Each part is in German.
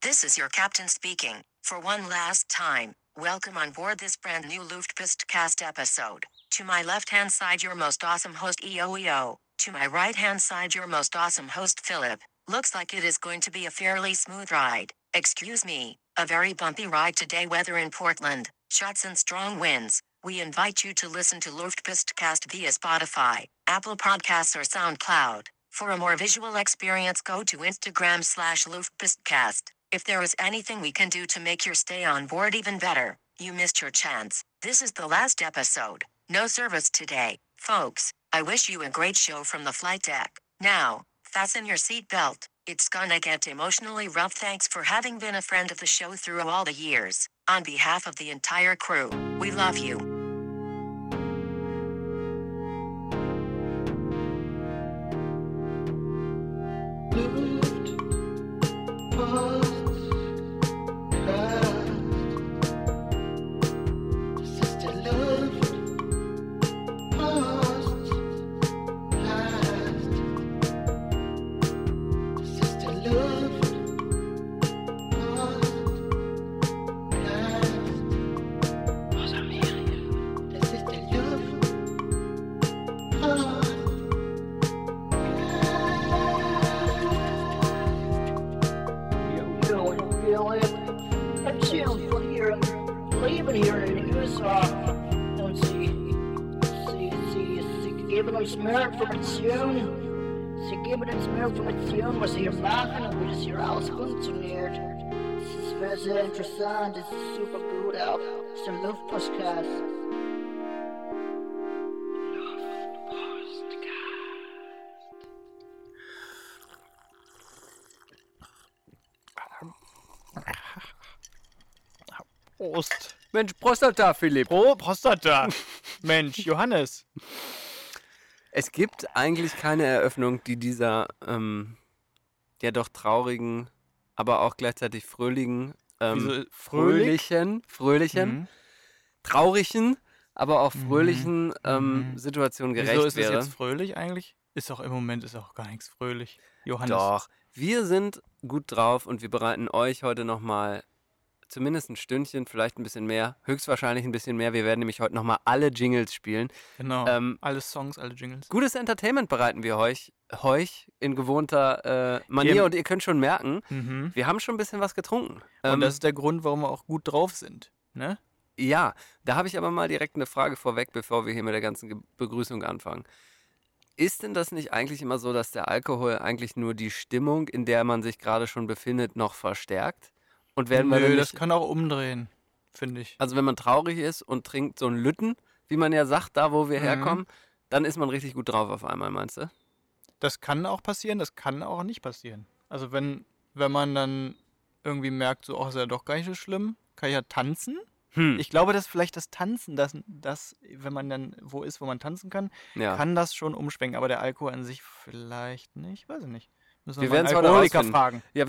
This is your captain speaking. For one last time, welcome on board this brand new Luftpostcast episode. To my left-hand side, your most awesome host EOEO. To my right-hand side, your most awesome host Philip. Looks like it is going to be a fairly smooth ride. Excuse me, a very bumpy ride today. Weather in Portland, shots and strong winds. We invite you to listen to Luftpostcast via Spotify, Apple Podcasts, or SoundCloud. For a more visual experience, go to Instagram/Luftpostcast. If there is anything we can do to make your stay on board even better, you missed your chance. This is the last episode. No service today, folks. I wish you a great show from the flight deck. Now, fasten your seatbelt. It's gonna get emotionally rough. Thanks for having been a friend of the show through all the years. On behalf of the entire crew, we love you. Was hier machen und wie das hier alles funktioniert. Das ist sehr, sehr interessant, das ist super gut auch. Das ist der Luftpostcast. Prost. Mensch, Prostata, Philipp. Prostata. Mensch, Johannes. Es gibt eigentlich keine Eröffnung, die dieser ja doch traurigen, aber auch gleichzeitig fröhlichen, fröhlichen, traurigen, aber auch fröhlichen Situation gerecht wäre. Wieso ist es jetzt fröhlich eigentlich? Ist doch im Moment auch gar nichts fröhlich. Johannes. Doch, wir sind gut drauf und wir bereiten euch heute nochmal zumindest ein Stündchen, vielleicht ein bisschen mehr, höchstwahrscheinlich ein bisschen mehr. Wir werden nämlich heute nochmal alle Jingles spielen. Genau, alle Songs, alle Jingles. Gutes Entertainment bereiten wir euch in gewohnter Manier und ihr könnt schon merken, wir haben schon ein bisschen was getrunken. Und das ist der Grund, warum wir auch gut drauf sind, ne? Ja, da habe ich aber mal direkt eine Frage vorweg, bevor wir hier mit der ganzen Begrüßung anfangen. Ist denn das nicht eigentlich immer so, dass der Alkohol eigentlich nur die Stimmung, in der man sich gerade schon befindet, noch verstärkt? Und werden wir Nö, das kann auch umdrehen, finde ich. Also wenn man traurig ist und trinkt so einen Lütten, wie man ja sagt, da wo wir herkommen, dann ist man richtig gut drauf auf einmal, meinst du? Das kann auch passieren, das kann auch nicht passieren. Also wenn man dann irgendwie merkt, so, ist ja doch gar nicht so schlimm, kann ich ja tanzen. Ich glaube, dass vielleicht das Tanzen, das, wenn man dann wo ist, wo man tanzen kann, kann das schon umschwenken. Aber der Alkohol an sich vielleicht nicht, weiß ich nicht. Müssen wir werden einen Alkoholiker fragen. Ja,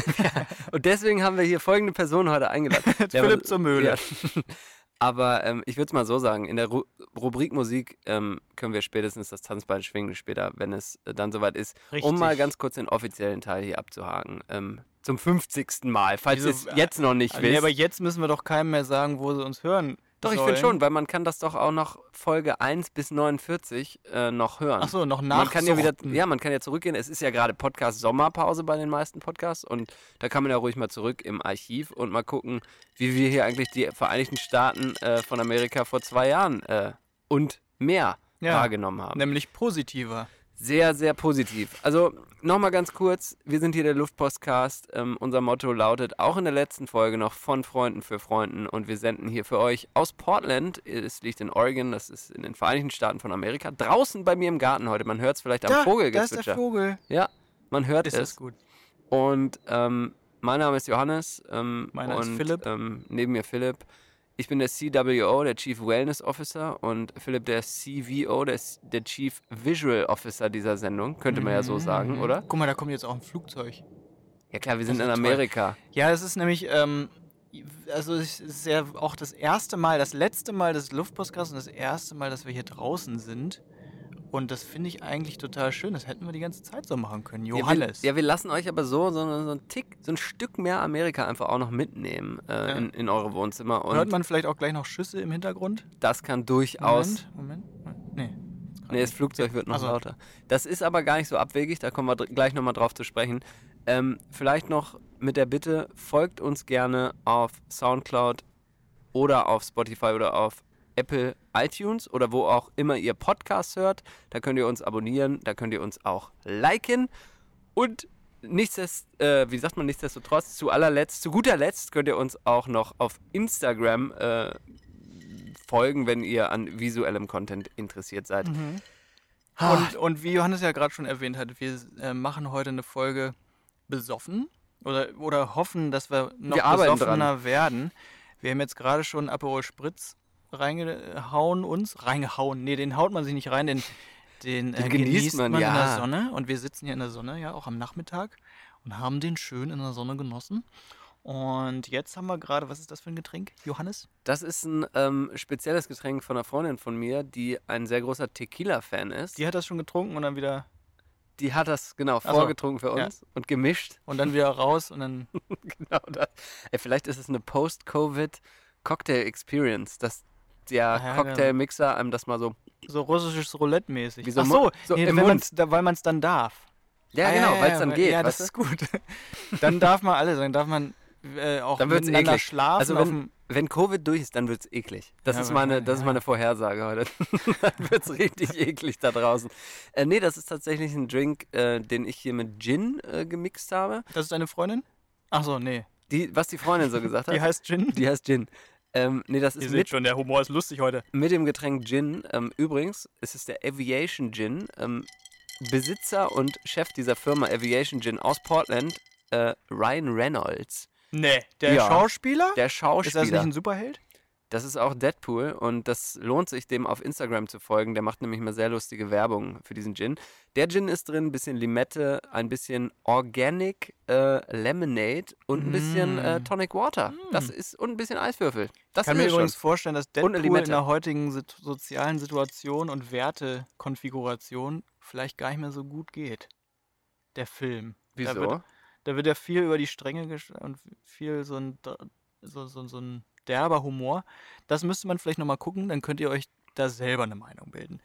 und deswegen haben wir hier folgende Person heute eingeladen. Philipp zur Mühle. Ja. Aber ich würde es mal so sagen, in der Rubrik Musik können wir spätestens das Tanzbein schwingen später, wenn es dann soweit ist. Richtig. Um mal ganz kurz den offiziellen Teil hier abzuhaken. Zum 50. Mal, falls ihr es jetzt noch nicht wisst. Nee, aber jetzt müssen wir doch keinem mehr sagen, wo sie uns hören. Doch, ich finde schon, weil man kann das doch auch noch Folge 1 bis 49 noch hören. Ach so, noch nachsuchten. Man kann ja zurückgehen. Es ist ja gerade Podcast-Sommerpause bei den meisten Podcasts und da kann man ja ruhig mal zurück im Archiv und mal gucken, wie wir hier eigentlich die Vereinigten Staaten von Amerika vor 2 Jahren und mehr wahrgenommen haben. Nämlich positiver. Sehr, sehr positiv. Also nochmal ganz kurz, wir sind hier der Luftpostcast. Unser Motto lautet auch in der letzten Folge noch von Freunden für Freunden und wir senden hier für euch aus Portland. Es liegt in Oregon, das ist in den Vereinigten Staaten von Amerika. Draußen bei mir im Garten heute, man hört es vielleicht am Vogelgezwitscher. Da ist der Vogel. Ja, man hört es. Ist das gut. Und mein Name ist Johannes. Meiner ist Philipp. Neben mir Philipp. Ich bin der CWO, der Chief Wellness Officer und Philipp der CVO, der Chief Visual Officer dieser Sendung, könnte man ja so sagen, oder? Guck mal, da kommt jetzt auch ein Flugzeug. Ja klar, wir sind in Amerika. Toll. Ja, es ist nämlich, also es ist ja auch das letzte Mal des Luftpostcasts und das erste Mal, dass wir hier draußen sind. Und das finde ich eigentlich total schön. Das hätten wir die ganze Zeit so machen können. Johannes. Wir lassen euch aber so ein Stück mehr Amerika einfach auch noch mitnehmen in eure Wohnzimmer. Und hört man vielleicht auch gleich noch Schüsse im Hintergrund? das kann durchaus... Moment. Nee. Nee, das Flugzeug wird noch lauter. Das ist aber gar nicht so abwegig, da kommen wir gleich nochmal drauf zu sprechen. Vielleicht noch mit der Bitte, folgt uns gerne auf Soundcloud oder auf Spotify oder auf Apple iTunes oder wo auch immer ihr Podcasts hört. Da könnt ihr uns abonnieren, da könnt ihr uns auch liken. Und nichtsdestotrotz, zu guter Letzt könnt ihr uns auch noch auf Instagram folgen, wenn ihr an visuellem Content interessiert seid. Und wie Johannes ja gerade schon erwähnt hat, wir machen heute eine Folge besoffen oder hoffen, dass wir noch besoffener werden. Wir haben jetzt gerade schon Aperol Spritz reingehauen. Nee, den haut man sich nicht rein, den genießt man in der Sonne. Und wir sitzen hier in der Sonne, ja, auch am Nachmittag und haben den schön in der Sonne genossen. Und jetzt haben wir gerade, was ist das für ein Getränk, Johannes? Das ist ein spezielles Getränk von einer Freundin von mir, die ein sehr großer Tequila-Fan ist. Die hat das schon getrunken und dann wieder... Die hat das, vorgetrunken für uns und gemischt. Und dann wieder raus und dann... Genau das. Vielleicht ist es eine Post-Covid-Cocktail-Experience, dass der Cocktailmixer einem das mal so... So russisches Roulette-mäßig. Weil man es dann darf. Ja, genau, weil es dann geht. Ja, das ist gut. Dann darf man alles, dann darf man auch dann miteinander schlafen. Also wenn Covid durch ist, dann wird es eklig. Das ist meine Vorhersage heute. Dann wird es richtig eklig da draußen. Nee, das ist tatsächlich ein Drink, den ich hier mit Gin gemixt habe. Das ist deine Freundin? Ach so, nee. Was die Freundin so gesagt hat. Die heißt Gin? Die heißt Gin. Nee, das ist Ihr seht schon, der Humor ist lustig heute. Mit dem Getränk Gin. Übrigens, es ist der Aviation Gin. Besitzer und Chef dieser Firma Aviation Gin aus Portland, Ryan Reynolds. Nee, der Schauspieler? Der Schauspieler. Ist das nicht ein Superheld? Das ist auch Deadpool und das lohnt sich, dem auf Instagram zu folgen. Der macht nämlich mal sehr lustige Werbung für diesen Gin. Der Gin ist drin, ein bisschen Limette, ein bisschen Organic Lemonade und ein bisschen Tonic Water. Das ist und ein bisschen Eiswürfel. Das ich kann mir übrigens vorstellen, dass Deadpool in der heutigen sozialen Situation und Wertekonfiguration vielleicht gar nicht mehr so gut geht. Der Film. Wieso? Da wird ja viel über die Stränge und viel so ein derber Humor. Das müsste man vielleicht nochmal gucken, dann könnt ihr euch da selber eine Meinung bilden.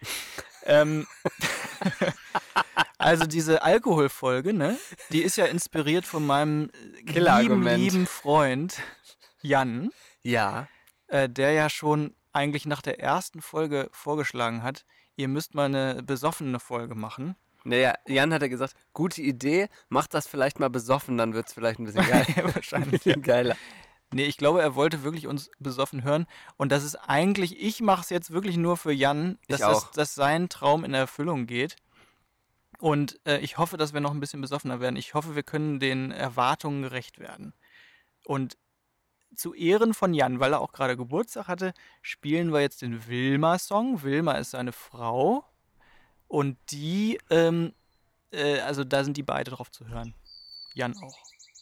Also diese Alkoholfolge, ne, die ist ja inspiriert von meinem lieben Freund Jan. Ja. Der ja schon eigentlich nach der ersten Folge vorgeschlagen hat, ihr müsst mal eine besoffene Folge machen. Naja, Jan hat ja gesagt, gute Idee, macht das vielleicht mal besoffen, dann wird es vielleicht ein bisschen geil. Wahrscheinlich. Ein bisschen geiler. Nee, ich glaube, er wollte wirklich uns besoffen hören. Und das ist eigentlich, ich mache es jetzt wirklich nur für Jan, dass sein Traum in Erfüllung geht. Und ich hoffe, dass wir noch ein bisschen besoffener werden. Ich hoffe, wir können den Erwartungen gerecht werden. Und zu Ehren von Jan, weil er auch gerade Geburtstag hatte, spielen wir jetzt den Wilma-Song. Wilma ist seine Frau. Und die, also da sind die beide drauf zu hören. Jan auch.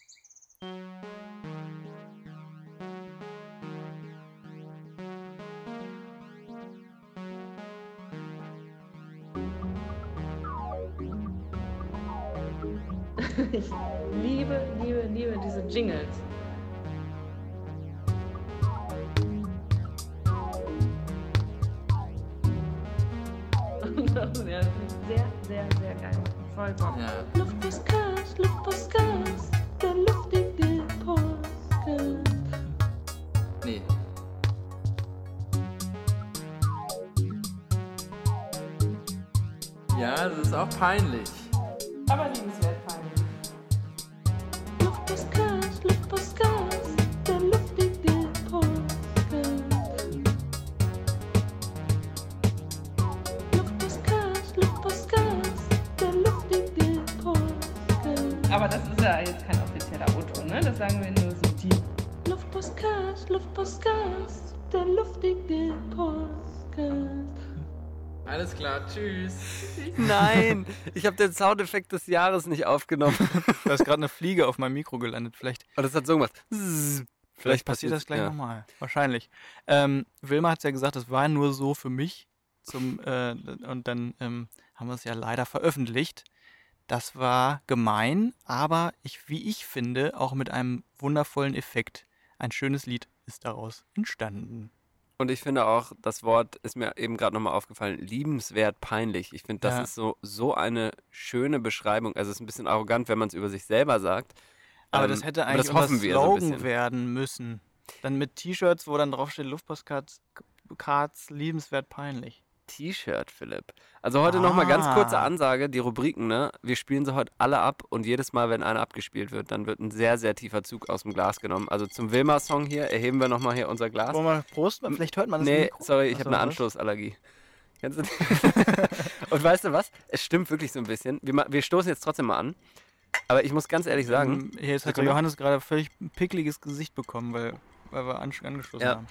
Ich liebe diese Jingles. Ja, das ist sehr, sehr, sehr geil. Voll Bock. Ja. Luftpostcast, der luftige Podcast. Nee. Ja, das ist auch peinlich. Aber liebenswert peinlich. Luftpostcast, der luftige Podcast. Luftpostcast, der luftige Podcast. Aber das ist ja jetzt kein offizieller O-Ton, ne? Das sagen wir nur so die. Luftpostcast, der luftige Podcast. Alles klar, tschüss. Nein, ich habe den Soundeffekt des Jahres nicht aufgenommen. Da ist gerade eine Fliege auf meinem Mikro gelandet. Vielleicht Und das hat so gemacht. passiert das gleich nochmal. Wahrscheinlich. Wilma hat es ja gesagt, das war nur so für mich. und dann haben wir es ja leider veröffentlicht. Das war gemein, aber wie ich finde, auch mit einem wundervollen Effekt. Ein schönes Lied ist daraus entstanden. Und ich finde auch, das Wort ist mir eben gerade nochmal aufgefallen, liebenswert peinlich. Ich finde, das ist so eine schöne Beschreibung. Also es ist ein bisschen arrogant, wenn man es über sich selber sagt. Aber das hätte eigentlich das hoffen unser wir so ein Slogan bisschen. werden müssen. Dann mit T-Shirts, wo dann draufsteht, Luftpostcards, liebenswert peinlich. T-Shirt, Philipp. Also heute nochmal ganz kurze Ansage, die Rubriken, ne? Wir spielen sie heute alle ab und jedes Mal, wenn einer abgespielt wird, dann wird ein sehr, sehr tiefer Zug aus dem Glas genommen. Also zum Wilma-Song hier erheben wir nochmal hier unser Glas. Wollen wir prosten? Vielleicht hört man das Nee, Mikro. sorry, ich habe eine was? Anstoßallergie. Kennst du das? Und weißt du was? Es stimmt wirklich so ein bisschen. Wir stoßen jetzt trotzdem mal an. Aber ich muss ganz ehrlich sagen... Jetzt hat der Johannes gerade völlig ein pickliges Gesicht bekommen, weil wir angestoßen haben.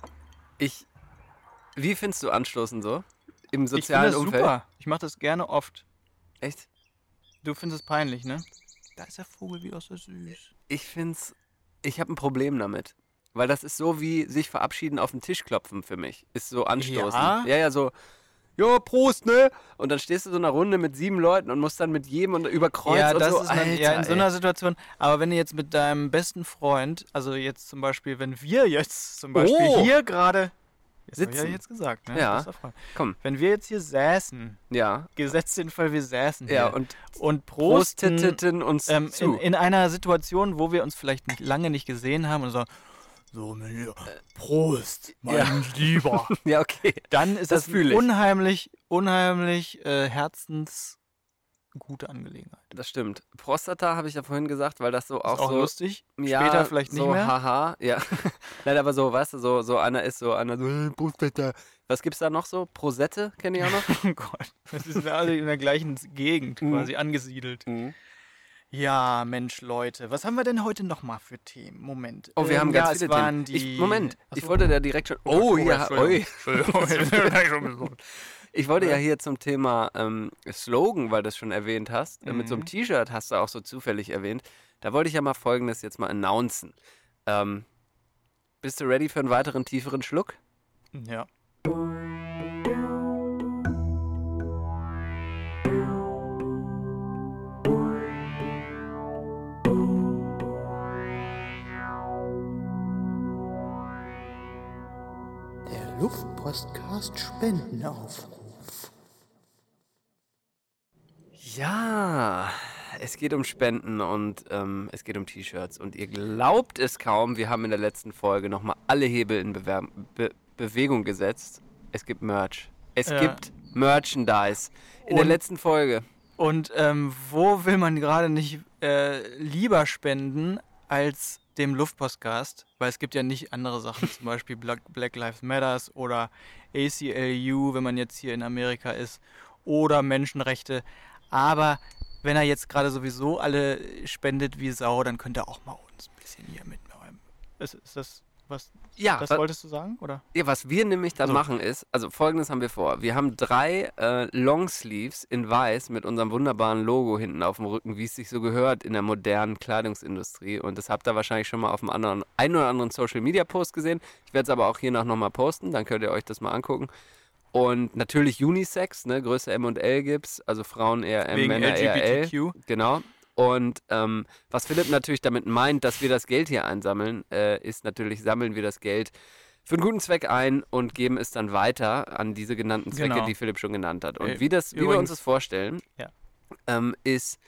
Wie findest du Anstoßen so? Im Ich sozialen finde das Umfeld? super. Ich mache das gerne oft. Echt? Du findest es peinlich, ne? Da ist der Vogel wieder so süß. Ich habe ein Problem damit. Weil das ist so wie sich verabschieden auf den Tisch klopfen für mich. Ist so anstoßen. Ja? Ja, so, ja, Prost, ne? Und dann stehst du so in einer Runde mit 7 Leuten und musst dann mit jedem und über Kreuz Ja, und das so. ist in so einer Situation. Aber wenn du jetzt mit deinem besten Freund, also jetzt zum Beispiel, wenn wir jetzt zum Beispiel hier gerade sitzen. Hab ich ja jetzt gesagt, ne? Ja. Bester Freund. Komm. Wenn wir jetzt hier säßen, Ja. gesetzt den Fall, wir säßen Ja, hier und prosten prosteten uns zu. in einer Situation, wo wir uns vielleicht lange nicht gesehen haben und sagen, so, Prost, mein Lieber. Ja, okay. Dann ist Das das fühl ich. unheimlich herzensgute Angelegenheit. Das stimmt. Prostata habe ich ja vorhin gesagt, weil das so Ist auch auch so... lustig. Ja, Später vielleicht nicht so, mehr. Haha, ja. Nein, aber so, weißt du, so einer ist so, einer so, Prostata. Was gibt's da noch so? Prosette, kenne ich auch noch. Oh Gott, das sind alle in der gleichen Gegend quasi angesiedelt. Mhm. Ja, Mensch, Leute, was haben wir denn heute nochmal für Themen? Moment. Oh, wir haben ganz viele es waren Themen. die... Ich wollte da direkt schon... Oh, ja, ui. Entschuldigung. Ich wollte ja hier zum Thema Slogan, weil du es schon erwähnt hast, mit so einem T-Shirt hast du auch so zufällig erwähnt. Da wollte ich ja mal Folgendes jetzt mal announcen. Bist du ready für einen weiteren tieferen Schluck? Ja. Der Luftpostcast Spendenaufruf. Ja, es geht um Spenden und es geht um T-Shirts. Und ihr glaubt es kaum, wir haben in der letzten Folge nochmal alle Hebel in Bewegung gesetzt. Es gibt Merch. Es gibt Merchandise. In der letzten Folge. Und wo will man gerade nicht lieber spenden als dem Luftpostcast? Weil es gibt ja nicht andere Sachen, zum Beispiel Black Lives Matters oder ACLU, wenn man jetzt hier in Amerika ist, oder Menschenrechte. Aber wenn er jetzt gerade sowieso alle spendet wie Sau, dann könnt ihr auch mal uns ein bisschen hier mit eurem... Ist das was... Ja, Das wolltest du sagen, oder? Ja, was wir nämlich dann machen ist, also Folgendes haben wir vor. Wir haben 3 Longsleeves in weiß mit unserem wunderbaren Logo hinten auf dem Rücken, wie es sich so gehört in der modernen Kleidungsindustrie. Und das habt ihr wahrscheinlich schon mal auf einem einen oder anderen Social-Media-Post gesehen. Ich werde es aber auch hier nochmal posten, dann könnt ihr euch das mal angucken. Und natürlich Unisex, ne, Größe M und L gibt's, also Frauen eher M, Wegen Männer eher L. LGBTQ. Genau. Und was Philipp natürlich damit meint, dass wir das Geld hier einsammeln, ist natürlich, sammeln wir das Geld für einen guten Zweck ein und geben es dann weiter an diese genannten Zwecke, Genau. die Philipp schon genannt hat. Und wie Übrigens, wir uns das vorstellen, ja. Ist,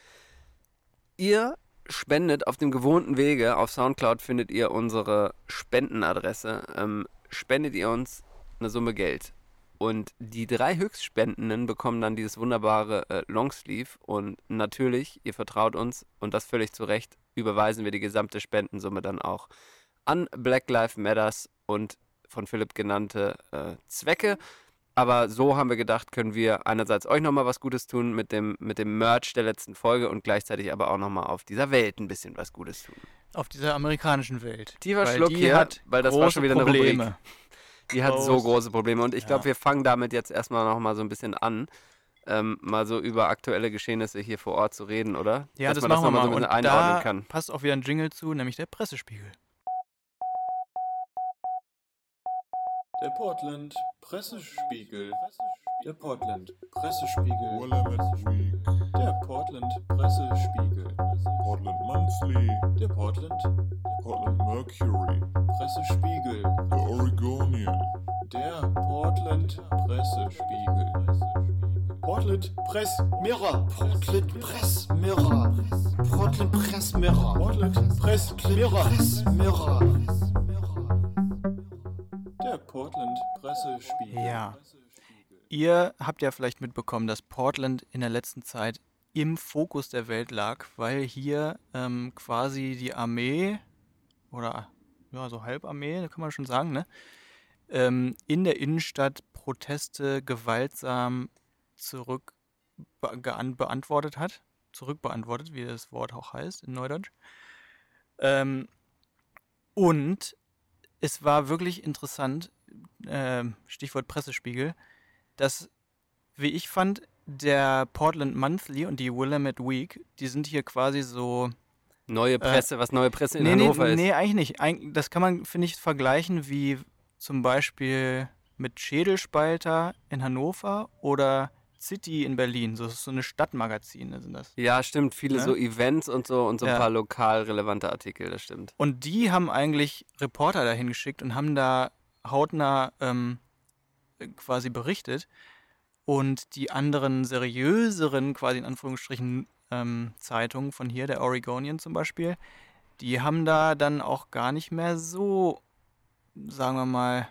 ihr spendet auf dem gewohnten Wege, auf Soundcloud findet ihr unsere Spendenadresse, spendet ihr uns eine Summe Geld. Und die 3 Höchstspendenden bekommen dann dieses wunderbare Longsleeve. Und natürlich, ihr vertraut uns und das völlig zu Recht, überweisen wir die gesamte Spendensumme dann auch an Black Lives Matters und von Philipp genannte Zwecke. Aber so haben wir gedacht, können wir einerseits euch nochmal was Gutes tun mit dem Merch der letzten Folge und gleichzeitig aber auch nochmal auf dieser Welt ein bisschen was Gutes tun. Auf dieser amerikanischen Welt. Tiefer Weil Schluck die hier, hat weil das war große schon wieder eine Probleme. Rubrik. Die hat so große Probleme und ich glaube, wir fangen damit jetzt erstmal nochmal so ein bisschen an, mal so über aktuelle Geschehnisse hier vor Ort zu reden, oder? Ja, dass das man machen wir das nochmal mal. so ein Und bisschen einordnen da kann. passt auch wieder ein Jingle zu, nämlich der Pressespiegel. Der Portland Pressespiegel. Der Portland Pressespiegel. Willamette Week. Der Portland Pressespiegel. Portland Monthly. Der Portland Portland Mercury. Pressespiegel. The Oregonian. Der Portland Pressespiegel. Portland Press Mirror. Portland Press Mirror. Portland Press Mirror. Portland Press Mirror. Der Portland Pressespiegel. Ja. Ihr habt ja vielleicht mitbekommen, dass Portland in der letzten Zeit im Fokus der Welt lag, weil hier quasi die Armee oder ja, so Halbarmee, kann man schon sagen, ne? In der Innenstadt Proteste gewaltsam zurückbeantwortet, wie das Wort auch heißt in Neudeutsch. Und es war wirklich interessant, Stichwort Pressespiegel, dass, wie ich fand, der Portland Monthly und die Willamette Week, die sind hier quasi so... Neue Presse, was neue Presse in Hannover ist. Nee, eigentlich nicht. Das kann man, finde ich, vergleichen wie zum Beispiel mit Schädelspalter in Hannover oder City in Berlin. So eine Stadtmagazine sind das. Ja, stimmt. Viele so Events und so ein paar lokal relevante Artikel, das stimmt. Und die haben eigentlich Reporter dahin geschickt und haben da hautnah quasi berichtet. Und die anderen seriöseren, quasi in Anführungsstrichen, Zeitungen von hier, der Oregonian zum Beispiel, die haben da dann auch gar nicht mehr so, sagen wir mal,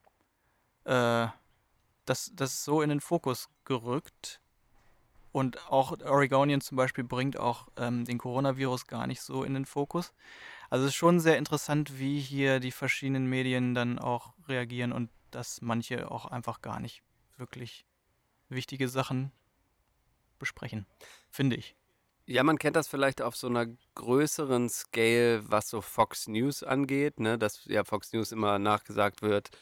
das so in den Fokus gerückt. Und auch Oregonian zum Beispiel bringt auch den Coronavirus gar nicht so in den Fokus. Also es ist schon sehr interessant, wie hier die verschiedenen Medien dann auch reagieren und dass manche auch einfach gar nicht wirklich wichtige Sachen besprechen, finde ich. Ja, man kennt das vielleicht auf so einer größeren Scale, was so Fox News angeht, ne? Dass ja Fox News immer nachgesagt wird,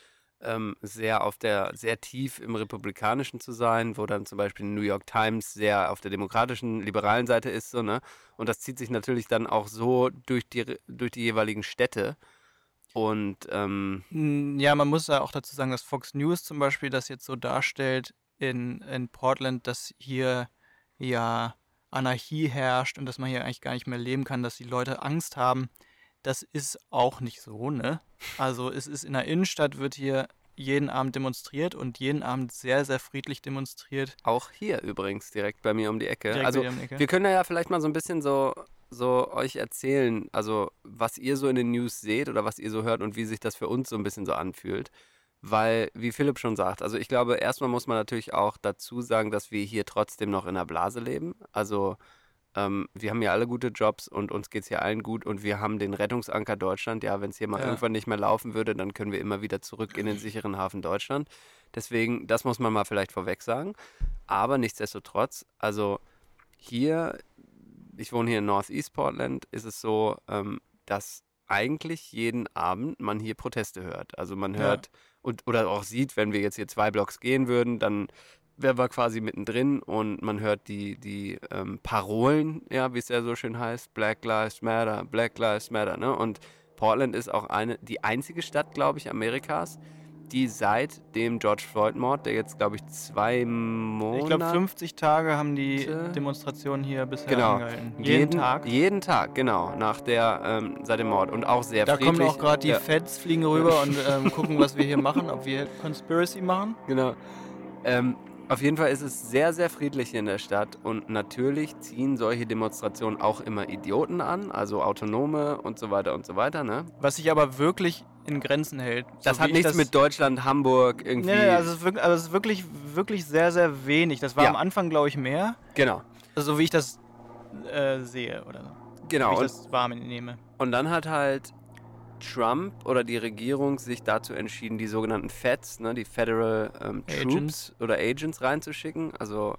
sehr tief im Republikanischen zu sein, wo dann zum Beispiel New York Times sehr auf der demokratischen, liberalen Seite ist, so, ne? Und das zieht sich natürlich dann auch so durch die jeweiligen Städte. Und ja, man muss ja auch dazu sagen, dass Fox News zum Beispiel das jetzt so darstellt in Portland, dass hier ja Anarchie herrscht und dass man hier eigentlich gar nicht mehr leben kann, dass die Leute Angst haben. Das ist auch nicht so, ne? Also es ist in der Innenstadt, wird hier jeden Abend demonstriert und jeden Abend sehr, sehr friedlich demonstriert. Auch hier übrigens, direkt bei mir um die Ecke. Direkt Also bei dir um die Ecke. wir können ja vielleicht mal so ein bisschen so euch erzählen, also was ihr so in den News seht oder was ihr so hört und wie sich das für uns so ein bisschen so anfühlt. Weil, wie Philipp schon sagt, also ich glaube, erstmal muss man natürlich auch dazu sagen, dass wir hier trotzdem noch in einer Blase leben. Also wir haben ja alle gute Jobs und uns geht es hier allen gut und wir haben den Rettungsanker Deutschland. Ja, wenn es hier mal irgendwann nicht mehr laufen würde, dann können wir immer wieder zurück in den sicheren Hafen Deutschland. Deswegen, das muss man mal vielleicht vorweg sagen. Aber nichtsdestotrotz, also hier, ich wohne hier in Northeast Portland, ist es so, dass eigentlich jeden Abend man hier Proteste hört. Also man hört oder auch sieht, wenn wir jetzt hier 2 Blocks gehen würden, dann wären wir quasi mittendrin und man hört die Parolen, ja, wie es ja so schön heißt, Black Lives Matter, ne? Und Portland ist auch die einzige Stadt, glaube ich, Amerikas, die seit dem George Floyd-Mord, der jetzt, glaube ich, 2 Monate... Ich glaube, 50 Tage haben die Demonstrationen hier bisher angehalten. Jeden Tag? Jeden Tag, genau, seit dem Mord und auch sehr friedlich. Da kommen auch gerade die Feds, fliegen rüber und gucken, was wir hier machen, ob wir Conspiracy machen. Genau. Auf jeden Fall ist es sehr, sehr friedlich hier in der Stadt und natürlich ziehen solche Demonstrationen auch immer Idioten an, also Autonome und so weiter, ne? Was sich aber wirklich in Grenzen hält. Das hat nichts mit Deutschland, Hamburg irgendwie... Nee, also es ist wirklich, wirklich sehr, sehr wenig. Das war am Anfang, glaube ich, mehr. Genau. Also so wie ich das sehe oder so. Genau. Wie ich das wahrnehme. Und dann hat halt Trump oder die Regierung sich dazu entschieden, die sogenannten Feds, ne, die Federal Troops oder Agents reinzuschicken, also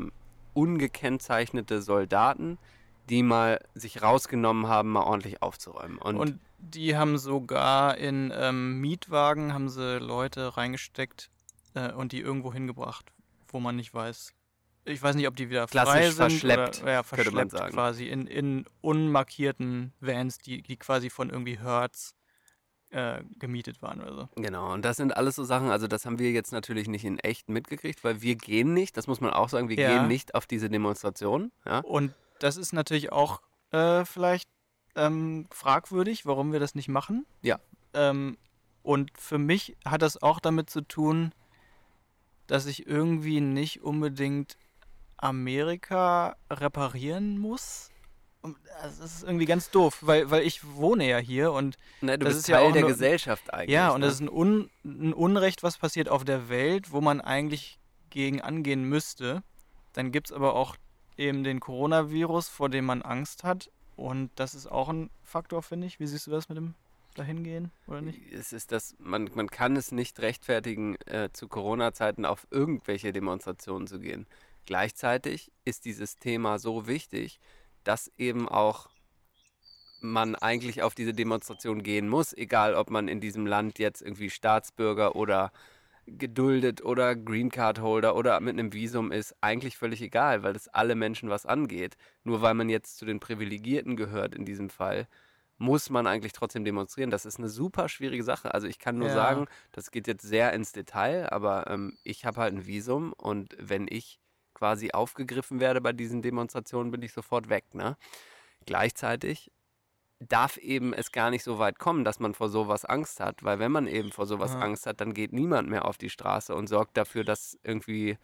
ungekennzeichnete Soldaten, die mal sich rausgenommen haben, mal ordentlich aufzuräumen. Und die haben sogar in Mietwagen haben sie Leute reingesteckt und die irgendwo hingebracht, wo man nicht weiß. Ich weiß nicht, ob die wieder frei sind. Verschleppt, oder, könnte man sagen. Quasi in unmarkierten Vans, die quasi von irgendwie Hertz gemietet waren oder so. Genau, und das sind alles so Sachen, also das haben wir jetzt natürlich nicht in echt mitgekriegt, weil wir gehen nicht, das muss man auch sagen, wir Ja. gehen nicht auf diese Demonstration. Ja? Und das ist natürlich auch vielleicht fragwürdig, warum wir das nicht machen. Ja. Und für mich hat das auch damit zu tun, dass ich irgendwie nicht unbedingt Amerika reparieren muss. Und das ist irgendwie ganz doof, weil ich wohne ja hier und Ne, du das bist ist ja Teil auch der nur- Gesellschaft eigentlich. ja, und ne? das ist ein Unrecht, was passiert auf der Welt, wo man eigentlich gegen angehen müsste. Dann gibt es aber auch eben den Coronavirus, vor dem man Angst hat. Und das ist auch ein Faktor, finde ich. Wie siehst du das mit dem Dahingehen oder nicht? Es ist das, man kann es nicht rechtfertigen, zu Corona-Zeiten auf irgendwelche Demonstrationen zu gehen. Gleichzeitig ist dieses Thema so wichtig, dass eben auch man eigentlich auf diese Demonstration gehen muss, egal ob man in diesem Land jetzt irgendwie Staatsbürger oder geduldet oder Green Card Holder oder mit einem Visum ist, eigentlich völlig egal, weil das alle Menschen was angeht. Nur weil man jetzt zu den Privilegierten gehört in diesem Fall, muss man eigentlich trotzdem demonstrieren. Das ist eine super schwierige Sache. Also ich kann nur Ja. sagen, das geht jetzt sehr ins Detail, aber ich habe halt ein Visum und wenn ich quasi aufgegriffen werde bei diesen Demonstrationen, bin ich sofort weg. Ne? Gleichzeitig darf eben es gar nicht so weit kommen, dass man vor sowas Angst hat, weil wenn man eben vor sowas Ja. Angst hat, dann geht niemand mehr auf die Straße und sorgt dafür, dass irgendwie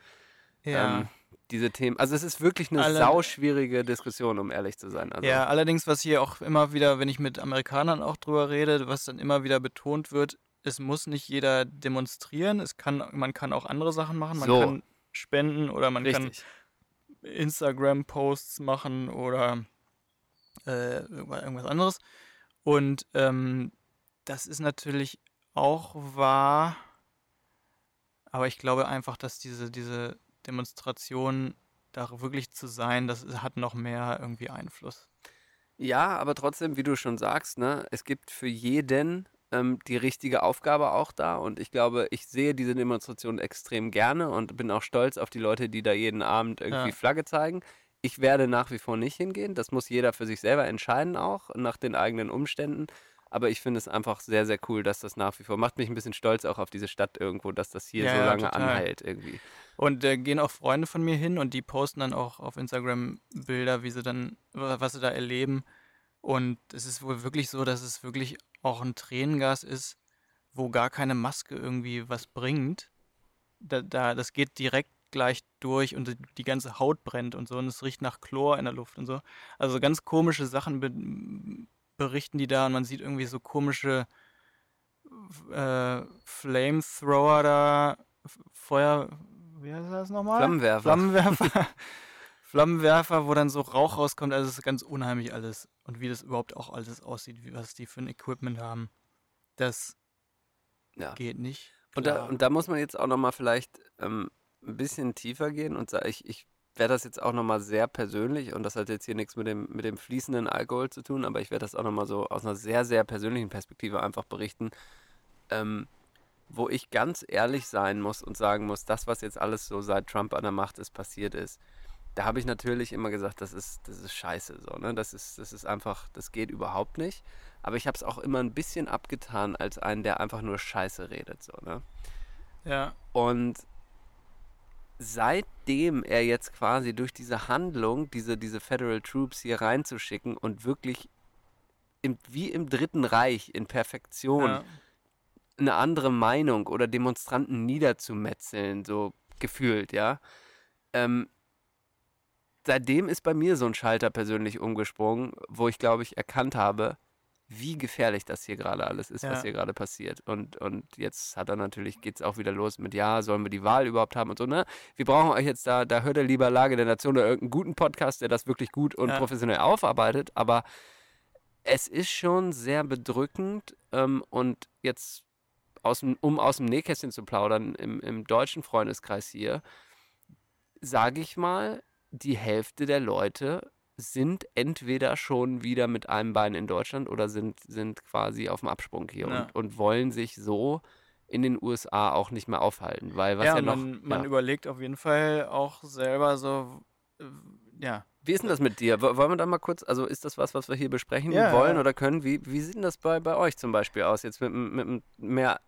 diese Themen, also es ist wirklich eine sauschwierige Diskussion, um ehrlich zu sein. Also, Ja, allerdings, was hier auch immer wieder, wenn ich mit Amerikanern auch drüber rede, was dann immer wieder betont wird, es muss nicht jeder demonstrieren, man kann auch andere Sachen machen, man So. kann spenden oder man kann richtig. Instagram-Posts machen oder irgendwas anderes. Und das ist natürlich auch wahr, aber ich glaube einfach, dass diese Demonstration, da wirklich zu sein, das hat noch mehr irgendwie Einfluss. Ja, aber trotzdem, wie du schon sagst, ne, es gibt für jeden die richtige Aufgabe auch da und ich glaube, ich sehe diese Demonstration extrem gerne und bin auch stolz auf die Leute, die da jeden Abend irgendwie Ja. Flagge zeigen. Ich werde nach wie vor nicht hingehen, das muss jeder für sich selber entscheiden auch, nach den eigenen Umständen, aber ich finde es einfach sehr, sehr cool, dass das nach wie vor, macht mich ein bisschen stolz auch auf diese Stadt irgendwo, dass das hier Ja, so ja, lange total. anhält irgendwie. Und gehen auch Freunde von mir hin und die posten dann auch auf Instagram Bilder, was sie da erleben. Und es ist wohl wirklich so, dass es wirklich auch ein Tränengas ist, wo gar keine Maske irgendwie was bringt. Das geht direkt gleich durch und die ganze Haut brennt und so und es riecht nach Chlor in der Luft und so. Also ganz komische Sachen berichten die da und man sieht irgendwie so komische Flamethrower da, Feuer, wie heißt das nochmal? Flammenwerfer. Flammenwerfer, wo dann so Rauch rauskommt, also es ist ganz unheimlich alles. Und wie das überhaupt auch alles aussieht, was die für ein Equipment haben, das Ja. geht nicht. Und Klar. da muss man jetzt auch nochmal vielleicht ein bisschen tiefer gehen und sagen, ich werde das jetzt auch nochmal sehr persönlich und das hat jetzt hier nichts mit dem fließenden Alkohol zu tun, aber ich werde das auch nochmal so aus einer sehr, sehr persönlichen Perspektive einfach berichten, wo ich ganz ehrlich sein muss und sagen muss, das, was jetzt alles so seit Trump an der Macht ist, passiert ist, da habe ich natürlich immer gesagt, das ist scheiße, so, ne? Das ist einfach, das geht überhaupt nicht. Aber ich habe es auch immer ein bisschen abgetan als einen, der einfach nur Scheiße redet, so, ne? Ja, Und seitdem er jetzt quasi durch diese Handlung, diese Federal Troops hier reinzuschicken und wirklich wie im Dritten Reich in Perfektion ja. eine andere Meinung oder Demonstranten niederzumetzeln, so gefühlt, ja. Seitdem ist bei mir so ein Schalter persönlich umgesprungen, wo ich, glaube ich, erkannt habe, wie gefährlich das hier gerade alles ist, was Ja. hier gerade passiert. Und jetzt geht es auch wieder los mit, ja, sollen wir die Wahl überhaupt haben und so, ne? Wir brauchen euch jetzt da hört ihr lieber Lage der Nation oder irgendeinen guten Podcast, der das wirklich gut und Ja. professionell aufarbeitet, aber es ist schon sehr bedrückend und jetzt, um aus dem Nähkästchen zu plaudern, im deutschen Freundeskreis hier, sage ich mal, die Hälfte der Leute sind entweder schon wieder mit einem Bein in Deutschland oder sind quasi auf dem Absprung hier Ja. und wollen sich so in den USA auch nicht mehr aufhalten, weil was ja und noch... man überlegt auf jeden Fall auch selber so, ja. Wie ist denn das mit dir? Wollen wir da mal kurz, also ist das was wir hier besprechen Ja. wollen oder können? Wie sieht denn das bei euch zum Beispiel aus? Jetzt mit einem mehr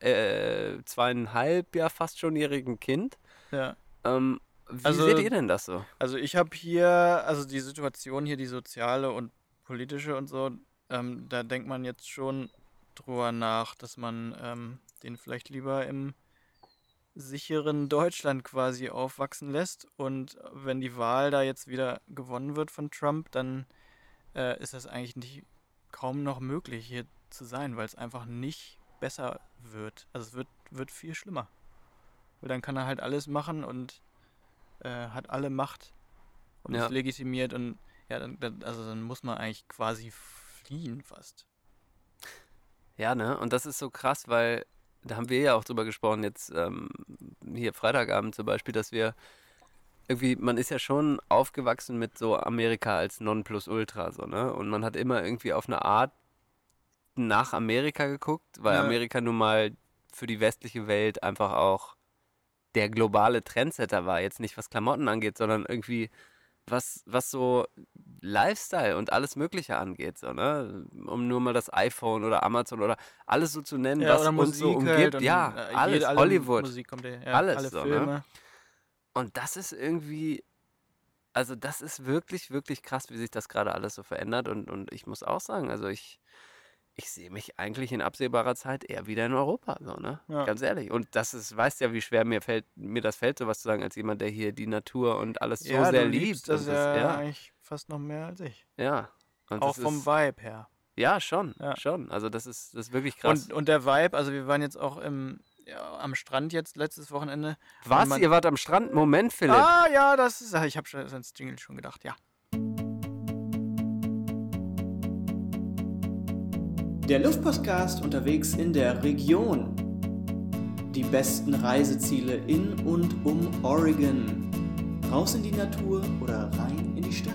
2,5, ja fast schonjährigen Kind. Ja. Wie Also- seht ihr denn das so? Also ich habe hier, also die Situation hier, die soziale und politische und so, da denkt man jetzt schon drüber nach, dass man den vielleicht lieber im sicheren Deutschland quasi aufwachsen lässt. Und wenn die Wahl da jetzt wieder gewonnen wird von Trump, dann ist das eigentlich kaum noch möglich hier zu sein, weil es einfach nicht besser wird. Also es wird viel schlimmer. Weil dann kann er halt alles machen und hat alle Macht und Ja. ist legitimiert und ja, dann muss man eigentlich quasi fliehen fast. Ja, ne? Und das ist so krass, weil da haben wir ja auch drüber gesprochen, jetzt hier Freitagabend zum Beispiel, dass wir irgendwie, man ist ja schon aufgewachsen mit so Amerika als Nonplusultra, so, ne? Und man hat immer irgendwie auf eine Art nach Amerika geguckt, weil Ja. Amerika nun mal für die westliche Welt einfach auch der globale Trendsetter war. Jetzt nicht was Klamotten angeht, sondern irgendwie was so Lifestyle und alles Mögliche angeht, so, ne? Um nur mal das iPhone oder Amazon oder alles so zu nennen, was oder uns so Musik halt umgibt. und, Ja, alles, alle Hollywood. Musik kommt ja, alles alle so, ne? Filme. Und das ist irgendwie, also das ist wirklich, wirklich krass, wie sich das gerade alles so verändert. Und ich muss auch sagen, also ich sehe mich eigentlich in absehbarer Zeit eher wieder in Europa, so, ne? Ja. Ganz ehrlich. Und das ist, weißt ja, wie schwer mir das fällt, sowas zu sagen, als jemand, der hier die Natur und alles so Ja, sehr du liebt. liebst das Und ja eigentlich fast noch mehr als ich. ja. Und Auch das vom ist, Vibe her. ja, schon, Ja. schon. Also das ist wirklich krass. Und der Vibe, also wir waren jetzt auch am Strand jetzt letztes Wochenende. Was? man- Ihr wart am Strand? Moment, Philipp. Ah ja, das ist, ich habe schon ans Jingle schon gedacht, ja. Der Luftpostcast unterwegs in der Region. Die besten Reiseziele in und um Oregon. Raus in die Natur oder rein in die Stadt.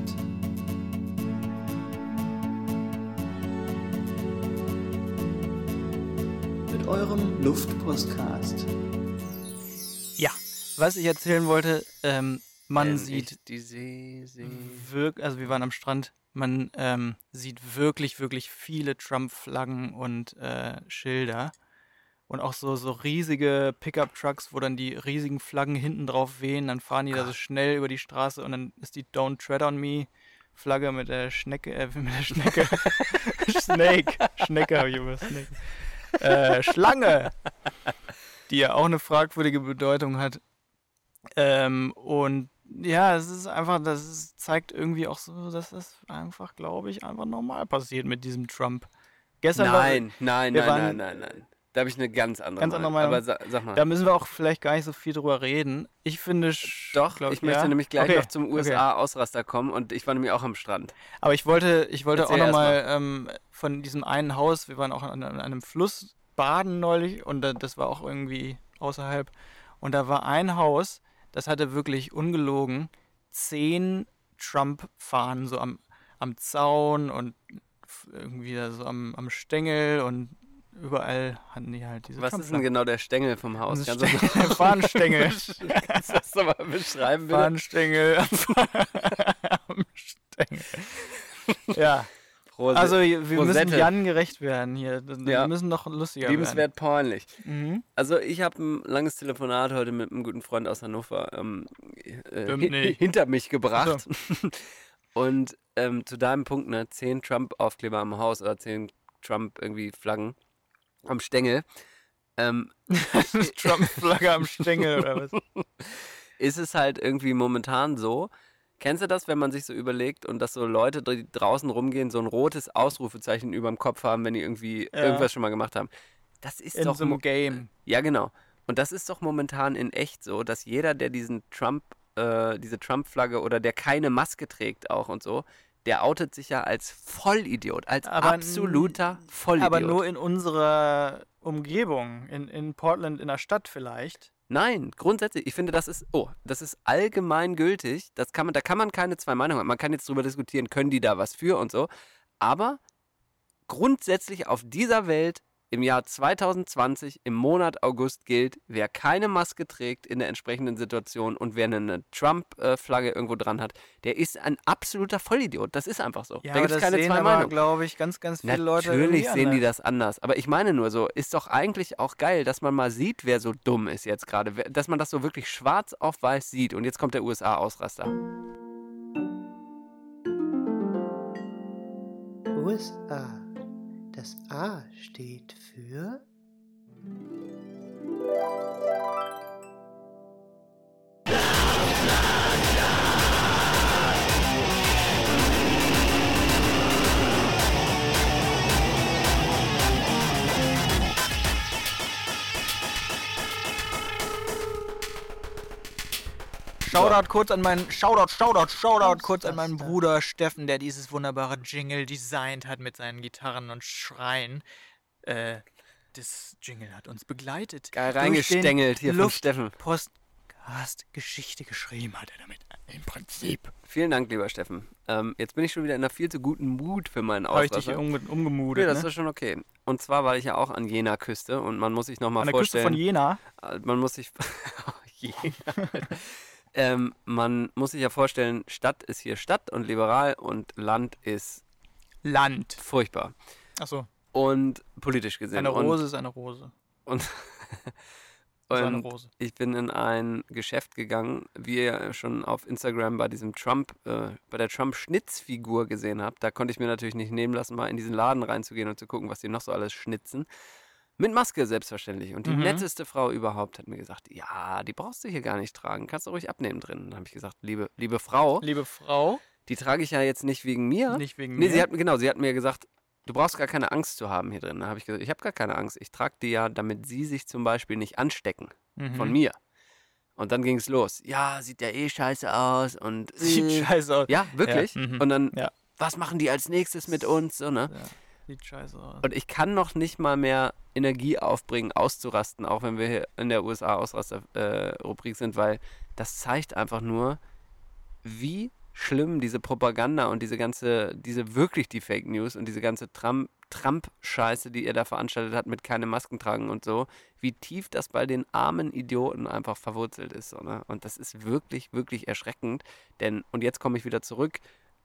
Mit eurem Luftpostcast. Ja, was ich erzählen wollte, man Wenn sieht ich die See sehe. also wir waren am Strand, man sieht wirklich, wirklich viele Trump-Flaggen und Schilder. Und auch so riesige Pickup-Trucks, wo dann die riesigen Flaggen hinten drauf wehen. Dann fahren die da so schnell über die Straße und dann ist die Don't Tread on Me Flagge mit der Schnecke, Schnecke habe ich über Snake. Schlange, die ja auch eine fragwürdige Bedeutung hat. Und ja, es ist einfach, zeigt irgendwie auch so, dass das einfach, glaube ich, einfach normal passiert mit diesem Trump. Gestern Nein. Da habe ich eine ganz andere Meinung. Aber sag mal. Da müssen wir auch vielleicht gar nicht so viel drüber reden. Ich finde Doch, glaub, ich möchte ja? nämlich gleich Okay, noch zum USA-Ausraster kommen und ich war nämlich auch am Strand. Aber ich wollte Erzähl auch nochmal von diesem einen Haus, wir waren auch an einem Fluss baden neulich und das war auch irgendwie außerhalb. Und da war ein Haus, das hatte wirklich ungelogen 10 Trump-Fahnen so am Zaun und irgendwie da so am Stängel und überall hatten die halt diese Was ist denn genau der Stängel vom Haus? Das Kannst du Fahnenstängel. kannst du das doch mal beschreiben, bitte? Fahnenstängel am Stängel. Ja, Rose- also wir müssen Rosette. Jan gerecht werden hier. Wir Ja. müssen noch lustiger Liebenswert peinlich. werden. Mhm. Also ich habe ein langes Telefonat heute mit einem guten Freund aus Hannover nicht. hinter mich gebracht. Und zu deinem Punkt, ne, 10 Trump-Aufkleber am Haus oder 10 Trump irgendwie Flaggen am Stängel. Trump-Flagge am Stängel oder was? Ist es halt irgendwie momentan so. Kennst du das, wenn man sich so überlegt und dass so Leute, die draußen rumgehen, so ein rotes Ausrufezeichen über dem Kopf haben, wenn die irgendwie irgendwas schon mal gemacht haben? Das ist In doch so einem Game. Ja, genau. Und das ist doch momentan in echt so, dass jeder, der diese Trump-Flagge oder der keine Maske trägt auch und so, der outet sich ja als Vollidiot, als Aber absoluter Vollidiot. Aber nur in unserer Umgebung, in Portland, in der Stadt vielleicht. Nein, grundsätzlich, ich finde, das ist allgemein gültig. Da kann man keine zwei Meinungen haben. Man kann jetzt drüber diskutieren, können die da was für und so. Aber grundsätzlich auf dieser Welt, im Jahr 2020 im Monat August gilt, wer keine Maske trägt in der entsprechenden Situation und wer eine Trump-Flagge irgendwo dran hat, der ist ein absoluter Vollidiot. Das ist einfach so. Ja, da gibt es das keine sehen zwei aber, Meinungen. glaube ich, ganz viele Leute Natürlich irgendwie sehen die anders. das anders. Aber ich meine nur so, ist doch eigentlich auch geil, dass man mal sieht, wer so dumm ist jetzt gerade. Dass man das so wirklich schwarz auf weiß sieht. Und jetzt kommt der USA-Ausraster. USA. Das A steht für... Shoutout kurz an meinen kurz an meinen Bruder Steffen, der dieses wunderbare Jingle designt hat mit seinen Gitarren und Schreien. Das Jingle hat uns begleitet. Geil reingestängelt hier von Steffen. Podcast-Geschichte geschrieben hat er damit. Im Prinzip. Vielen Dank, lieber Steffen. Jetzt bin ich schon wieder in einer viel zu guten Mut für meinen Habe ich Ausraster. dich umgemutet, Ja, das ne? ist schon okay. Und zwar war ich ja auch an jener Küste und man muss sich nochmal An der Küste vorstellen. von Jena. Man muss sich. Man muss sich ja vorstellen, Stadt ist hier Stadt und liberal und Land ist Land. furchtbar. Achso, Und politisch gesehen. eine Rose ist eine Rose. Und, Ist eine und Rose. ich bin in ein Geschäft gegangen, wie ihr schon auf Instagram bei diesem bei der Trump-Schnitzfigur gesehen habt. Da konnte ich mir natürlich nicht nehmen lassen, mal in diesen Laden reinzugehen und zu gucken, was die noch so alles schnitzen. Mit Maske selbstverständlich. Und die netteste Frau überhaupt hat mir gesagt, ja, die brauchst du hier gar nicht tragen. Kannst du ruhig abnehmen drin. Dann habe ich gesagt, liebe Frau, Liebe Frau, die trage ich ja jetzt nicht wegen mir. nicht wegen Nee, mir. sie hat mir gesagt, du brauchst gar keine Angst zu haben hier drin. Da habe ich gesagt, ich habe gar keine Angst. Ich trage die ja, damit sie sich zum Beispiel nicht anstecken von mir. Und dann ging es los. Ja, sieht ja eh scheiße aus. Und Sieht scheiße aus. ja, wirklich. Ja, Und dann, ja. was machen die als nächstes mit uns? So, ne? Ja, sieht scheiße aus. Und ich kann noch nicht mal mehr Energie aufbringen, auszurasten, auch wenn wir hier in der USA-Ausraster-Rubrik sind, weil das zeigt einfach nur, wie schlimm diese Propaganda und diese wirklich die Fake News und diese ganze Trump-Scheiße, die ihr da veranstaltet habt mit keine Masken tragen und so, wie tief das bei den armen Idioten einfach verwurzelt ist. So, ne? Und das ist wirklich, wirklich erschreckend. Und jetzt komme ich wieder zurück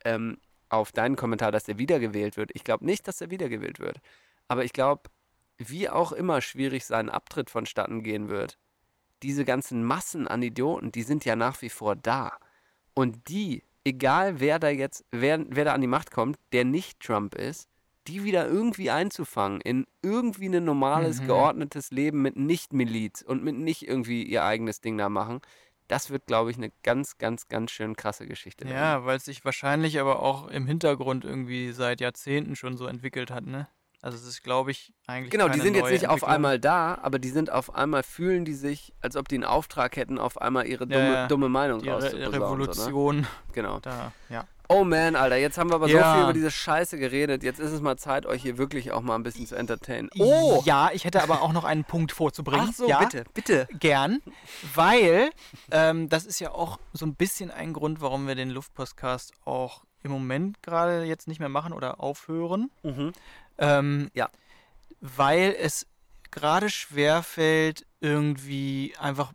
auf deinen Kommentar, dass der wiedergewählt wird. Ich glaube nicht, dass er wiedergewählt wird. Aber ich glaube, wie auch immer schwierig sein Abtritt vonstatten gehen wird, diese ganzen Massen an Idioten, die sind ja nach wie vor da. Und die, egal wer da an die Macht kommt, der nicht Trump ist, die wieder irgendwie einzufangen in irgendwie ein normales, geordnetes Leben mit Nicht-Miliz und mit nicht irgendwie ihr eigenes Ding da machen, das wird, glaube ich, eine ganz, ganz, ganz schön krasse Geschichte. Ja, weil es sich wahrscheinlich aber auch im Hintergrund irgendwie seit Jahrzehnten schon so entwickelt hat, ne? Also es ist, glaube ich, eigentlich Genau, die keine sind jetzt neue nicht auf Entwicklung. einmal da, aber die sind auf einmal, fühlen die sich, als ob die einen Auftrag hätten, auf einmal ihre dumme Meinung Die rauszuposaunen. Revolution So, ne? Genau. da, ja. Oh man, Alter, jetzt haben wir aber so Ja. viel über diese Scheiße geredet. Jetzt ist es mal Zeit, euch hier wirklich auch mal ein bisschen zu entertainen. Oh! Ja, ich hätte aber auch noch einen Punkt vorzubringen. Ach so, ja, bitte. Gern, weil das ist ja auch so ein bisschen ein Grund, warum wir den Luftpostcast auch im Moment gerade jetzt nicht mehr machen oder aufhören. Ja. Weil es gerade schwerfällt, irgendwie einfach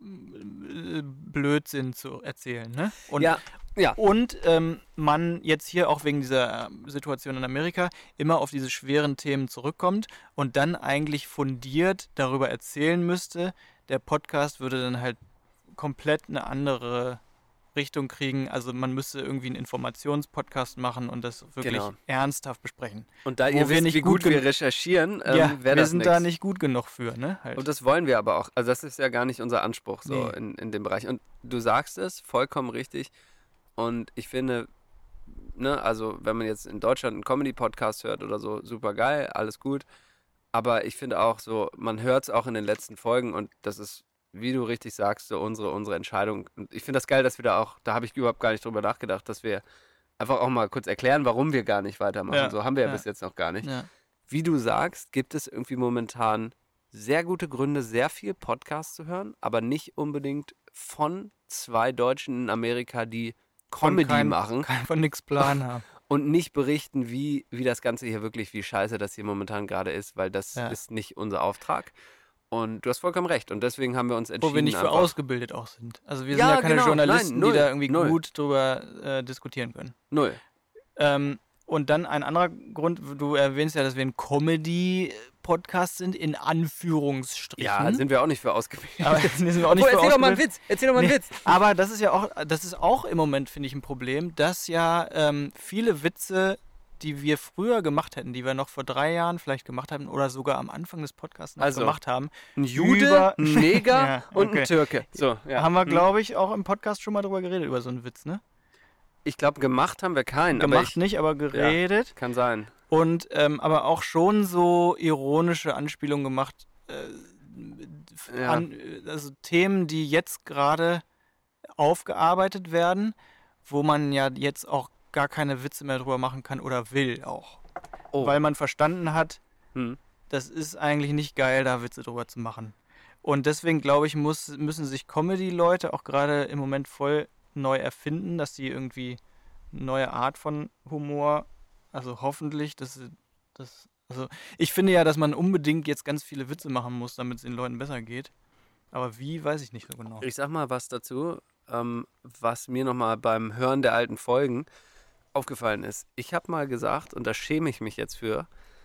Blödsinn zu erzählen. Ne? Und, Ja. und man jetzt hier auch wegen dieser Situation in Amerika immer auf diese schweren Themen zurückkommt und dann eigentlich fundiert darüber erzählen müsste. Der Podcast würde dann halt komplett eine andere Richtung kriegen. Also man müsste irgendwie einen Informationspodcast machen und das wirklich Genau. ernsthaft besprechen. Und da Wo ihr wir wisst, nicht wie gut gut wir recherchieren, Ja, wäre wir das sind nix. da nicht gut genug für, ne? Halt. Und das wollen wir aber auch. Also das ist ja gar nicht unser Anspruch so Nee. in dem Bereich. Und du sagst es vollkommen richtig. Und ich finde, ne, also wenn man jetzt in Deutschland einen Comedy-Podcast hört oder so, super geil, alles gut. Aber ich finde auch so, man hört es auch in den letzten Folgen und das ist, wie du richtig sagst, so unsere Entscheidung. Und ich finde das geil, dass wir da habe ich überhaupt gar nicht drüber nachgedacht, dass wir einfach auch mal kurz erklären, warum wir gar nicht weitermachen. Ja, So haben wir ja ja. bis jetzt noch gar nicht. Ja. Wie du sagst, gibt es irgendwie momentan sehr gute Gründe, sehr viel Podcast zu hören, aber nicht unbedingt von zwei Deutschen in Amerika, die Comedy machen Von nix Plan haben. und nicht berichten, wie das Ganze hier wirklich, wie scheiße das hier momentan gerade ist, weil das ist nicht unser Auftrag. Und du hast vollkommen recht. Und deswegen haben wir uns entschieden. Wo wir nicht für einfach, ausgebildet auch sind. Also wir sind ja keine Journalisten, null, die da irgendwie null. gut drüber diskutieren können. Null. Und dann ein anderer Grund, du erwähnst ja, dass wir ein Comedy-Podcast sind, in Anführungsstrichen. Ja, sind wir auch nicht für ausgebildet. Aber sind wir auch nicht für erzähl doch mal einen ausgebildet. Witz. Erzähl doch mal einen Witz. Aber das ist ja auch im Moment, finde ich, ein Problem, dass ja viele Witze, die wir früher gemacht hätten, die wir noch vor 3 Jahren vielleicht gemacht haben oder sogar am Anfang des Podcasts noch gemacht haben. Ein Jude, ein Neger und ein Türke. So, haben wir, glaube ich, auch im Podcast schon mal drüber geredet, über so einen Witz, ne? Ich glaube, gemacht haben wir keinen. Aber geredet. Ja, kann sein. Und aber auch schon so ironische Anspielungen gemacht. Also Themen, die jetzt gerade aufgearbeitet werden, wo man ja jetzt auch gar keine Witze mehr drüber machen kann oder will auch. Weil man verstanden hat, das ist eigentlich nicht geil, da Witze drüber zu machen. Und deswegen, glaube ich, müssen sich Comedy-Leute auch gerade im Moment voll neu erfinden, dass die irgendwie eine neue Art von Humor, also hoffentlich, also ich finde ja, dass man unbedingt jetzt ganz viele Witze machen muss, damit es den Leuten besser geht. Aber wie, weiß ich nicht so genau. Ich sag mal was dazu, was mir nochmal beim Hören der alten Folgen aufgefallen ist. Ich habe mal gesagt, und da schäme ich mich jetzt für,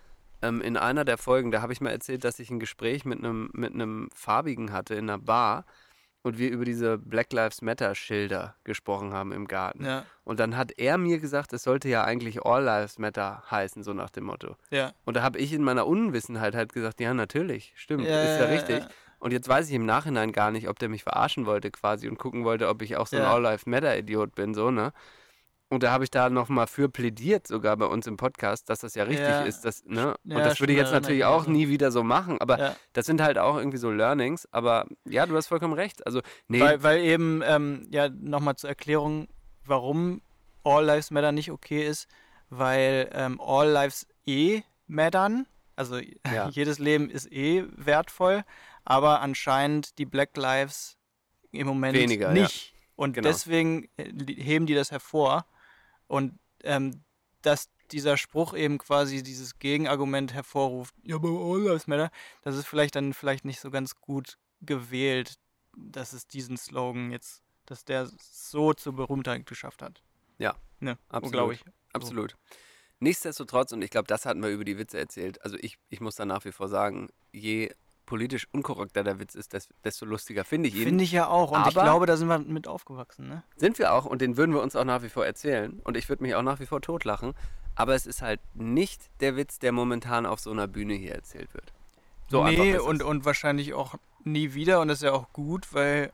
in einer der Folgen, da habe ich mal erzählt, dass ich ein Gespräch mit einem Farbigen hatte in einer Bar und wir über diese Black Lives Matter Schilder gesprochen haben im Garten. Ja. Und dann hat er mir gesagt, es sollte ja eigentlich All Lives Matter heißen, so nach dem Motto. Ja. Und da habe ich in meiner Unwissenheit halt gesagt, ja, natürlich, stimmt, ist ja richtig. Ja. Und jetzt weiß ich im Nachhinein gar nicht, ob der mich verarschen wollte quasi und gucken wollte, ob ich auch so ein All Lives Matter Idiot bin, so, ne? Und da habe ich da nochmal für plädiert, sogar bei uns im Podcast, dass das ja richtig ist. Das, ne? Und das würde ich jetzt natürlich auch nie wieder so machen. Aber das sind halt auch irgendwie so Learnings. Aber ja, du hast vollkommen recht. Also, nee. Weil eben, nochmal zur Erklärung, warum All Lives Matter nicht okay ist, weil All Lives mattern. Also jedes Leben ist wertvoll. Aber anscheinend die Black Lives im Moment weniger, nicht. Und deswegen heben die das hervor. Und dass dieser Spruch eben quasi dieses Gegenargument hervorruft, ja, aber All Lives Matter, das ist vielleicht nicht so ganz gut gewählt, dass es diesen Slogan jetzt, dass der so zur Berühmtheit geschafft hat. Ja, ne, absolut. Glaube ich. Absolut. So. Nichtsdestotrotz, und ich glaube, das hatten wir über die Witze erzählt, also ich muss da nach wie vor sagen, je politisch unkorrekter der Witz ist, desto lustiger finde ich ihn. Finde ich ja auch. Und ich glaube, da sind wir mit aufgewachsen. Ne? Sind wir auch. Und den würden wir uns auch nach wie vor erzählen. Und ich würde mich auch nach wie vor totlachen. Aber es ist halt nicht der Witz, der momentan auf so einer Bühne hier erzählt wird. So nee, und wahrscheinlich auch nie wieder. Und das ist ja auch gut, weil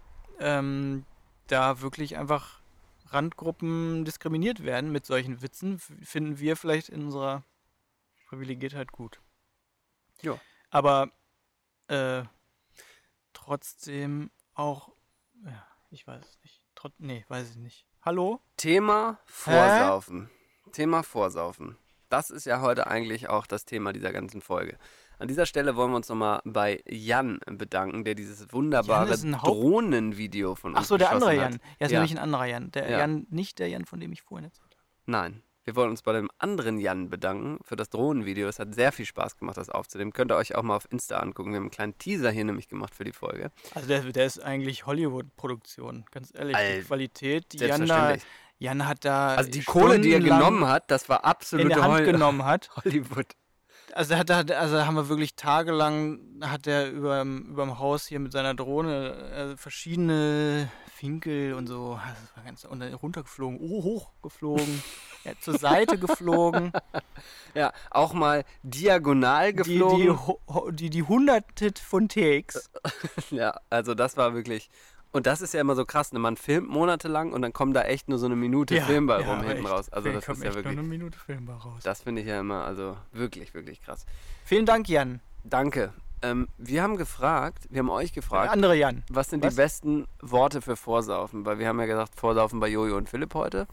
da wirklich einfach Randgruppen diskriminiert werden mit solchen Witzen. Finden wir vielleicht in unserer Privilegiertheit gut. Ja. Aber trotzdem auch, ja, ich weiß es nicht. Weiß ich nicht. Hallo? Thema Vorsaufen. Thema Vorsaufen. Das ist ja heute eigentlich auch das Thema dieser ganzen Folge. An dieser Stelle wollen wir uns nochmal bei Jan bedanken, der dieses wunderbare Drohnenvideo von uns Ach so, der andere hat. Jan. Ja, ist nämlich ein anderer Jan. Der Jan, nicht der Jan, von dem ich vorhin erzählt habe. Nein. Wir wollen uns bei dem anderen Jan bedanken für das Drohnenvideo. Es hat sehr viel Spaß gemacht, das aufzunehmen. Könnt ihr euch auch mal auf Insta angucken. Wir haben einen kleinen Teaser hier nämlich gemacht für die Folge. Also der ist eigentlich Hollywood-Produktion, ganz ehrlich. Die Qualität, die Jan hat da also die Kohle, die er genommen hat, das war absolut in der Hand genommen hat. Hollywood. Also haben wir wirklich tagelang, hat er überm Haus hier mit seiner Drohne verschiedene Winkel und so, das war ganz, und dann runtergeflogen, hochgeflogen, zur Seite geflogen. Ja, auch mal diagonal geflogen. Die hunderte von Takes. Ja, also das war wirklich, und das ist ja immer so krass, ne? Man filmt monatelang und dann kommt da echt nur so eine Minute Film bei rum hinten raus. Also das ist ja wirklich, nur eine Minute Film bei raus. Das finde ich ja immer, also wirklich, wirklich krass. Vielen Dank, Jan. Danke. Wir haben euch gefragt, der andere Jan. Was sind die besten Worte für Vorsaufen? Weil wir haben ja gesagt, Vorsaufen bei Jojo und Philipp heute.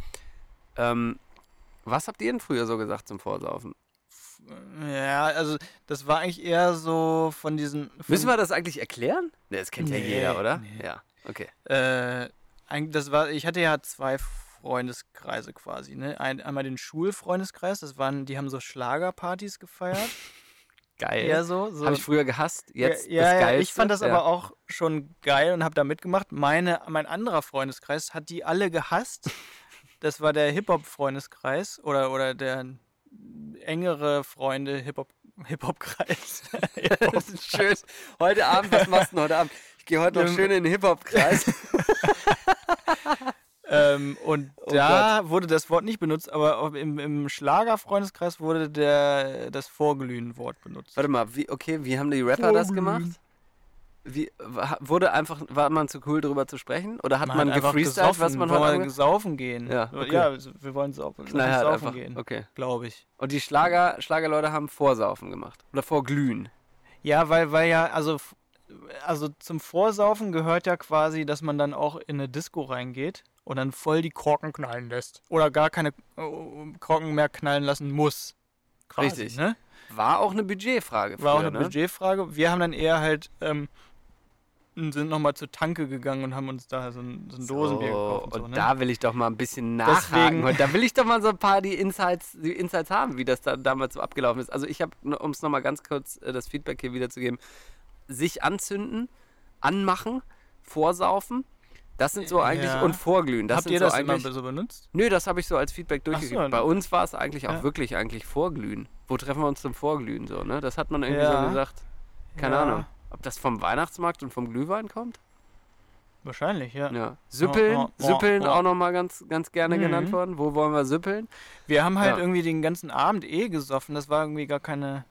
Was habt ihr denn früher so gesagt zum Vorsaufen? Ja, also das war eigentlich eher so von diesen... Müssen wir das eigentlich erklären? Ne, das kennt ja jeder, oder? Nee. Ja, okay. Ich hatte ja 2 Freundeskreise quasi. Ne? Einmal den Schulfreundeskreis, die haben so Schlagerpartys gefeiert. Geil. Eher so. Habe ich früher gehasst, jetzt ja, das ja, Geilste. ich fand das aber auch schon geil und habe da mitgemacht. Mein anderer Freundeskreis hat die alle gehasst. Das war der Hip-Hop-Freundeskreis oder der engere Freunde Hip-Hop-Kreis. Das ist schön. Heute Abend, was machst du denn heute Abend? Ich gehe heute noch schön in den Hip-Hop-Kreis. Und da wurde das Wort nicht benutzt, aber auch im Schlager-Freundeskreis wurde das Vorglühen-Wort benutzt. Warte mal, wie haben die Rapper das gemacht? War man zu cool, drüber zu sprechen? Oder hat man gefreestylt, was man heute gesaufen gehen. Ja, okay. Ja, wir wollen saufen gehen, okay. Glaube ich. Und die Schlagerleute haben Vorsaufen gemacht. Oder Vorglühen. Ja, weil ja, also zum Vorsaufen gehört ja quasi, dass man dann auch in eine Disco reingeht und dann voll die Korken knallen lässt. Oder gar keine Korken mehr knallen lassen muss. Quasi, richtig. Ne? War auch eine Budgetfrage. War auch eine Budgetfrage. Wir haben dann eher halt sind nochmal zur Tanke gegangen und haben uns da so ein Dosenbier gekauft. Und da will ich doch mal ein bisschen nachhaken. Und da will ich doch mal so ein paar die Insights haben, wie das da damals so abgelaufen ist. Also ich habe, um es nochmal ganz kurz das Feedback hier wiederzugeben, sich anzünden, anmachen, vorsaufen, das sind so eigentlich, und vorglühen. Habt ihr das immer so benutzt? Nö, das habe ich so als Feedback durchgegeben. So, bei uns war es eigentlich auch wirklich vorglühen. Wo treffen wir uns zum Vorglühen so, ne? Das hat man irgendwie so gesagt. Keine Ahnung. Ob das vom Weihnachtsmarkt und vom Glühwein kommt? Wahrscheinlich, ja. Süppeln auch nochmal ganz, ganz gerne genannt worden. Wo wollen wir süppeln? Wir haben halt irgendwie den ganzen Abend gesoffen. Das war irgendwie gar keine...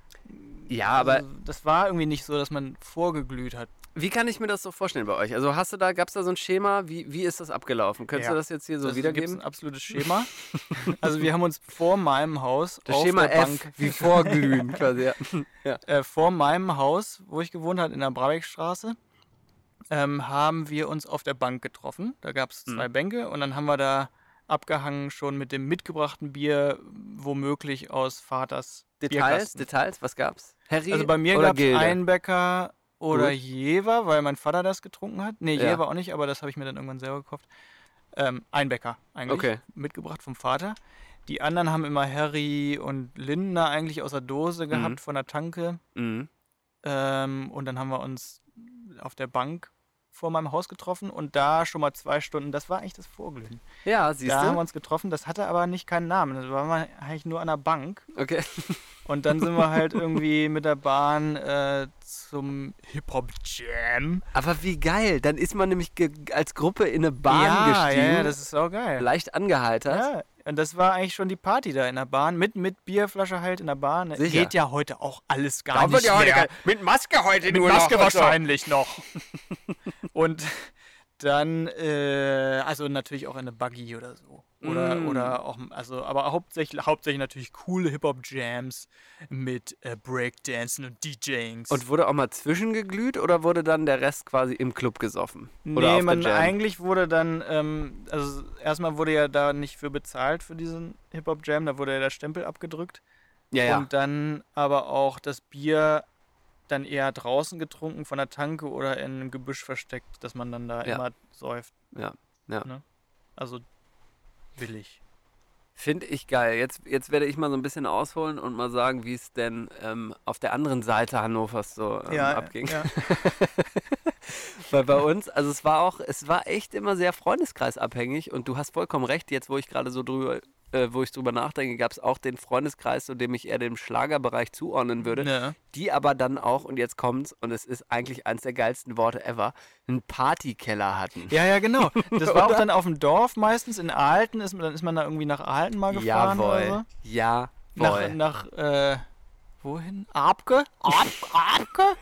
Ja, aber... Das war irgendwie nicht so, dass man vorgeglüht hat. Wie kann ich mir das so vorstellen bei euch? Also gab es da so ein Schema? Wie ist das abgelaufen? Könntest du das jetzt hier so wiedergeben? Das ist ein absolutes Schema. Also wir haben uns vor meinem Haus das auf Schema der F, Bank... wie vorglühen quasi. Ja. Vor meinem Haus, wo ich gewohnt habe, in der Brabeckstraße, haben wir uns auf der Bank getroffen. Da gab es 2 Bänke und dann haben wir da abgehangen schon mit dem mitgebrachten Bier, womöglich aus Vaters Bierkasten. Details, was gab's? Harry also bei mir gab es Einbecker oder Jever, weil mein Vater das getrunken hat. Nee, Jever auch nicht, aber das habe ich mir dann irgendwann selber gekauft. Einbecker eigentlich, mitgebracht vom Vater. Die anderen haben immer Harry und Lindner eigentlich aus der Dose gehabt, von der Tanke. Und dann haben wir uns auf der Bank vor meinem Haus getroffen und da schon mal 2 Stunden, das war eigentlich das Vorglühen. Ja, siehst du. Da haben wir uns getroffen, das hatte aber nicht keinen Namen, das war eigentlich nur an der Bank. Okay. Und dann sind wir halt irgendwie mit der Bahn zum Hip-Hop-Jam. Aber wie geil, dann ist man nämlich als Gruppe in eine Bahn gestiegen. Ja, das ist auch geil. Leicht angeheitert. Ja, und das war eigentlich schon die Party da in der Bahn, mit Bierflasche halt in der Bahn. Sicher. Geht ja heute auch alles gar nicht mehr. Heute mit Maske heute mit nur Maske noch wahrscheinlich noch. Und dann, also natürlich auch in eine Buggy oder so. Oder auch, also, aber hauptsächlich natürlich coole Hip-Hop-Jams mit Breakdancen und DJing. Und wurde auch mal zwischengeglüht oder wurde dann der Rest quasi im Club gesoffen? Oder eigentlich wurde dann, also erstmal wurde ja da nicht für bezahlt für diesen Hip-Hop-Jam, da wurde ja der Stempel abgedrückt. Ja. Und dann aber auch das Bier dann eher draußen getrunken von der Tanke oder in einem Gebüsch versteckt, dass man dann da immer säuft. Ja. Ne? Also billig. Finde ich geil. Jetzt werde ich mal so ein bisschen ausholen und mal sagen, wie es denn auf der anderen Seite Hannovers so abging. Ja. Weil bei uns, also es war echt immer sehr freundeskreisabhängig und du hast vollkommen recht, jetzt wo ich gerade so drüber nachdenke, gab es auch den Freundeskreis, so dem ich eher dem Schlagerbereich zuordnen würde, die aber dann auch, und jetzt kommt's, und es ist eigentlich eins der geilsten Worte ever, einen Partykeller hatten. Ja, genau. Das war auch dann auf dem Dorf meistens, in Ahlten, dann ist man da irgendwie nach Ahlten mal gefahren oder so. Jawohl. Nach wohin? Abke? Abke?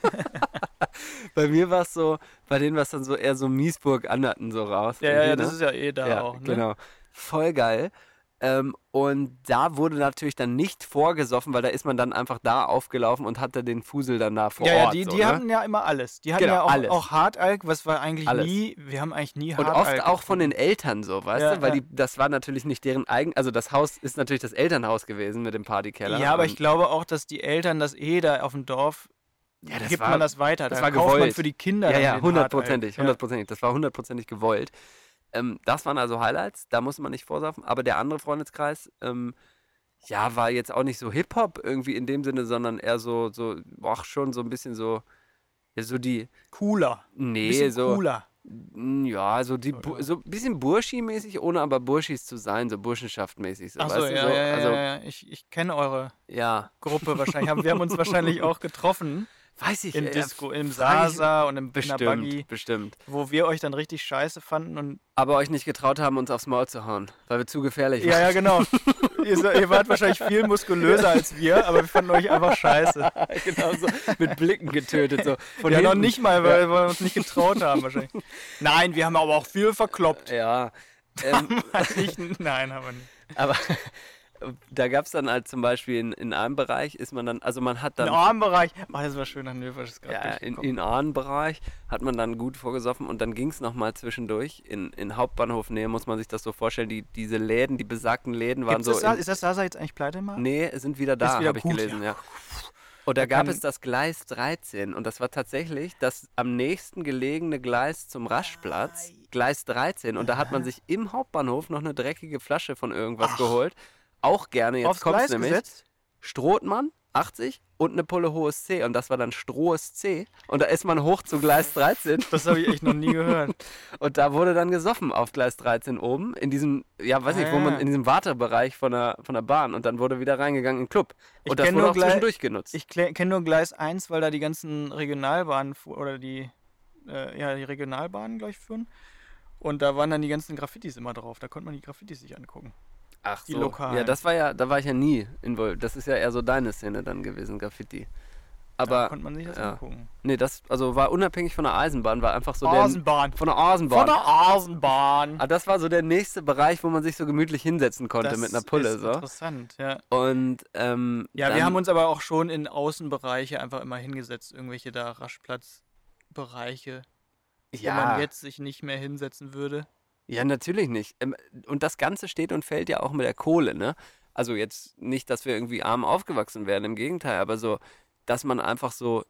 Bei mir war es so, bei denen war es dann so eher so Miesburg-Anderten so raus. Ja, das ist ja da auch, ne? Genau. Voll geil. Und da wurde natürlich dann nicht vorgesoffen, weil da ist man dann einfach da aufgelaufen und hatte den Fusel dann da vor Ort. Ja, die hatten ja immer alles. Die hatten auch Hartalk, was war eigentlich alles. wir haben eigentlich nie Hartalk. Und oft auch von den Eltern so, weißt du? Weil das war natürlich nicht deren eigen, also das Haus ist natürlich das Elternhaus gewesen mit dem Partykeller. Ja, aber ich glaube auch, dass die Eltern das da auf dem Dorf, gibt man das weiter. Das da war kauft gewollt. Man für die Kinder. Ja, hundertprozentig. Das war hundertprozentig gewollt. Das waren also Highlights, da muss man nicht vorsaufen. Aber der andere Freundeskreis, war jetzt auch nicht so Hip-Hop irgendwie in dem Sinne, sondern eher schon so ein bisschen so, ja, so die... Cooler. Nee, Bisschen so... cooler. Ja, so ein bisschen Burschi-mäßig, ohne aber Burschis zu sein, so Burschenschaft-mäßig. So, Achso, weißt du, ja, so, ja, also, ja. Ich kenne eure ja. Gruppe wahrscheinlich. Wir haben uns wahrscheinlich auch getroffen. Weiß ich. Im Disco, im Sasa und in der Buggy. Bestimmt. Wo wir euch dann richtig scheiße fanden. Und aber euch nicht getraut haben, uns aufs Maul zu hauen, weil wir zu gefährlich waren. Ja, genau. ihr wart wahrscheinlich viel muskulöser als wir, aber wir fanden euch einfach scheiße. Genau so, mit Blicken getötet. So. Von ja, noch nicht mal, weil wir uns nicht getraut haben wahrscheinlich. Nein, wir haben aber auch viel verkloppt. Ja. Nein, haben wir nicht. Aber... Da gab es dann halt zum Beispiel in einem Bereich ist man dann, also man hat dann... In einem Bereich? Ach, das war schön hannoverisch gerade. Ja, in einem Bereich hat man dann gut vorgesoffen und dann ging es nochmal zwischendurch. In Hauptbahnhofnähe muss man sich das so vorstellen, diese Läden, die besagten Läden waren so... Ist das Sasa jetzt eigentlich pleite mal? Nee, sind wieder da, habe ich gelesen, ja. Und da gab es das Gleis 13 und das war tatsächlich das am nächsten gelegene Gleis zum Raschplatz, Gleis 13. Und da hat man sich im Hauptbahnhof noch eine dreckige Flasche von irgendwas geholt. Auch gerne, jetzt kommt es nämlich. Gesetzt? Strothmann, 80 und eine Pulle hohes C. Und das war dann Strohes C. Und da ist man hoch zu Gleis 13. Das habe ich echt noch nie gehört. Und da wurde dann gesoffen auf Gleis 13 oben, in diesem, wo man in diesem Wartebereich von der Bahn. Und dann wurde wieder reingegangen in den Club. Und das wurde auch zwischendurch genutzt. Ich kenne nur Gleis 1, weil da die ganzen Regionalbahnen oder die Regionalbahnen, glaube ich, führen. Und da waren dann die ganzen Graffitis immer drauf. Da konnte man die Graffitis sich angucken. Ach die so, lokalen. Ja, da war ich ja nie involviert. Das ist ja eher so deine Szene dann gewesen, Graffiti. Aber da konnte man sich das angucken. Nee, das war unabhängig von der Eisenbahn, war einfach so von der Eisenbahn. Von der Eisenbahn. Aber das war so der nächste Bereich, wo man sich so gemütlich hinsetzen konnte mit einer Pulle. Das ist interessant, ja. Und, wir haben uns aber auch schon in Außenbereiche einfach immer hingesetzt, irgendwelche da Raschplatzbereiche, wo man jetzt sich nicht mehr hinsetzen würde. Ja, natürlich nicht. Und das Ganze steht und fällt ja auch mit der Kohle, ne? Also jetzt nicht, dass wir irgendwie arm aufgewachsen wären, im Gegenteil, aber so, dass man einfach so,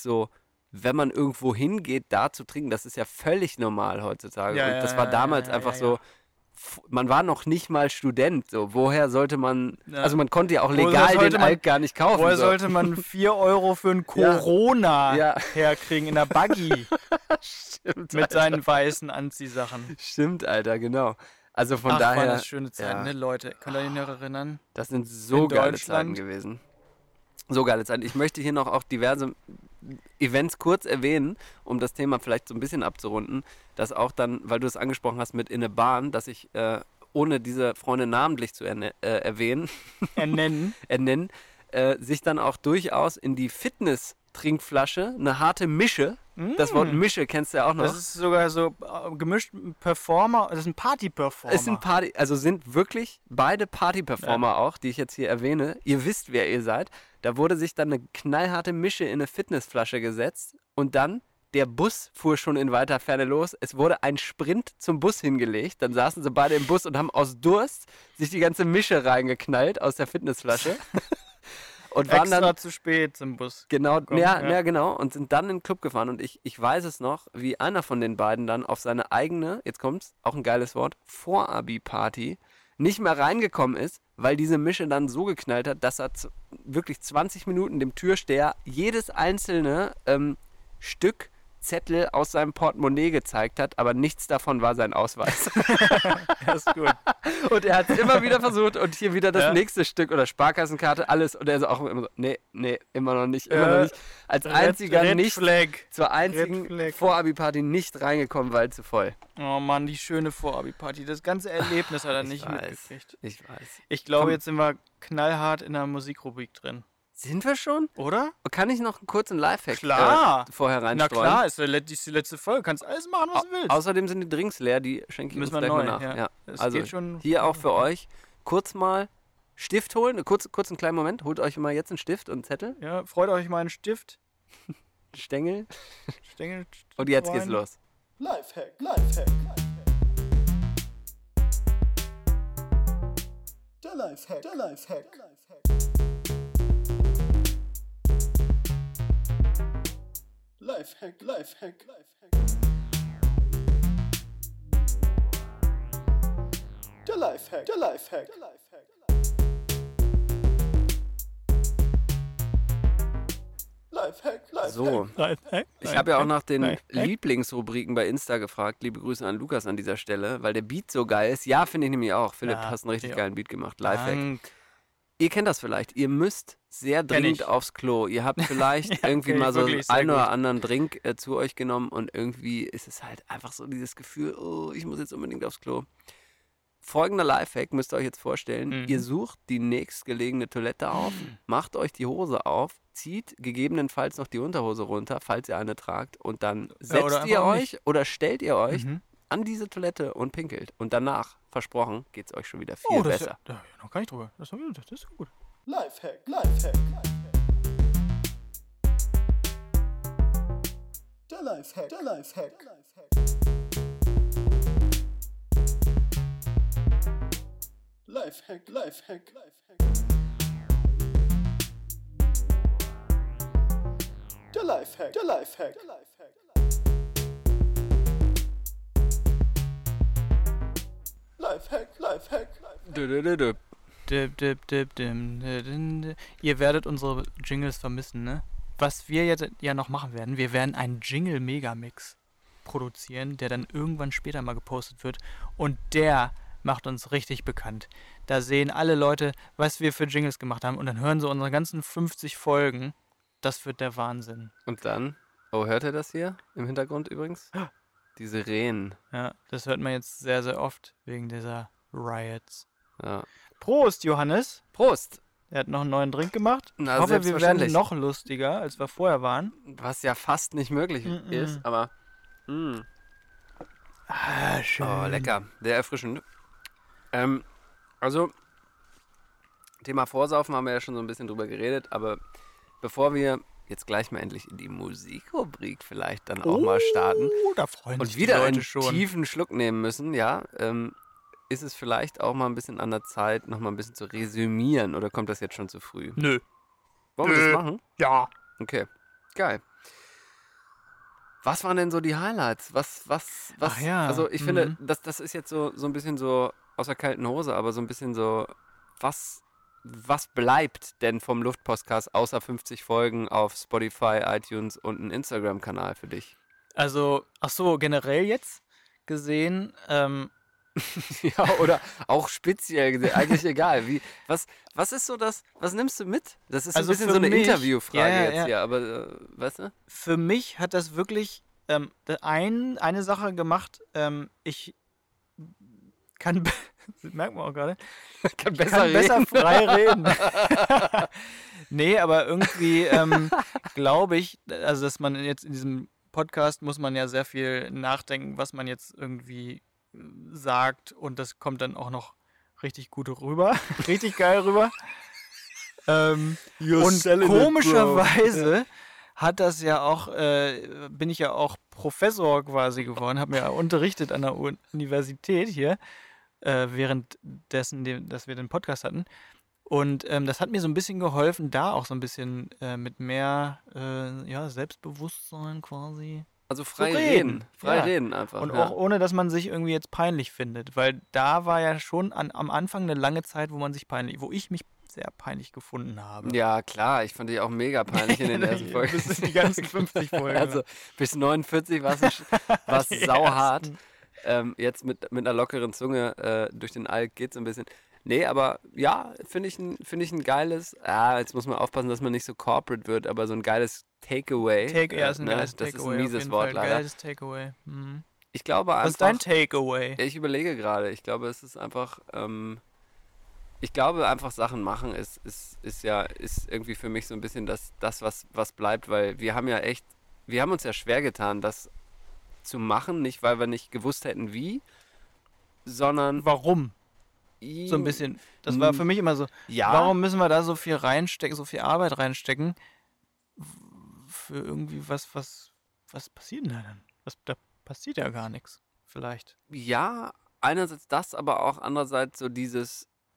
wenn man irgendwo hingeht, da zu trinken, das ist ja völlig normal heutzutage. Und das war damals einfach so, man war noch nicht mal Student, so, woher sollte man, also man konnte ja auch legal den Alk gar nicht kaufen. Woher sollte man 4 Euro für ein Corona herkriegen in der Buggy? Stimmt, mit seinen weißen Anziehsachen. Stimmt, Alter, genau. Also von daher... Waren das schöne Zeiten, ne, Leute? Könnt ihr euch noch erinnern? Das sind so geile Zeiten gewesen. So geile Zeiten. Ich möchte hier noch auch diverse Events kurz erwähnen, um das Thema vielleicht so ein bisschen abzurunden, dass auch dann, weil du es angesprochen hast mit in eine Bahn, dass ich, ohne diese Freunde namentlich zu ernennen, sich dann auch durchaus in die Fitness-Trinkflasche eine harte Mische, das Wort Mische kennst du ja auch noch. Das ist sogar so gemischt Performer, das ist ein Party-Performer. Es sind wirklich beide Party-Performer auch, die ich jetzt hier erwähne. Ihr wisst, wer ihr seid. Da wurde sich dann eine knallharte Mische in eine Fitnessflasche gesetzt und dann, der Bus fuhr schon in weiter Ferne los. Es wurde ein Sprint zum Bus hingelegt. Dann saßen sie beide im Bus und haben aus Durst sich die ganze Mische reingeknallt aus der Fitnessflasche. Und waren extra dann zu spät zum Bus. Genau, genau. Und sind dann in den Club gefahren. Und ich weiß es noch, wie einer von den beiden dann auf seine eigene, jetzt kommt's, auch ein geiles Wort, Vorabi-Party nicht mehr reingekommen ist, weil diese Mische dann so geknallt hat, dass er wirklich 20 Minuten dem Türsteher jedes einzelne Stück Zettel aus seinem Portemonnaie gezeigt hat, aber nichts davon war sein Ausweis. Das ist gut. Und er hat es immer wieder versucht und hier wieder das nächste Stück oder Sparkassenkarte, alles. Und er ist auch immer so, nee, immer noch nicht. Als einziger zur einzigen Vorabi-Party nicht reingekommen, weil zu voll. Oh Mann, die schöne Vorabi-Party. Das ganze Erlebnis hat er nicht mitgekriegt. Ich weiß. Ich glaube, jetzt sind wir knallhart in der Musikrubrik drin. Sind wir schon? Oder? Kann ich noch einen kurzen Lifehack vorher reinstreuen? Na klar, ist die letzte Folge. Kannst alles machen, was du willst. Außerdem sind die Drinks leer, die schenke ich uns gleich mal nach. Ja. Also geht schon hier auch für euch kurz mal Stift holen. Kurz einen kleinen Moment. Holt euch mal jetzt einen Stift und einen Zettel. Ja, freut euch mal einen Stift. Stängel. Und jetzt geht's los. Lifehack. Der Lifehack. Der Lifehack. So, ich habe ja auch nach den Lieblingsrubriken bei Insta gefragt. Liebe Grüße an Lukas an dieser Stelle, weil der Beat so geil ist. Ja, finde ich nämlich auch. Philipp, hast einen richtig geilen Beat gemacht. Lifehack. Ihr kennt das vielleicht. Ihr müsst sehr dringend aufs Klo. Ihr habt vielleicht irgendwie mal so einen oder anderen Drink zu euch genommen und irgendwie ist es halt einfach so dieses Gefühl, oh, ich muss jetzt unbedingt aufs Klo. Folgender Lifehack müsst ihr euch jetzt vorstellen. Ihr sucht die nächstgelegene Toilette auf, macht euch die Hose auf, zieht gegebenenfalls noch die Unterhose runter, falls ihr eine tragt und dann setzt ihr euch oder stellt ihr euch an diese Toilette und pinkelt. Und danach, versprochen, geht es euch schon wieder viel besser. Da noch gar nicht drüber. Das ist gut. Lifehack. Der Lifehack. Ihr werdet unsere Jingles vermissen, ne? Was wir jetzt ja noch machen werden, wir werden einen Jingle-Megamix produzieren, der dann irgendwann später mal gepostet wird und der macht uns richtig bekannt. Da sehen alle Leute, was wir für Jingles gemacht haben und dann hören sie unsere ganzen 50 Folgen. Das wird der Wahnsinn. Und dann, oh, hört ihr das hier im Hintergrund übrigens? Die Sirenen. Ja, das hört man jetzt sehr, sehr oft wegen dieser Riots. Ja. Prost, Johannes. Prost. Er hat noch einen neuen Drink gemacht. Na, ich hoffe, wir werden noch lustiger, als wir vorher waren. Was ja fast nicht möglich ist, aber schön. Oh, lecker. Sehr erfrischend. Also, Thema Vorsaufen haben wir ja schon so ein bisschen drüber geredet, aber bevor wir jetzt gleich mal endlich in die Musikrubrik vielleicht dann auch mal starten da freuen und sich wieder die Leute einen schon. tiefen Schluck nehmen müssen, ja, ist es vielleicht auch mal ein bisschen an der Zeit, noch mal ein bisschen zu resümieren oder kommt das jetzt schon zu früh? Nö. Wollen wir das machen? Ja. Okay, geil. Was waren denn so die Highlights? Ach ja. Also ich finde, das ist jetzt so ein bisschen so aus der kalten Hose, aber so ein bisschen so, was bleibt denn vom Luftpostcast außer 50 Folgen auf Spotify, iTunes und ein Instagram-Kanal für dich? Also, ach so, generell jetzt gesehen, Ja, oder auch speziell gesehen, eigentlich egal. Was ist so das, was nimmst du mit? Das ist Also ein bisschen für so eine mich- Interviewfrage ja, jetzt ja. hier, aber weißt du? für mich hat das wirklich eine Sache gemacht. Ich kann, das merkt man auch gerade, Kann besser frei reden. Nee, aber irgendwie glaube ich, also dass man jetzt in diesem Podcast muss man ja sehr viel nachdenken, was man jetzt irgendwie sagt und das kommt dann auch noch richtig gut rüber, richtig geil rüber. Und komischerweise hat das ja auch, bin ich ja auch Professor quasi geworden, habe mir ja unterrichtet an der Universität hier, währenddessen, dass wir den Podcast hatten. Und das hat mir so ein bisschen geholfen, da auch so ein bisschen mit mehr Selbstbewusstsein quasi. Also frei So reden. Frei ja. reden einfach. Und ja. auch ohne, dass man sich irgendwie jetzt peinlich findet. Weil da war ja schon am Anfang eine lange Zeit, wo ich mich sehr peinlich gefunden habe. Ja, klar, ich fand dich auch mega peinlich in den ersten Folgen. Bis in die ganzen 50 Folgen. Also bis 49 war es Die sauhart. Jetzt mit einer lockeren Zunge durch den Alk geht so ein bisschen. Nee, aber ja, finde ich ein geiles, jetzt muss man aufpassen, dass man nicht so corporate wird, aber so ein geiles Takeaway. Ist ein geiles Das Takeaway. ist ein mieses Wort leider. Geiles Takeaway. Mhm. Ich glaube einfach. Was ist dein Takeaway? Ich überlege gerade. Ich glaube, es ist einfach. Ich glaube, einfach Sachen machen ist irgendwie für mich so ein bisschen das was bleibt, weil wir haben uns ja schwer getan, das zu machen, nicht weil wir nicht gewusst hätten wie, sondern Warum? So ein bisschen. Das war für mich immer so. Ja. Warum müssen wir da so viel reinstecken, so viel Arbeit reinstecken? Für irgendwie was passiert denn da dann? Da passiert ja gar nichts. Vielleicht. Ja, einerseits das, aber auch andererseits so diese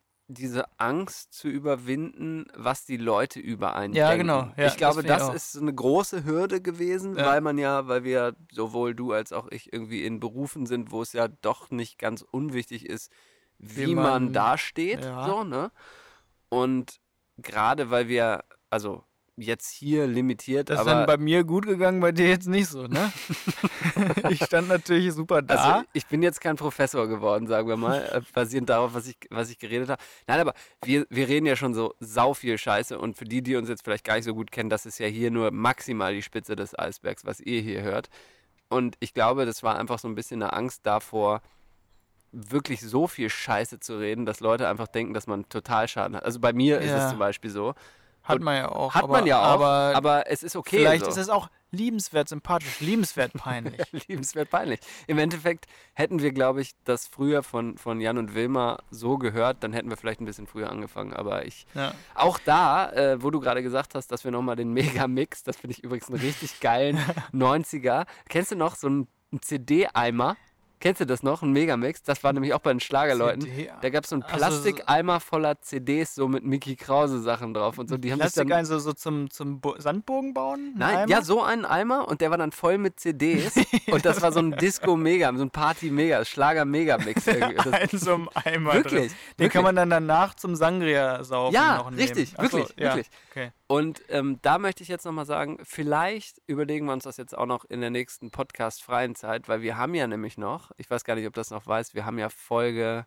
Angst zu überwinden, was die Leute über einen Ja, denken. genau. Ja, ich glaube, das das find ich ist eine große Hürde gewesen, Ja. weil wir, sowohl du als auch ich, irgendwie in Berufen sind, wo es ja doch nicht ganz unwichtig ist, wie man dasteht, ja. so, ne? Und gerade weil wir, also jetzt hier limitiert, Das ist aber dann bei mir gut gegangen, bei dir jetzt nicht so, ne? Ich stand natürlich super da. also ich bin jetzt kein Professor geworden, sagen wir mal, basierend darauf, was ich geredet habe. Nein, aber wir reden ja schon so sau viel Scheiße und für die uns jetzt vielleicht gar nicht so gut kennen, das ist ja hier nur maximal die Spitze des Eisbergs, was ihr hier hört. Und ich glaube, das war einfach so ein bisschen eine Angst davor, wirklich so viel Scheiße zu reden, dass Leute einfach denken, dass man total Schaden hat. Also bei mir ist es zum Beispiel so. Hat man ja auch. Hat man ja auch, aber es ist okay. Vielleicht so. ist es auch liebenswert sympathisch, liebenswert peinlich. Liebenswert peinlich. Im Endeffekt hätten wir, glaube ich, das früher von Jan und Wilma so gehört, dann hätten wir vielleicht ein bisschen früher angefangen. Aber auch da, wo du gerade gesagt hast, dass wir nochmal den Megamix, das finde ich übrigens einen richtig geilen 90er. Kennst du noch so einen CD-Eimer? Kennst du das noch? Ein Megamix? Das war nämlich auch bei den Schlagerleuten. Da gab es so einen Plastikeimer voller CDs, so mit Mickey Krause Sachen drauf und so. Die haben Plastikeimer so zum Sandbogen bauen? Nein, Eimer? ja, so einen Eimer und der war dann voll mit CDs und das war so ein Disco-Mega, so ein Party-Mega, Schlager-Megamix. In so einem Eimer wirklich, drin. Den kann man dann danach zum Sangria saufen noch nehmen. Richtig, wirklich. Okay. Und da möchte ich jetzt nochmal sagen, vielleicht überlegen wir uns das jetzt auch noch in der nächsten Podcast-freien Zeit, weil wir haben ja nämlich noch, ich weiß gar nicht, ob das noch weiß, wir haben ja Folge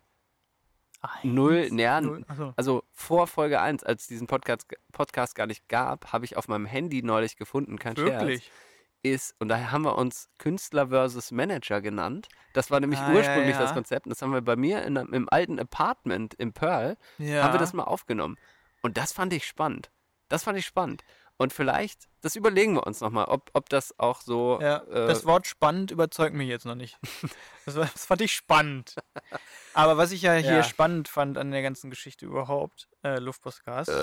0, also vor Folge 1, als es diesen Podcast gar nicht gab, habe ich auf meinem Handy neulich gefunden, kein Scherz, und daher haben wir uns Künstler versus Manager genannt. Das war nämlich ursprünglich das Konzept. Und das haben wir bei mir im alten Apartment im Pearl, haben wir das mal aufgenommen. Und das fand ich spannend. Und vielleicht, das überlegen wir uns nochmal, ob das auch so... Ja, das Wort spannend überzeugt mich jetzt noch nicht. Das fand ich spannend. Aber was ich hier spannend fand an der ganzen Geschichte überhaupt, Luftpostcast,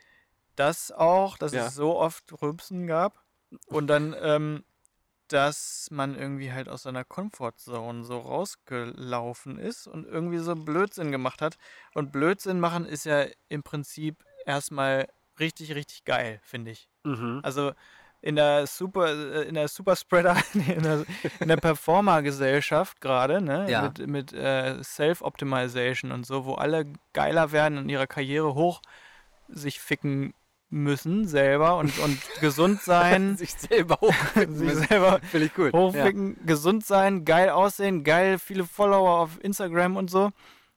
dass es so oft Rülpsen gab und dann, dass man irgendwie halt aus seiner Comfortzone so rausgelaufen ist und irgendwie so Blödsinn gemacht hat. Und Blödsinn machen ist ja im Prinzip erstmal richtig, richtig geil, finde ich. Also in der Superspreader, in der Performer-Gesellschaft gerade, ne, mit Self-Optimization und so, wo alle geiler werden in ihrer Karriere hoch sich ficken müssen selber und gesund sein. sich selber hochficken. Finde ich gut. Hochficken, gesund sein, geil aussehen, geil viele Follower auf Instagram und so.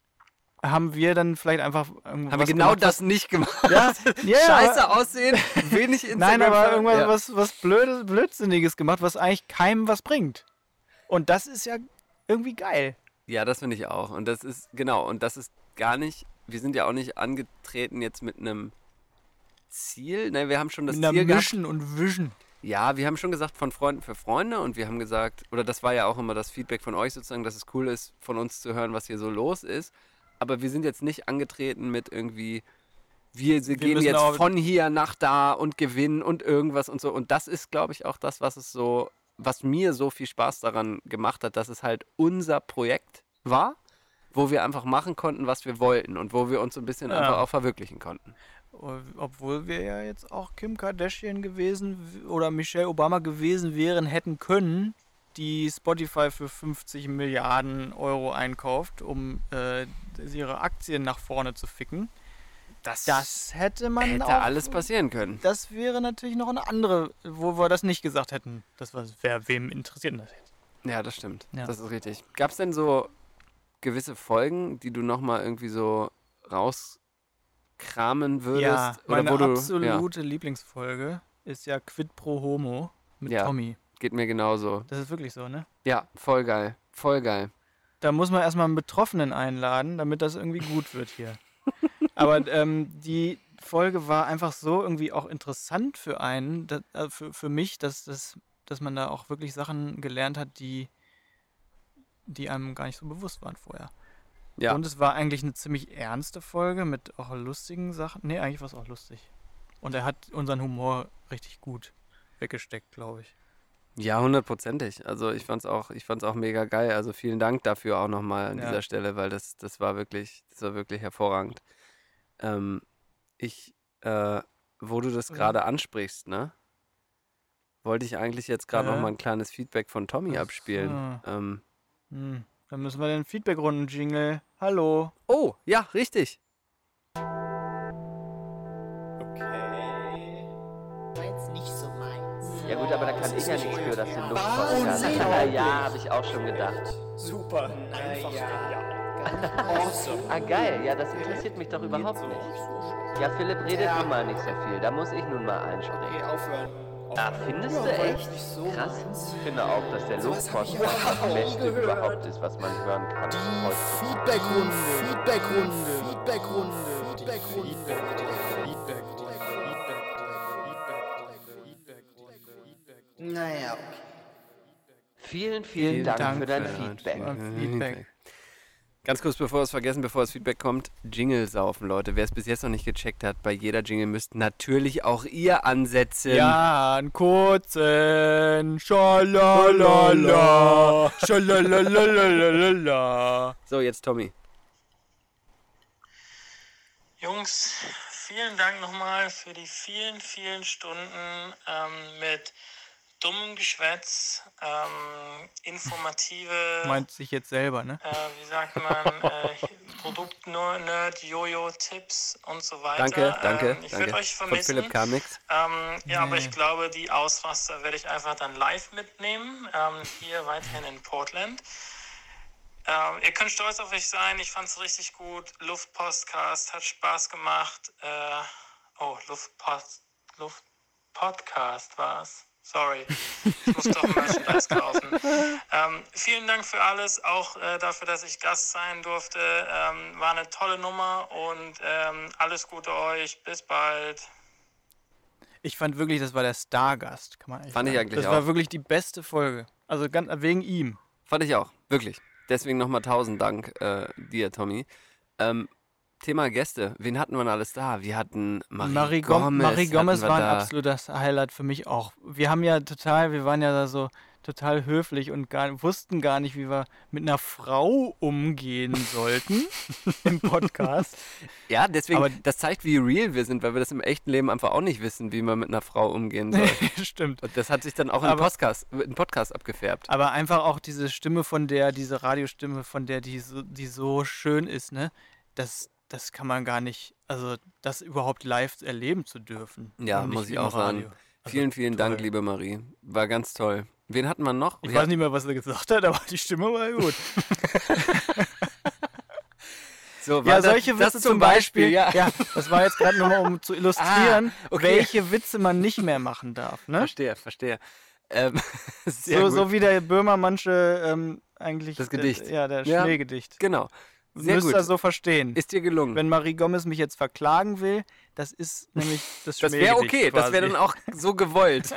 Haben wir dann vielleicht einfach irgendwas Haben wir genau gemacht, das nicht gemacht. Scheiße aussehen, wenig Instagram. Nein, aber irgendwas was Blödsinniges gemacht, was eigentlich keinem was bringt. Und das ist ja irgendwie geil. Ja, das finde ich auch. Und das ist, gar nicht, wir sind ja auch nicht angetreten jetzt mit einem Ziel. Nein, wir haben schon das Mit Ziel einer Mission und Vision. Ja, wir haben schon gesagt, von Freunden für Freunde und wir haben gesagt, oder das war ja auch immer das Feedback von euch sozusagen, dass es cool ist, von uns zu hören, was hier so los ist. Aber wir sind jetzt nicht angetreten mit irgendwie, wir gehen jetzt von hier nach da und gewinnen und irgendwas und so. Und das ist, glaube ich, auch das, was mir so viel Spaß daran gemacht hat, dass es halt unser Projekt war, wo wir einfach machen konnten, was wir wollten und wo wir uns so ein bisschen einfach auch verwirklichen konnten. Obwohl wir ja jetzt auch Kim Kardashian gewesen oder Michelle Obama gewesen wären, hätten können, die Spotify für 50 Milliarden Euro einkauft, um ihre Aktien nach vorne zu ficken. Das hätte auch alles passieren können. Das wäre natürlich noch eine andere, wo wir das nicht gesagt hätten. Das wäre wem interessiert das jetzt. Ja, das stimmt. Ja. Das ist richtig. Gab es denn so gewisse Folgen, die du nochmal irgendwie so rauskramen würdest? Ja, meine absolute Lieblingsfolge ist ja Quid pro Homo mit Tommy. Geht mir genauso. Das ist wirklich so, ne? Ja, voll geil. Voll geil. Da muss man erstmal einen Betroffenen einladen, damit das irgendwie gut wird hier. Aber die Folge war einfach so irgendwie auch interessant für einen, für mich, dass man da auch wirklich Sachen gelernt hat, die einem gar nicht so bewusst waren vorher. Ja. Und es war eigentlich eine ziemlich ernste Folge mit auch lustigen Sachen. Nee, eigentlich war es auch lustig. Und er hat unseren Humor richtig gut weggesteckt, glaube ich. Ja, 100%. Also ich fand's auch mega geil. Also vielen Dank dafür auch nochmal an dieser Stelle, weil das war wirklich hervorragend. Wo du das gerade ansprichst, ne? Wollte ich eigentlich jetzt gerade nochmal ein kleines Feedback von Tommy abspielen. Dann müssen wir den Feedback-Runden-Jingle. Hallo. Oh, ja, richtig. Meins nicht so meins. Ja gut, aber da kann ich ja nichts für, dass den Luftpostcast. Ja, habe ich auch schon gedacht. Super. Einfach Ah, geil. Ja, das interessiert mich doch überhaupt nicht. Ja, Philipp redet nun mal nicht so viel. Da muss ich nun mal einspringen. aufhören. Ah, findest du echt? Krass. Ich finde auch, dass der Luftpostcast das Beste überhaupt ist, was man hören kann. Feedbackrunde. Naja, okay. Vielen Dank für dein Feedback. Ganz kurz, bevor wir es vergessen, bevor das Feedback kommt, Jingle saufen, Leute. Wer es bis jetzt noch nicht gecheckt hat, bei jeder Jingle müsst natürlich auch ihr ansetzen. Ja, einen kurzen Schalalala. Schalalalala. So, jetzt Tommy. Jungs, vielen Dank nochmal für die vielen Stunden mit dummem Geschwätz, informative, Meint sich jetzt selber, ne? wie sagt man, Produkt-Nerd, Jojo-Tipps und so weiter. Danke. Ich würde euch Von vermissen. Philipp kam nix. Ja, aber ich glaube, die Ausraster werde ich einfach dann live mitnehmen, hier weiterhin in Portland. Ihr könnt stolz auf euch sein, ich fand es richtig gut. Luftpostcast hat Spaß gemacht. Luftpodcast war es. Sorry, ich muss doch Merchandise kaufen. Vielen Dank für alles, auch dafür, dass ich Gast sein durfte. War eine tolle Nummer und alles Gute euch. Bis bald. Ich fand wirklich, das war der Stargast, kann man eigentlich Fand ich sagen. eigentlich Das auch. war wirklich die beste Folge. Also ganz wegen ihm. Fand ich auch, wirklich. Deswegen nochmal 1000 Dank dir, Tommy. Thema Gäste. Wen hatten wir denn alles da? Wir hatten Marie Gomez. Marie Gomez hatten wir war ein da. absolutes Highlight für mich auch. Wir waren ja da so total höflich und wussten gar nicht, wie wir mit einer Frau umgehen sollten im Podcast. Ja, deswegen, Aber das zeigt, wie real wir sind, weil wir das im echten Leben einfach auch nicht wissen, wie man mit einer Frau umgehen soll. Stimmt. Und das hat sich dann auch in Podcast abgefärbt. Aber einfach auch diese Stimme diese Radiostimme von der, die so schön ist, ne? Das kann man gar nicht, also das überhaupt live erleben zu dürfen. Ja, Und nicht muss wie ich im auch sagen. Radio. Also Vielen Dank, toll. liebe Marie. War ganz toll. Wen hatten wir noch? Ich weiß nicht mehr, was er gesagt hat, aber die Stimme war gut. So, Ja, solche Witze das zum Beispiel. Ja. Ja, das war jetzt gerade nur mal, um zu illustrieren, Okay. welche Witze man nicht mehr machen darf. Ne? Verstehe. Sehr gut. So wie der Böhmermannsche eigentlich. Das Gedicht. Der Ja. Schneegedicht. Genau. Sehr Müsst gut. ihr so verstehen. Ist dir gelungen. Wenn Marie Gomez mich jetzt verklagen will, das ist nämlich das Das Schmähgedicht. wäre okay, das wäre quasi. dann auch so gewollt.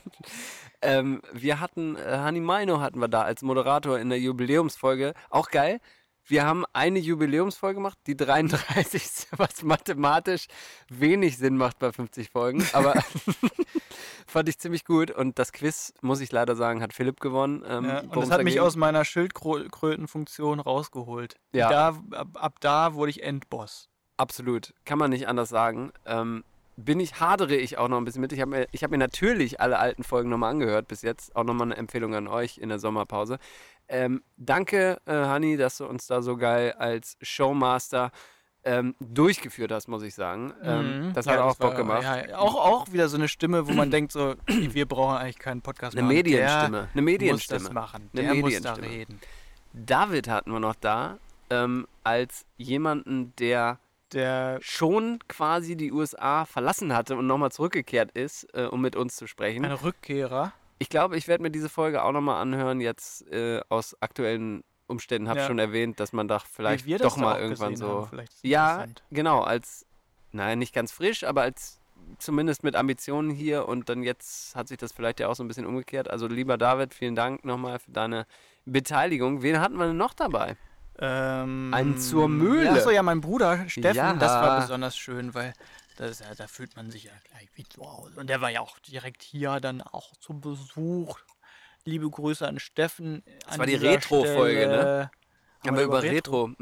Wir hatten, Hani Maino hatten wir da als Moderator in der Jubiläumsfolge. Auch geil. Wir haben eine Jubiläumsfolge gemacht, die 33. Was mathematisch wenig Sinn macht bei 50 Folgen. Aber fand ich ziemlich gut. Und das Quiz, muss ich leider sagen, hat Philipp gewonnen. Ja, und worum das es hat da mich ging. aus meiner Schildkrötenfunktion rausgeholt. Ja. Ab da wurde ich Endboss. Absolut, kann man nicht anders sagen. Hadere ich auch noch ein bisschen mit. Ich hab mir natürlich alle alten Folgen nochmal angehört bis jetzt. Auch nochmal eine Empfehlung an euch in der Sommerpause. Danke, Hani, dass du uns da so geil als Showmaster durchgeführt hast, muss ich sagen. Das hat auch Bock gemacht. Ja, auch wieder so eine Stimme, wo man denkt so, wir brauchen eigentlich keinen Podcast Eine machen. Medienstimme. Der muss das machen. Der muss da reden. David hatten wir noch da als jemanden, der schon quasi die USA verlassen hatte und nochmal zurückgekehrt ist, um mit uns zu sprechen. Ein Rückkehrer. Ich glaube, ich werde mir diese Folge auch nochmal anhören, jetzt aus aktuellen Umständen. Habe schon erwähnt, dass man da vielleicht wir das doch mal auch irgendwann gesehen so... haben, vielleicht ist Ja, interessant. genau, nicht ganz frisch, aber als zumindest mit Ambitionen hier und dann jetzt hat sich das vielleicht ja auch so ein bisschen umgekehrt. Also lieber David, vielen Dank nochmal für deine Beteiligung. Wen hatten wir denn noch dabei? Einen zur Mühle. Achso, ja, mein Bruder Steffen, Ja. das war besonders schön, weil da fühlt man sich ja gleich wie zu Hause. Und der war ja auch direkt hier dann auch zu Besuch. Liebe Grüße an Steffen. Das war die Retro-Folge, ne? Haben wir über Retro.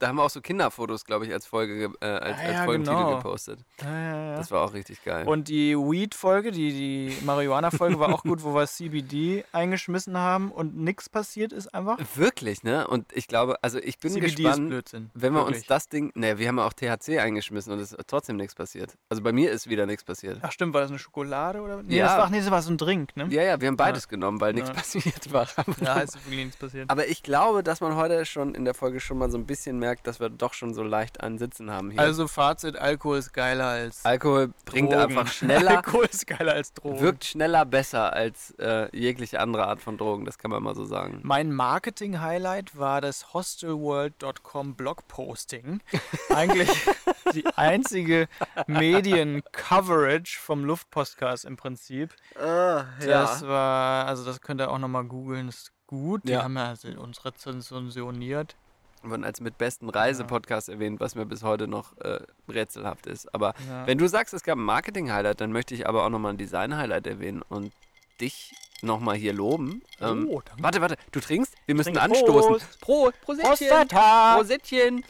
Da haben wir auch so Kinderfotos, glaube ich, als Folge, als Folgentitel genau. gepostet. Ja. Das war auch richtig geil. Und die Weed-Folge, die Marihuana-Folge war auch gut, wo wir CBD eingeschmissen haben und nichts passiert ist einfach. Wirklich, ne? Und ich glaube, also ich bin CBD ist gespannt, Blödsinn. wenn wir Wirklich. uns das Ding, ne, wir haben ja auch THC eingeschmissen und es ist trotzdem nichts passiert. Also bei mir ist wieder nichts passiert. Ach stimmt, war das eine Schokolade oder? Nee, Ja. das war so ein Drink, ne? Ja, wir haben beides genommen, weil nichts passiert war. Ja, ist wirklich nichts passiert. Aber ich glaube, dass man heute schon in der Folge schon mal so ein bisschen merkt, dass wir doch schon so leicht einen Sitzen haben hier. Also Fazit, Alkohol ist geiler als Alkohol bringt Drogen. einfach schneller, Alkohol ist geiler als Drogen. wirkt schneller besser als jegliche andere Art von Drogen, das kann man mal so sagen. Mein Marketing-Highlight war das hostelworld.com Blogposting. Eigentlich die einzige Medien-Coverage vom Luftpostcast im Prinzip. Das war, also das könnt ihr auch nochmal googeln, ist gut. Die haben ja also uns rezensioniert. Wurden als mit besten Reisepodcast erwähnt, was mir bis heute noch rätselhaft ist. Aber wenn du sagst, es gab ein Marketing-Highlight, dann möchte ich aber auch nochmal ein Design-Highlight erwähnen und dich nochmal hier loben. Danke. Warte, du trinkst? Wir müssen Trinke. anstoßen. Prostätchen. Prostata. Prostätchen.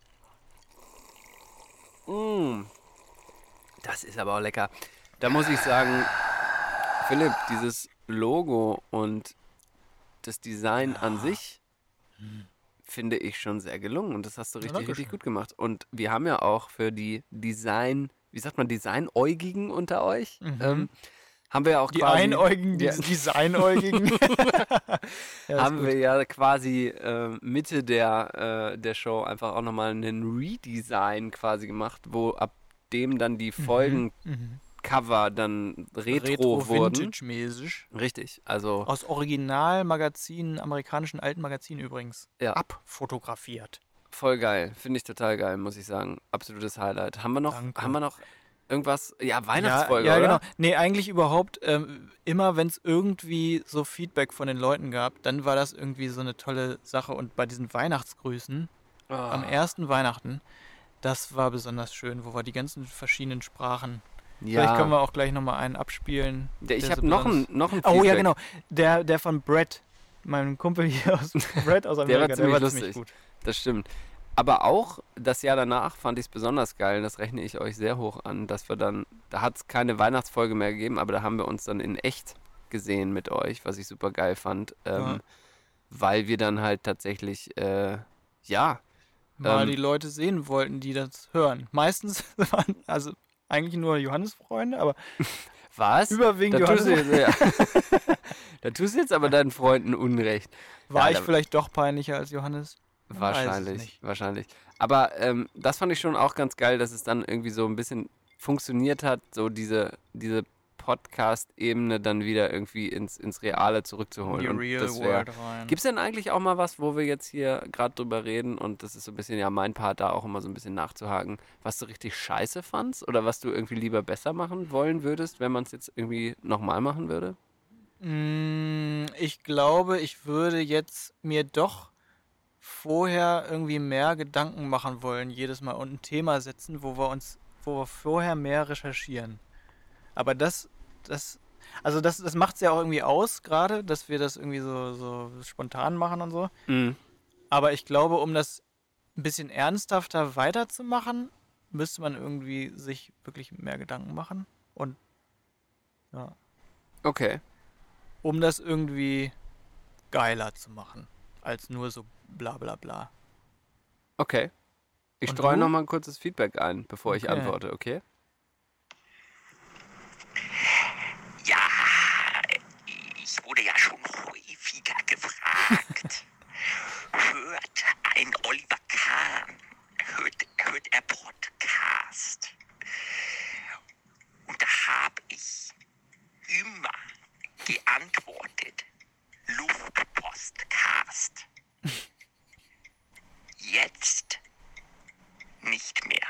Das ist aber auch lecker. Da muss ich sagen, Philipp, dieses Logo und das Design an sich finde ich schon sehr gelungen und das hast du richtig gut gemacht. Und wir haben ja auch für die Designäugigen unter euch, haben wir ja auch Die quasi... Einäugigen, die Designäugigen. haben wir ja quasi Mitte der Show einfach auch nochmal einen Redesign quasi gemacht, wo ab dem dann die Folgencover dann retro wurden. Vintage-mäßig. Richtig, also... Aus Originalmagazinen, amerikanischen alten Magazinen übrigens. Ja. Abfotografiert. Voll geil, finde ich total geil, muss ich sagen. Absolutes Highlight. Haben wir noch irgendwas? Ja, Weihnachtsfolge, ja, oder? Genau. Nee, eigentlich überhaupt, immer wenn es irgendwie so Feedback von den Leuten gab, dann war das irgendwie so eine tolle Sache. Und bei diesen Weihnachtsgrüßen, am ersten Weihnachten, das war besonders schön, wo wir die ganzen verschiedenen Sprachen... Vielleicht können wir auch gleich nochmal einen abspielen. Ich habe noch ein Feedback. Oh ja, genau. Der von Brett, meinem Kumpel hier aus Brett aus Amerika, der war ziemlich gut. Das stimmt. Aber auch das Jahr danach fand ich es besonders geil. Das rechne ich euch sehr hoch an, dass wir dann, da hat es keine Weihnachtsfolge mehr gegeben, aber da haben wir uns dann in echt gesehen mit euch, was ich super geil fand. Weil wir dann halt tatsächlich, mal die Leute sehen wollten, die das hören. Meistens waren also eigentlich nur Johannes-Freunde, aber was? Überwiegend da Johannes. Da tust du jetzt aber deinen Freunden Unrecht. War ich vielleicht doch peinlicher als Johannes? Wahrscheinlich. Aber das fand ich schon auch ganz geil, dass es dann irgendwie so ein bisschen funktioniert hat, so diese Podcast-Ebene dann wieder irgendwie ins Reale zurückzuholen. Die Real World rein. Gibt es denn eigentlich auch mal was, wo wir jetzt hier gerade drüber reden und das ist so ein bisschen ja mein Part, da auch immer so ein bisschen nachzuhaken, was du richtig scheiße fandst oder was du irgendwie lieber besser machen wollen würdest, wenn man es jetzt irgendwie nochmal machen würde? Ich glaube, ich würde jetzt mir doch vorher irgendwie mehr Gedanken machen wollen, jedes Mal und ein Thema setzen, wo wir vorher mehr recherchieren. Aber das macht es ja auch irgendwie aus, gerade, dass wir das irgendwie so spontan machen und so. Aber ich glaube, um das ein bisschen ernsthafter weiterzumachen, müsste man irgendwie sich wirklich mehr Gedanken machen. Und ja. Okay. Um das irgendwie geiler zu machen, als nur so bla bla bla. Okay. Ich streue nochmal ein kurzes Feedback ein, bevor ich antworte, okay? Ja, ich wurde ja schon häufiger gefragt. Hört ein Oliver Kahn? Hört er Podcast? Und da habe ich immer geantwortet, Luftpostcast. Jetzt nicht mehr.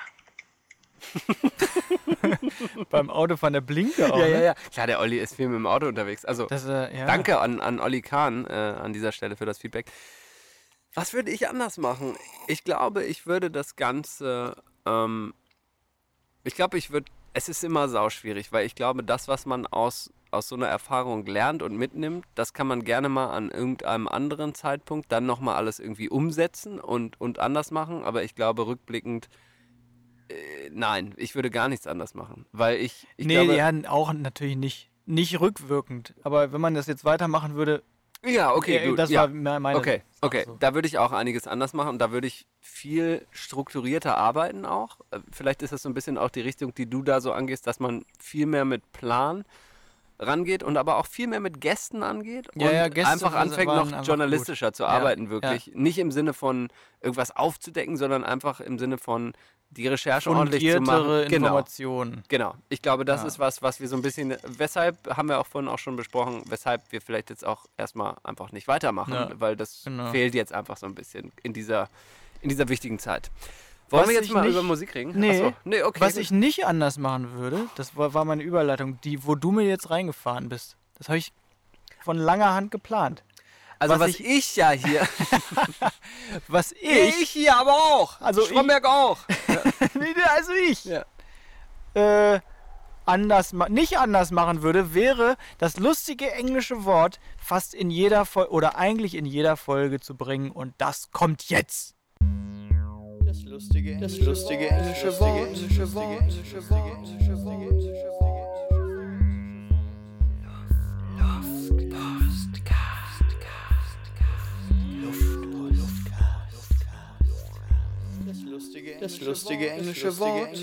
Beim Autofahren der Blinker auch, Ja, ne? ja. Klar, der Olli ist viel mit dem Auto unterwegs. Also, danke an Olli Kahn an dieser Stelle für das Feedback. Was würde ich anders machen? Ich glaube, ich würde das Ganze, es ist immer sauschwierig, weil ich glaube, das, was man aus aus so einer Erfahrung lernt und mitnimmt, das kann man gerne mal an irgendeinem anderen Zeitpunkt dann nochmal alles irgendwie umsetzen und anders machen. Aber ich glaube, rückblickend, nein, ich würde gar nichts anders machen. Weil ich glaube... ja, auch natürlich nicht rückwirkend. Aber wenn man das jetzt weitermachen würde... Ja, okay, gut. Das war meine... Okay, so. Da würde ich auch einiges anders machen und da würde ich viel strukturierter arbeiten auch. Vielleicht ist das so ein bisschen auch die Richtung, die du da so angehst, dass man viel mehr mit Plan rangeht und aber auch viel mehr mit Gästen angeht und Gäste einfach anfängt, noch einfach journalistischer gut. zu arbeiten, wirklich. Nicht im Sinne von irgendwas aufzudecken, sondern einfach im Sinne von die Recherche ordentlich zu machen. Informationen. Genau. Ich glaube, das ist was wir so ein bisschen, weshalb, haben wir auch vorhin auch schon besprochen, weshalb wir vielleicht jetzt auch erstmal einfach nicht weitermachen, weil das fehlt jetzt einfach so ein bisschen in dieser wichtigen Zeit. Wollen wir jetzt mal über Musik reden? Nee, okay. Was ich nicht anders machen würde, das war meine Überleitung, wo du mir jetzt reingefahren bist. Das habe ich von langer Hand geplant. Also was ich ja hier... was ich hier aber auch. Also Stromberg auch. Also ich. Ja. Nicht anders machen würde, wäre das lustige englische Wort fast in jeder Folge oder eigentlich in jeder Folge zu bringen und das kommt jetzt. Das lustige englische Wort. Das lustige englische Wort.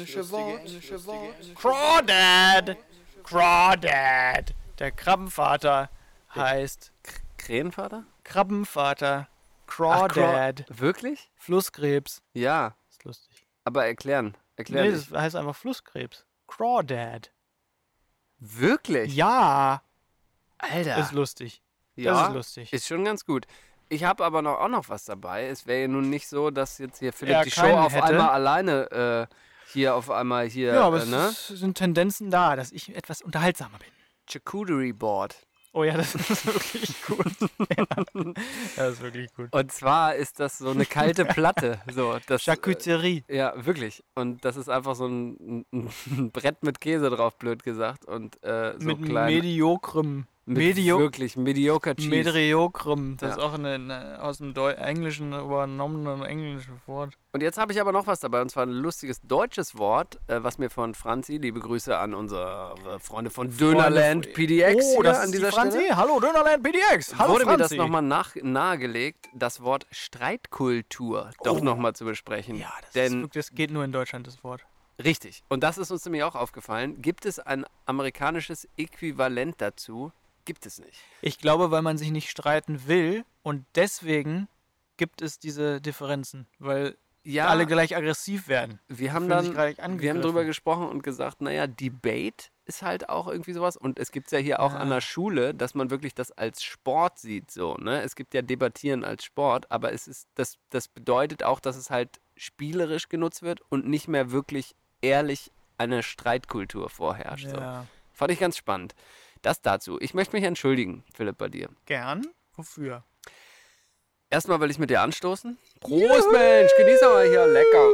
Crawdad. Der Krabbenvater heißt... Krähenvater? Krabbenvater. Crawdad. Wirklich? Flusskrebs. Ja. Ist lustig. Aber erklären. Nee, das heißt einfach Flusskrebs. Crawdad. Wirklich? Ja. Alter. Ist lustig. Ja, das ist lustig. Ist schon ganz gut. Ich habe aber auch noch was dabei. Es wäre ja nun nicht so, dass jetzt hier Philipp die Show auf einmal alleine hier. Ja, aber es sind Tendenzen da, dass ich etwas unterhaltsamer bin. Charcuterie Board. Oh ja, das ist wirklich gut. Das ist wirklich gut. Und zwar ist das so eine kalte Platte. So, Charcuterie. Ja, wirklich. Und das ist einfach so ein Brett mit Käse drauf, blöd gesagt. Und so mit klein. Mediokrem. Wirklich, Mediocre Cheese. Mediokrem. Das ist auch aus dem Englischen übernommene englische Wort. Und jetzt habe ich aber noch was dabei, und zwar ein lustiges deutsches Wort, was mir von Franzi, liebe Grüße an unsere Freunde von Dönerland PDX das an ist dieser die Franzi. Stelle. Hallo Dönerland PDX. Hallo wurde Franzi. mir das nochmal nahegelegt, das Wort Streitkultur doch nochmal zu besprechen. Ja, das geht nur in Deutschland, das Wort. Richtig. Und das ist uns nämlich auch aufgefallen. Gibt es ein amerikanisches Äquivalent dazu? Gibt es nicht. Ich glaube, weil man sich nicht streiten will und deswegen gibt es diese Differenzen, weil alle gleich aggressiv werden. Wir haben drüber gesprochen und gesagt, naja, Debate ist halt auch irgendwie sowas und es gibt es ja hier auch an der Schule, dass man wirklich das als Sport sieht, so, ne? Es gibt ja Debattieren als Sport, aber das bedeutet auch, dass es halt spielerisch genutzt wird und nicht mehr wirklich ehrlich eine Streitkultur vorherrscht. Ja. So. Fand ich ganz spannend. Das dazu. Ich möchte mich entschuldigen, Philipp, bei dir. Gern? Wofür? Erstmal will ich mit dir anstoßen. Prost, Mensch! Genieß aber hier. Lecker.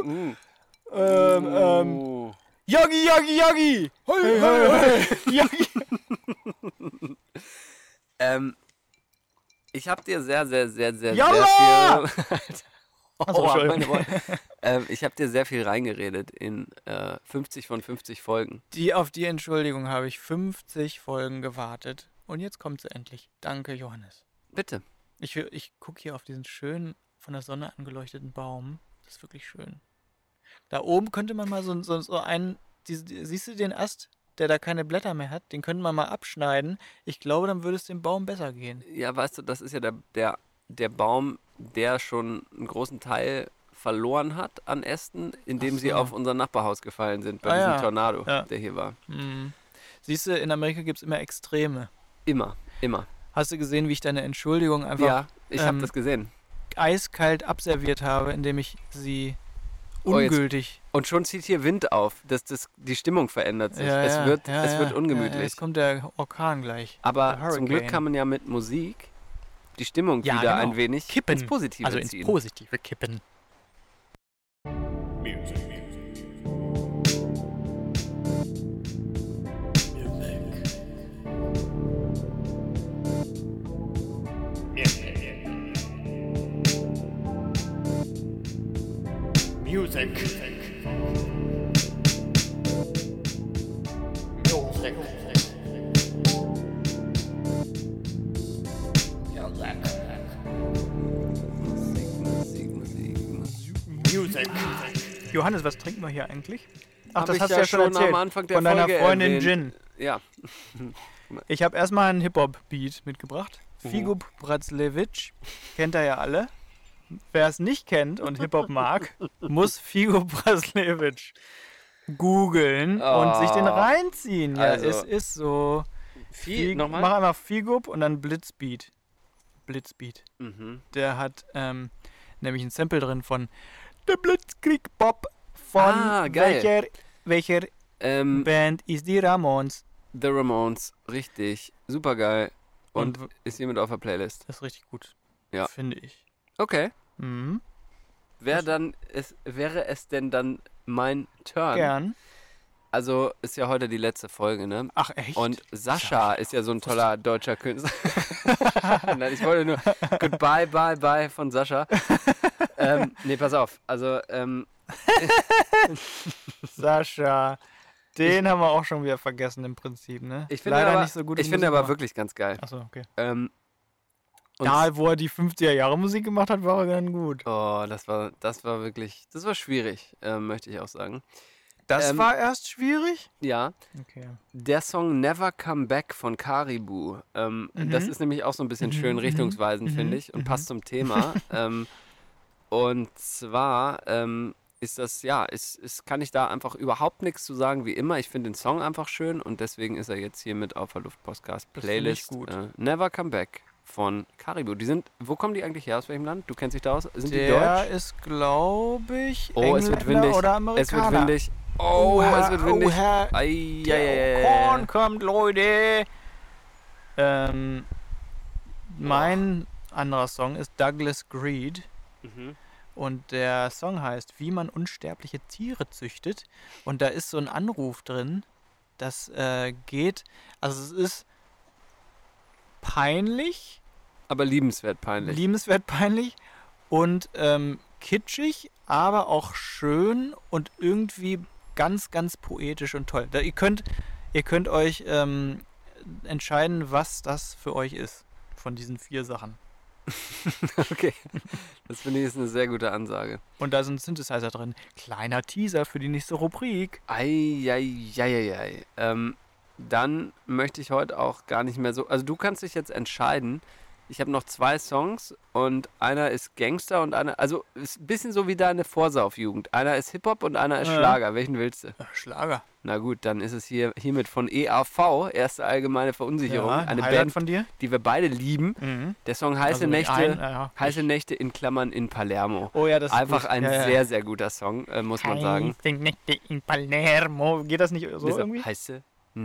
Yogi! Hey! Yogi! Ich habe dir sehr viel... ich habe dir sehr viel reingeredet in 50 von 50 Folgen. Auf die Entschuldigung habe ich 50 Folgen gewartet. Und jetzt kommt sie endlich. Danke, Johannes. Bitte. Ich gucke hier auf diesen schönen, von der Sonne angeleuchteten Baum. Das ist wirklich schön. Da oben könnte man mal so einen... Siehst du den Ast, der da keine Blätter mehr hat? Den könnte man mal abschneiden. Ich glaube, dann würde es dem Baum besser gehen. Ja, weißt du, das ist ja der Baum, der schon einen großen Teil verloren hat an Ästen, indem sie auf unser Nachbarhaus gefallen sind bei diesem Tornado, der hier war. Mhm. Siehst du, in Amerika gibt es immer Extreme. Immer. Hast du gesehen, wie ich deine Entschuldigung einfach ja, ich habe das gesehen. Eiskalt abserviert habe, indem ich sie ungültig... Und schon zieht hier Wind auf, die Stimmung verändert sich. Es wird ungemütlich. Ja, jetzt kommt der Orkan gleich. Aber zum Glück kann man ja mit Musik die Stimmung wieder ein wenig ins Positive ziehen. Ins Positive kippen. Johannes, was trinken wir hier eigentlich? Ach, Hab das ich hast du ja ja schon schon erzählt. am Anfang der von deiner Folge Freundin erwähnt. Gin. Ja. Ich habe erstmal einen Hip-Hop-Beat mitgebracht. Figo Bratslewitsch. Kennt ihr ja alle. Wer es nicht kennt und Hip-Hop mag, muss Figo Bratslewitsch googeln und sich den reinziehen. Ja, Also, es ist so. Nochmal? Mach einmal Figo und dann Blitzbeat. Blitzbeat. Mhm. Der hat nämlich ein Sample drin von The Blitzkrieg Pop von geil. welcher Band ist die Ramones? The Ramones, richtig. Super geil. Und ist hiermit auf der Playlist. Das ist richtig gut. Ja. Finde ich. Okay. Mhm. Wäre es denn dann mein Turn? Gern. Also ist ja heute die letzte Folge, ne? Ach, echt? Und Sascha ist ja so ein toller deutscher Künstler. Nein, ich wollte nur Goodbye, bye, bye von Sascha. Nee, pass auf. Also, Sascha. Den haben wir auch schon wieder vergessen im Prinzip, ne? Ich finde Leider aber, nicht so gut. ich finde aber wirklich ganz geil. Achso, okay. Und Da, wo er die 50er Jahre Musik gemacht hat, war er dann gut. Oh, das war wirklich, das war schwierig, möchte ich auch sagen. Das war erst schwierig? Ja. Okay. Der Song Never Come Back von Caribou, das ist nämlich auch so ein bisschen schön richtungsweisend, finde ich, und passt zum Thema. Und zwar ist das, kann ich da einfach überhaupt nichts zu sagen wie immer. Ich finde den Song einfach schön und deswegen ist er jetzt hier mit auf der Luftpostcast-Playlist. Gut. Never Come Back von Caribou. Wo kommen die eigentlich her? Aus welchem Land? Du kennst dich da aus? Sind die Der deutsch? ist, glaube ich, Oh, es wird Engländer windig. oder Amerikaner. Es wird windig. Oh, es wird windig. Herr, der Korn kommt, Leute. Mein anderer Song ist Douglas Greed. Und der Song heißt Wie man unsterbliche Tiere züchtet. Und da ist so ein Anruf drin, das geht, also es ist peinlich. Aber liebenswert peinlich. Liebenswert peinlich und kitschig, aber auch schön und irgendwie ganz, ganz poetisch und toll. Ihr könnt euch entscheiden, was das für euch ist von diesen 4 Sachen. Okay, das finde ich ist eine sehr gute Ansage. Und da sind Synthesizer drin. Kleiner Teaser für die nächste Rubrik. Eieieiei. Dann möchte ich heute auch gar nicht mehr so... Also du kannst dich jetzt entscheiden. Ich habe noch 2 Songs und einer ist Gangster und einer... Also ist ein bisschen so wie deine Vorsaufjugend. Einer ist Hip-Hop und einer ist Schlager. Welchen willst du? Schlager. Na gut, dann ist es hiermit von EAV, Erste Allgemeine Verunsicherung. Ja, eine Highlight Band, von dir? die wir beide lieben. Der Song Heiße Nächte, Heiße Nächte in Klammern in Palermo. Oh ja, das ist einfach gut. ein sehr, sehr guter Song, muss man sagen. Heiße Nächte in Palermo. Geht das nicht so irgendwie? Heiße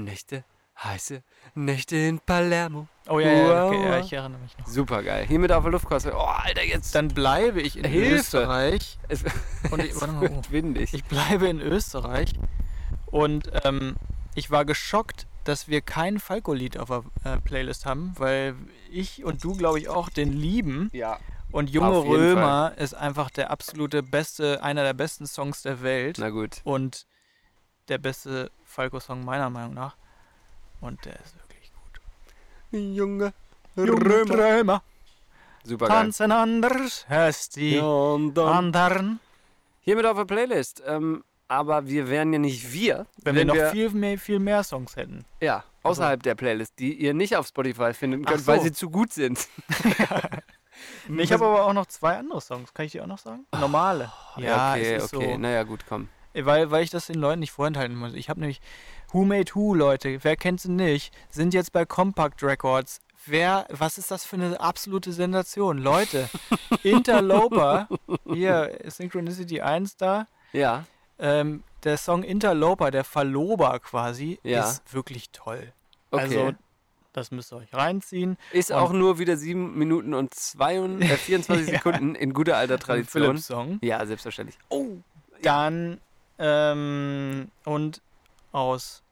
Nächte in Palermo. Oh ja, okay, ja, ich erinnere mich noch. Super geil. Hiermit auf der Luftkoste. Oh, Alter, jetzt. Dann bleibe ich in Österreich. Und wird windig. Ich bleibe in Österreich. Und ich war geschockt, dass wir kein Falco-Lied auf der Playlist haben, weil ich und du, glaube ich, auch den lieben. Ja. Und Junge Römer ist einfach der absolute beste, einer der besten Songs der Welt. Na gut. Und der beste Falco-Song meiner Meinung nach. Und der ist wirklich gut. Junge Römer. Super geil. Tanzen anders als die anderen. Hiermit auf der Playlist. Aber wir wären ja nicht wir, wenn wir noch viel mehr Songs hätten. Ja, außerhalb der Playlist, die ihr nicht auf Spotify finden könnt, weil sie zu gut sind. Ich habe aber auch noch 2 andere Songs. Kann ich die auch noch sagen? Normale. Ja, okay. So. Naja, gut, komm. Weil ich das den Leuten nicht vorenthalten muss. Ich habe nämlich Who Made Who, Leute. Wer kennt sie nicht? Sind jetzt bei Compact Records. Was ist das für eine absolute Sensation? Leute, Interloper, hier, Synchronicity 1 da. Ja. Der Song Interloper, der Verlober quasi, ist wirklich toll. Okay. Also, das müsst ihr euch reinziehen. Ist auch nur wieder 7 Minuten und 24 Sekunden in guter alter Tradition. Philips-Song. Ja, selbstverständlich. Oh. Dann, und aus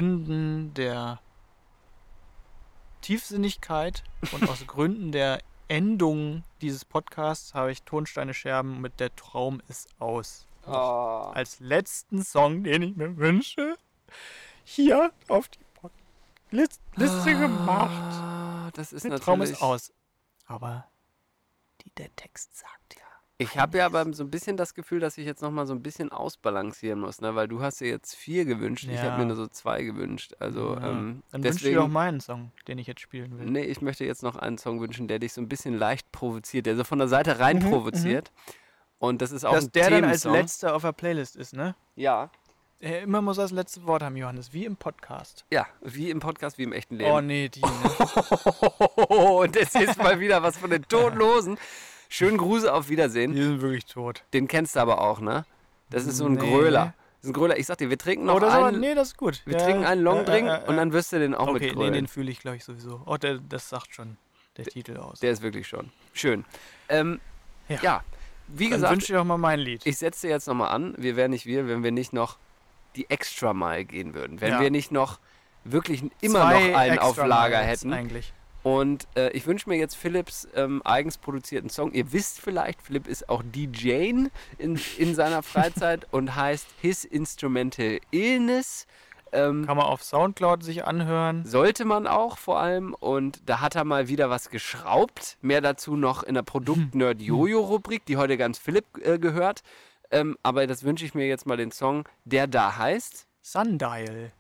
Gründen der Tiefsinnigkeit und aus Gründen der Endung dieses Podcasts habe ich Tonsteine Scherben mit Der Traum ist aus. Als letzten Song, den ich mir wünsche, hier auf die Liste gemacht. Das ist Der natürlich... Traum ist aus. Aber der Text sagt ja. Ich habe ja aber so ein bisschen das Gefühl, dass ich jetzt nochmal so ein bisschen ausbalancieren muss, ne? Weil du hast dir jetzt 4 gewünscht, ich habe mir nur so 2 gewünscht. Also, Dann wünschst du deswegen, dir auch meinen Song, den ich jetzt spielen will. Nee, ich möchte jetzt noch einen Song wünschen, der dich so ein bisschen leicht provoziert, der so von der Seite rein provoziert. Und das ist auch ein der dann als Themensong. letzter auf der Playlist ist, ne? Ja. Immer muss er das letzte Wort haben, Johannes, wie im Podcast. Ja, wie im Podcast, wie im echten Leben. Oh nee, die, ne? Und jetzt ist mal wieder was von den Totenlosen. Schönen Gruß, auf Wiedersehen. Die sind wirklich tot. Den kennst du aber auch, ne? Das ist so ein Gröler. Das ist ein Gröler. Ich sag dir, wir trinken noch einen. Nee, das ist gut. Wir trinken einen Longdrink und dann wirst du den auch mit Okay, grölen. nee, den fühle ich, glaube ich, sowieso. Oh, das sagt schon der Titel aus. Der ist wirklich schon. Schön. Ja, wie Dann gesagt, wünsche ich doch mal mein Lied. ich setze dir jetzt nochmal an, wir wären nicht wir, wenn wir nicht noch die Extra Mile gehen würden. Wenn Ja. wir nicht noch wirklich immer 2 noch einen Extra auf Lager Miles hätten. eigentlich. Und ich wünsche mir jetzt Philipps eigens produzierten Song. Ihr wisst vielleicht, Philipp ist auch DJ in seiner Freizeit und heißt His Instrumental Illness. Kann man auf Soundcloud sich anhören. Sollte man auch vor allem. Und da hat er mal wieder was geschraubt. Mehr dazu noch in der Produkt-Nerd-Jojo-Rubrik, die heute ganz Philipp gehört. Aber das wünsche ich mir jetzt mal den Song, der da heißt Sundial.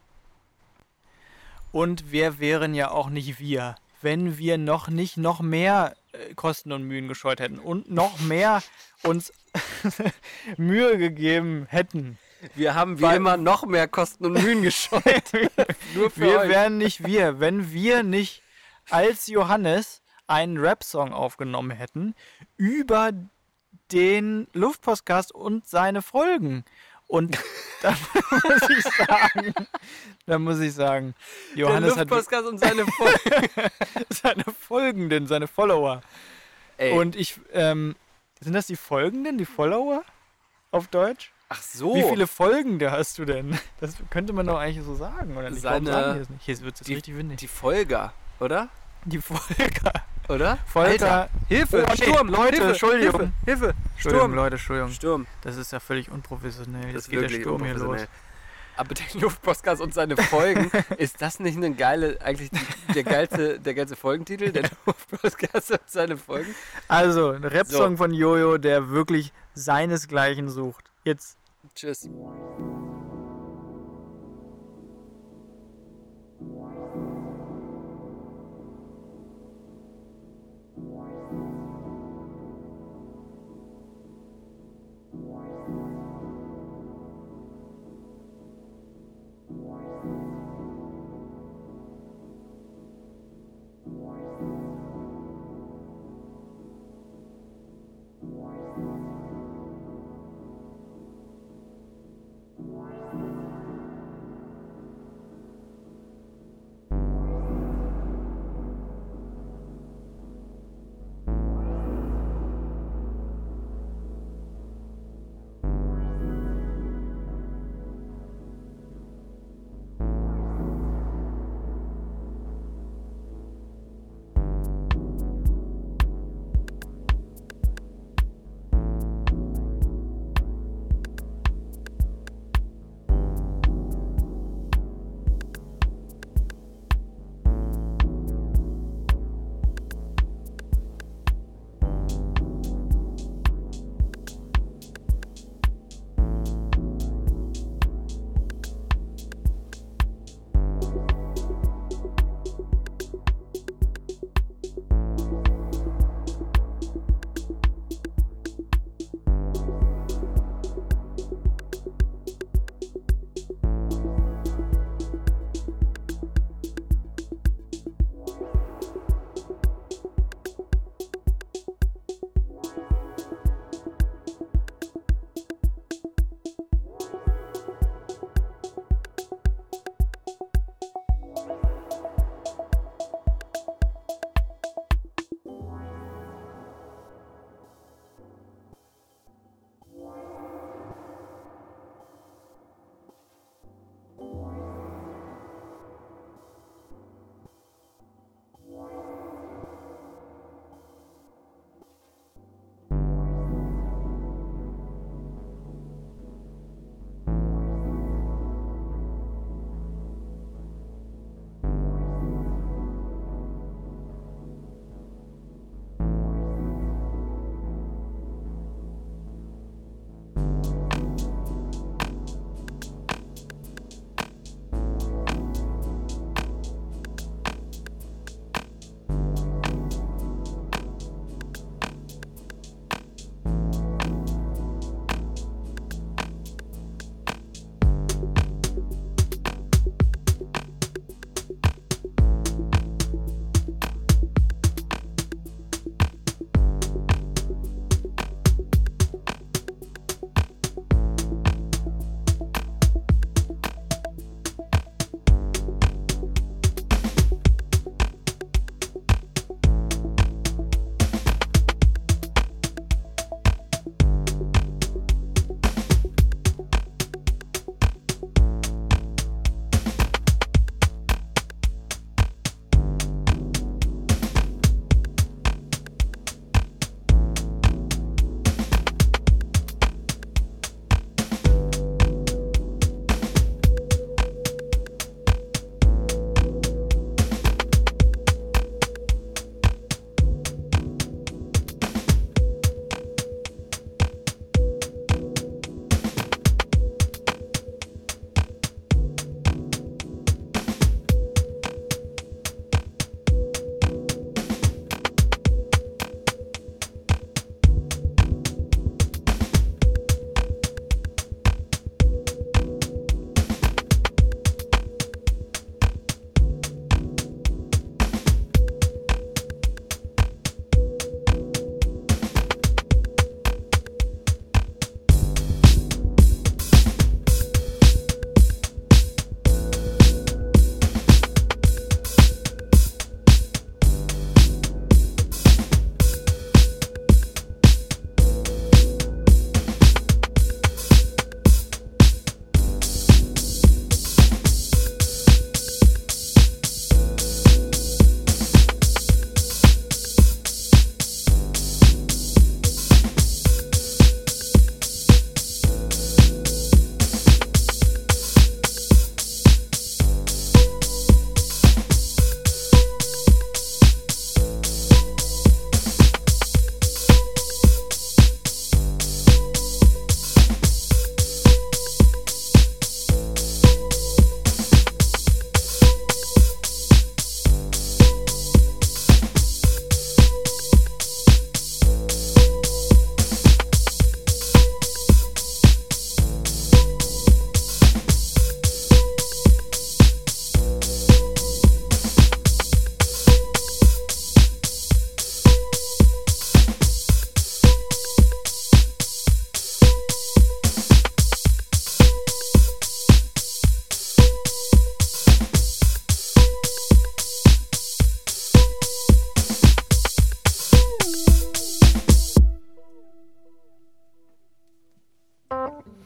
Und wir wären ja auch nicht wir, wenn wir nicht noch mehr Kosten und Mühen gescheut hätten und noch mehr uns Mühe gegeben hätten. Wir haben wie immer noch mehr Kosten und Mühen gescheut. Nur für Wir euch. wären nicht wir, wenn wir nicht als Johannes einen Rap-Song aufgenommen hätten über den Luftpostcast und seine Folgen. Und da muss ich sagen, Johannes der hat Luftpostcast und seine Folgen. seine Folgenden, seine Follower. Ey. Und sind das die Folgenden, die Follower auf Deutsch? Ach so. Wie viele Folgende hast du denn? Das könnte man doch eigentlich so sagen, oder nicht? Warum sagen die das nicht? Hier wird es richtig windig. Die Folger, oder? Die Volker. Oder? Volker. Alter, Hilfe, Oh, nee, Sturm, Leute, Hilfe, Entschuldigung. Hilfe, Entschuldigung, Sturm. Leute, Entschuldigung. Sturm. Das ist ja völlig unprofessionell. Das Jetzt geht der wirklich Sturm hier los. unprofessionell. Aber der Luftpostcast und seine Folgen, ist das nicht eine geile, eigentlich der geilste Folgentitel? Der Luftpostcast und seine Folgen? Also, ein Rap-Song von Jojo, der wirklich seinesgleichen sucht. Jetzt. Tschüss.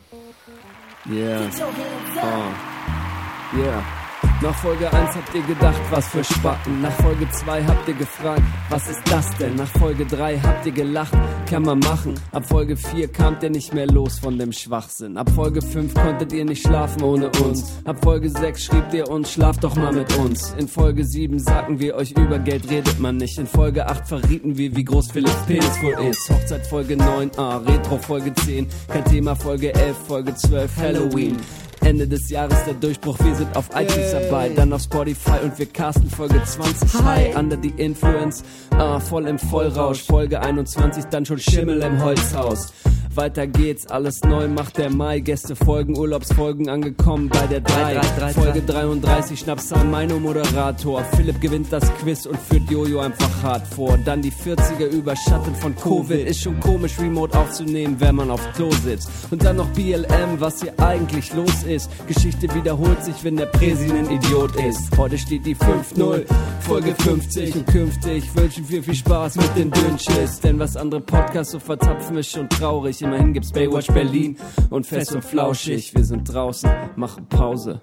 Yeah. Oh. Yeah. Nach Folge 1 habt ihr gedacht, was für Spacken. Nach Folge 2 habt ihr gefragt, was ist das denn? Nach Folge 3 habt ihr gelacht, kann man machen. Ab Folge 4 kamt ihr nicht mehr los von dem Schwachsinn. Ab Folge 5 konntet ihr nicht schlafen ohne uns. Ab Folge 6 schrieb ihr uns, schlaft doch mal mit uns. In Folge 7 sagten wir euch, über Geld redet man nicht. In Folge 8 verrieten wir, wie groß Philipps Penis wohl ist. Hochzeit Folge 9, Retro Folge 10, kein Thema Folge 11, Folge 12, Halloween. Ende des Jahres der Durchbruch, wir sind auf iTunes dabei, dann auf Spotify und wir casten Folge 20, High Under the Influence, voll im Vollrausch, Folge 21, dann schon Schimmel im Holzhaus. Weiter geht's, alles neu macht der Mai, Gäste folgen, Urlaubsfolgen angekommen bei der 3. Folge 33, Schnapszahl, Meino Moderator. Philipp gewinnt das Quiz und führt Jojo einfach hart vor. Dann die 40er überschattet von Covid. Ist schon komisch, Remote aufzunehmen, wenn man auf Klo sitzt. Und dann noch BLM, was hier eigentlich los ist. Geschichte wiederholt sich, wenn der Präsident Idiot ist. Heute steht die 5-0, Folge 50 und künftig wünschen wir viel Spaß mit den Dünnschiss. Denn was andere Podcasts so verzapfen, ist schon traurig. Immerhin gibt's Baywatch Berlin und Fest und Flauschig. Wir sind draußen, machen Pause.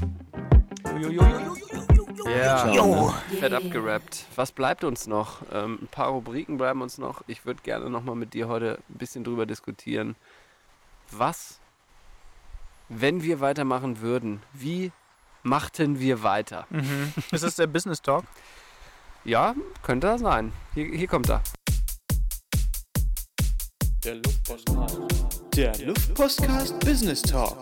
Ja, yeah, fett abgerappt. Was bleibt uns noch? Ein paar Rubriken bleiben uns noch. Ich würde gerne nochmal mit dir heute ein bisschen drüber diskutieren. Was, wenn wir weitermachen würden, wie machten wir weiter? Mhm. Ist das der Business Talk? Ja, könnte das sein. Hier kommt er. Der Luftpostcast. Der Luftpostcast Business Talk.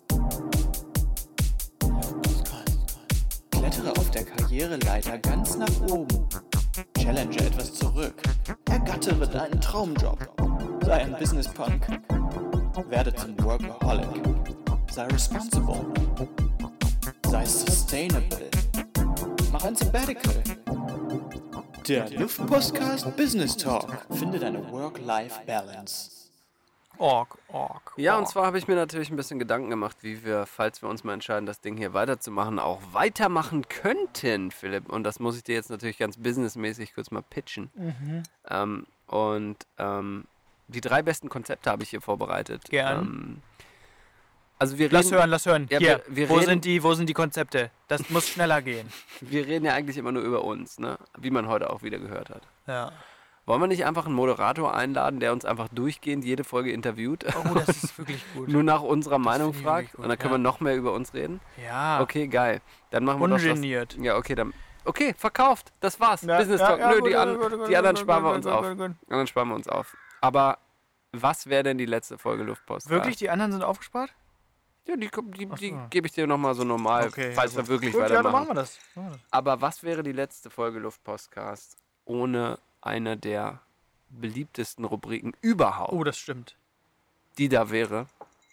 Klettere auf der Karriereleiter ganz nach oben. Challenge etwas zurück. Ergattere deinen Traumjob. Sei ein Business Punk. Werde zum Workaholic. Sei responsible. Sei sustainable. Mach ein Sabbatical. Der Luftpostcast Business Talk. Finde deine Work-Life-Balance. Ja, und zwar habe ich mir natürlich ein bisschen Gedanken gemacht, wie wir, falls wir uns mal entscheiden, das Ding hier weiterzumachen, auch weitermachen könnten, Philipp. Und das muss ich dir jetzt natürlich ganz businessmäßig kurz mal pitchen. Mhm. Die 3 besten Konzepte habe ich hier vorbereitet. Gern. Also wir lass reden, hören. Ja, hier, wir wo reden, sind die Konzepte? Das muss schneller gehen. Wir reden ja eigentlich immer nur über uns, ne? Wie man heute auch wieder gehört hat. Ja. Wollen wir nicht einfach einen Moderator einladen, der uns einfach durchgehend jede Folge interviewt? Oh, das ist wirklich gut. Nur nach unserer Meinung fragt gut, und dann können wir noch mehr über uns reden? Ja. Okay, geil. Dann machen wir ungeniert. Doch was. Ja, okay, dann. Okay, verkauft. Das war's. Ja, Business Talk. ja, Nö, gut, die anderen sparen wir uns auf. Gut. Die anderen sparen wir uns auf. Aber was wäre denn die letzte Folge Luftpost? Wirklich? Die anderen sind aufgespart? Ja, die gebe ich dir nochmal so normal, falls wir wirklich weitermachen. Ja, dann machen wir das. Aber was wäre die letzte Folge Luftpostcast ohne eine der beliebtesten Rubriken überhaupt? Oh, das stimmt. Die da wäre?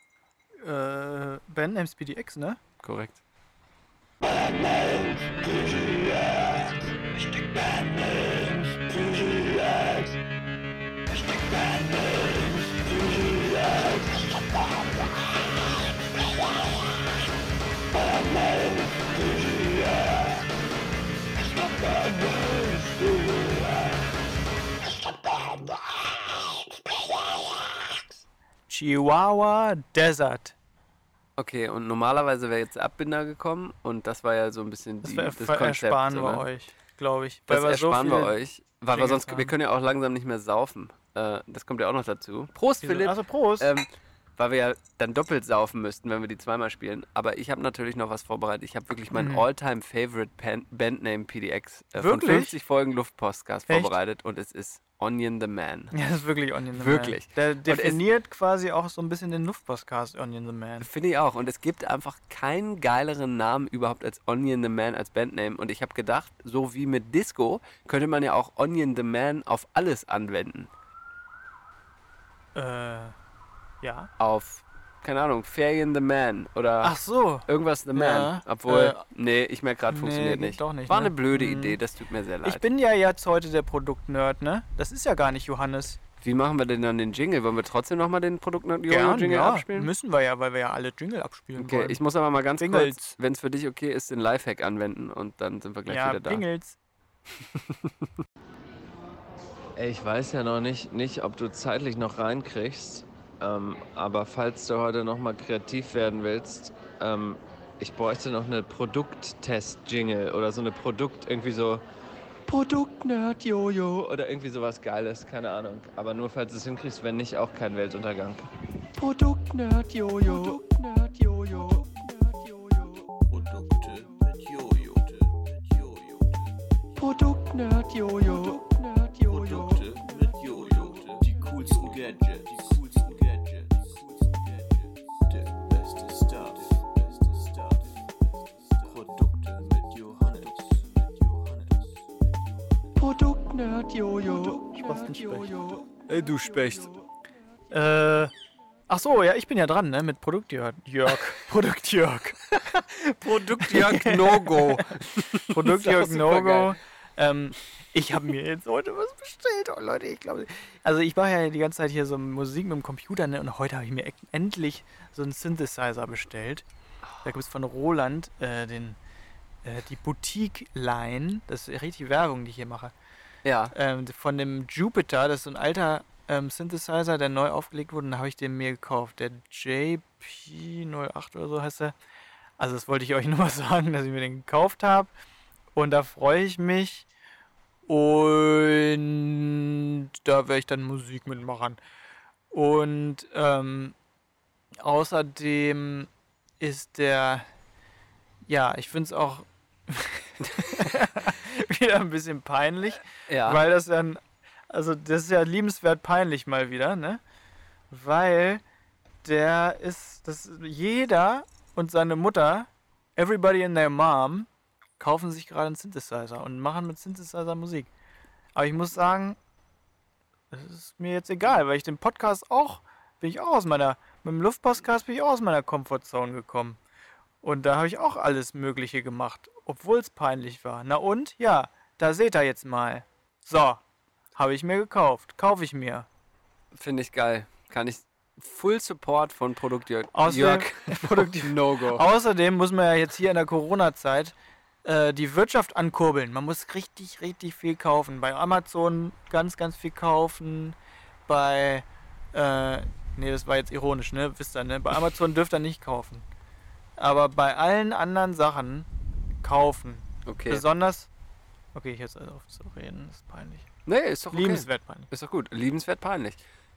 Ben Names PDX, ne? Korrekt. Chihuahua Desert. Okay, und normalerweise wäre jetzt Abbinder gekommen und das war ja so ein bisschen das Konzept. Ersparen wir euch, glaube ich. Das ersparen wir euch, weil wir sonst, wir können ja auch langsam nicht mehr saufen. Das kommt ja auch noch dazu. Prost, Philipp! Also Prost! Weil wir ja dann doppelt saufen müssten, wenn wir die zweimal spielen. Aber ich habe natürlich noch was vorbereitet. Ich habe wirklich meinen All-Time-Favorite Bandname PDX von 50 Folgen Luftpostcast vorbereitet und es ist Onion the Man. Ja, das ist wirklich Onion the Man. Wirklich. Der definiert quasi auch so ein bisschen den Luftpostcast Onion the Man. Finde ich auch. Und es gibt einfach keinen geileren Namen überhaupt als Onion the Man als Bandname. Und ich habe gedacht, so wie mit Disco, könnte man ja auch Onion the Man auf alles anwenden. Ja. Auf, keine Ahnung, Ferien the Man oder ach so. Irgendwas the Man. Obwohl, nee, ich merke gerade, funktioniert nicht. Doch nicht. War eine blöde Idee, das tut mir sehr leid. Ich bin ja jetzt heute der Produktnerd, ne? Das ist ja gar nicht Johannes. Wie machen wir denn dann den Jingle? Wollen wir trotzdem nochmal den Produktnerd-Jingle abspielen? Müssen wir ja, weil wir ja alle Jingle abspielen wollen. Okay, ich muss aber mal ganz kurz, wenn es für dich okay ist, den Lifehack anwenden und dann sind wir gleich wieder da. Pingels. Ey, ich weiß ja noch nicht, ob du zeitlich noch reinkriegst. Aber falls du heute nochmal kreativ werden willst, ich bräuchte noch eine Produkttest-Jingle oder so eine irgendwie so Produkt-Nerd-Jojo oder irgendwie sowas Geiles, keine Ahnung. Aber nur falls du es hinkriegst, wenn nicht, auch kein Weltuntergang. Produkt-Nerd-Jojo. Produkt-Nerd-Jojo. Produkte mit Jojo. Produkt-Nerd-Jojo. Produkte mit Jojo. Die coolsten Gadgets. Der beste Stuff. Produkte mit Johannes. Produkt-Nerd-Jojo. Ey, du Specht. Ach so, ja, ich bin ja dran, ne, mit Produktjörg. Produktjörg. Produktjörg No-Go. Produktjörg No-Go. Ich habe mir jetzt heute was bestellt. Oh Leute, ich glaube... Also ich mache ja die ganze Zeit hier so Musik mit dem Computer, ne, und heute habe ich mir endlich so einen Synthesizer bestellt. Da gibt es von Roland die Boutique-Line. Das ist richtig Werbung, die ich hier mache. Ja. Von dem Jupiter, das ist so ein alter Synthesizer, der neu aufgelegt wurde, und da habe ich den mir gekauft. Der JP08 oder so heißt er. Also das wollte ich euch nur mal sagen, dass ich mir den gekauft habe. Und da freue ich mich. Und da werde ich dann Musik mitmachen. Und außerdem ist der... Ja, ich finde es auch wieder ein bisschen peinlich, weil das dann... Also das ist ja liebenswert peinlich mal wieder, ne? Weil jeder und seine Mutter, everybody and their mom, kaufen sich gerade einen Synthesizer und machen mit Synthesizer Musik. Aber ich muss sagen, das ist mir jetzt egal, weil ich den Podcast mit dem Luftpodcast bin ich auch aus meiner Comfortzone gekommen. Und da habe ich auch alles Mögliche gemacht, obwohl es peinlich war. Na und? Ja, da seht ihr jetzt mal. So. Habe ich mir gekauft. Kaufe ich mir. Finde ich geil. Kann ich Full Support von Produktjörg. No-Go. Außerdem muss man ja jetzt hier in der Corona-Zeit die Wirtschaft ankurbeln. Man muss richtig, richtig viel kaufen. Bei Amazon ganz, ganz viel kaufen. Bei das war jetzt ironisch, ne? Wisst ihr, ne? Bei Amazon dürft ihr nicht kaufen. Aber bei allen anderen Sachen kaufen. Okay. Besonders... Okay, ich jetzt auf zu reden, das ist peinlich. Nee, ist doch okay. Liebenswert peinlich. Ist doch gut. Liebenswert peinlich.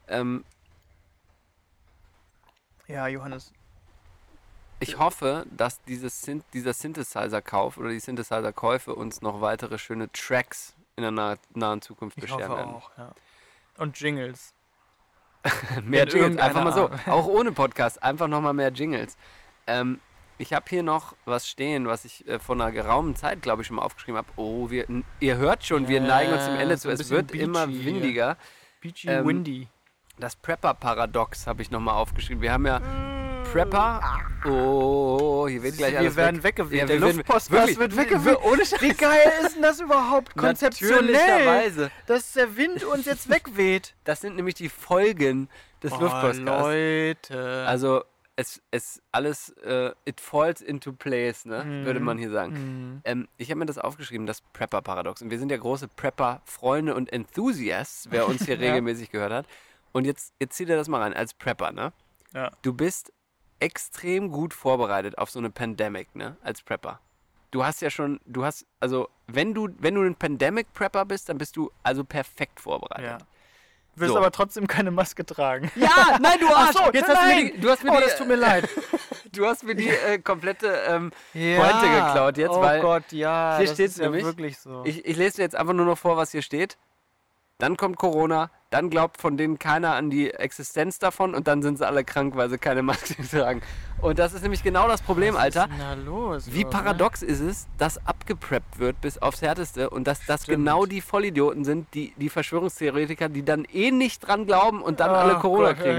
Ja, Johannes. Ich hoffe, dass dieser Synthesizer-Kauf oder die Synthesizer-Käufe uns noch weitere schöne Tracks in der nahen Zukunft bescheren werden. Auch, ja. Und Jingles. Mehr Jingles, einfach mal so. Auch ohne Podcast, einfach nochmal mehr Jingles. Ich habe hier noch was stehen, was ich vor einer geraumen Zeit, glaube ich, schon mal aufgeschrieben habe. Oh, ihr hört schon, wir neigen uns dem Ende zu. Es wird immer windiger. Beachy, windy. Das Prepper-Paradox habe ich nochmal aufgeschrieben. Wir haben ja Prepper. Oh, hier wird gleich alles Wir werden weggeweht. Ja, der Luftpostcast wird weggeweht. Wie geil ist denn das überhaupt konzeptionell? Dass der Wind uns jetzt wegweht. Das sind nämlich die Folgen des Luftpostcasts. Leute. Also... Es alles, it falls into place, ne? Würde man hier sagen. Ich habe mir das aufgeschrieben, das Prepper-Paradox. Und wir sind ja große Prepper-Freunde und Enthusiasts, wer uns hier regelmäßig gehört hat. Und jetzt zieh dir das mal rein, als Prepper, ne? Ja. Du bist extrem gut vorbereitet auf so eine Pandemic, ne? Als Prepper. Wenn du ein Pandemic-Prepper bist, dann bist du also perfekt vorbereitet. Ja. Du wirst aber trotzdem keine Maske tragen. Ja, nein, du Arsch! Ach so, jetzt das tut mir leid. Du hast mir die komplette Pointe geklaut jetzt, weil Gott, ja, hier das steht ist ja nämlich, wirklich so. Ich lese dir jetzt einfach nur noch vor, was hier steht. Dann kommt Corona, dann glaubt von denen keiner an die Existenz davon und dann sind sie alle krank, weil sie keine Maske tragen. Und das ist nämlich genau das Problem, Alter. Was ist denn da los? Wie paradox ist es, dass abgepreppt wird bis aufs Härteste und dass das genau die Vollidioten sind, die Verschwörungstheoretiker, die dann nicht dran glauben und dann alle Corona kriegen.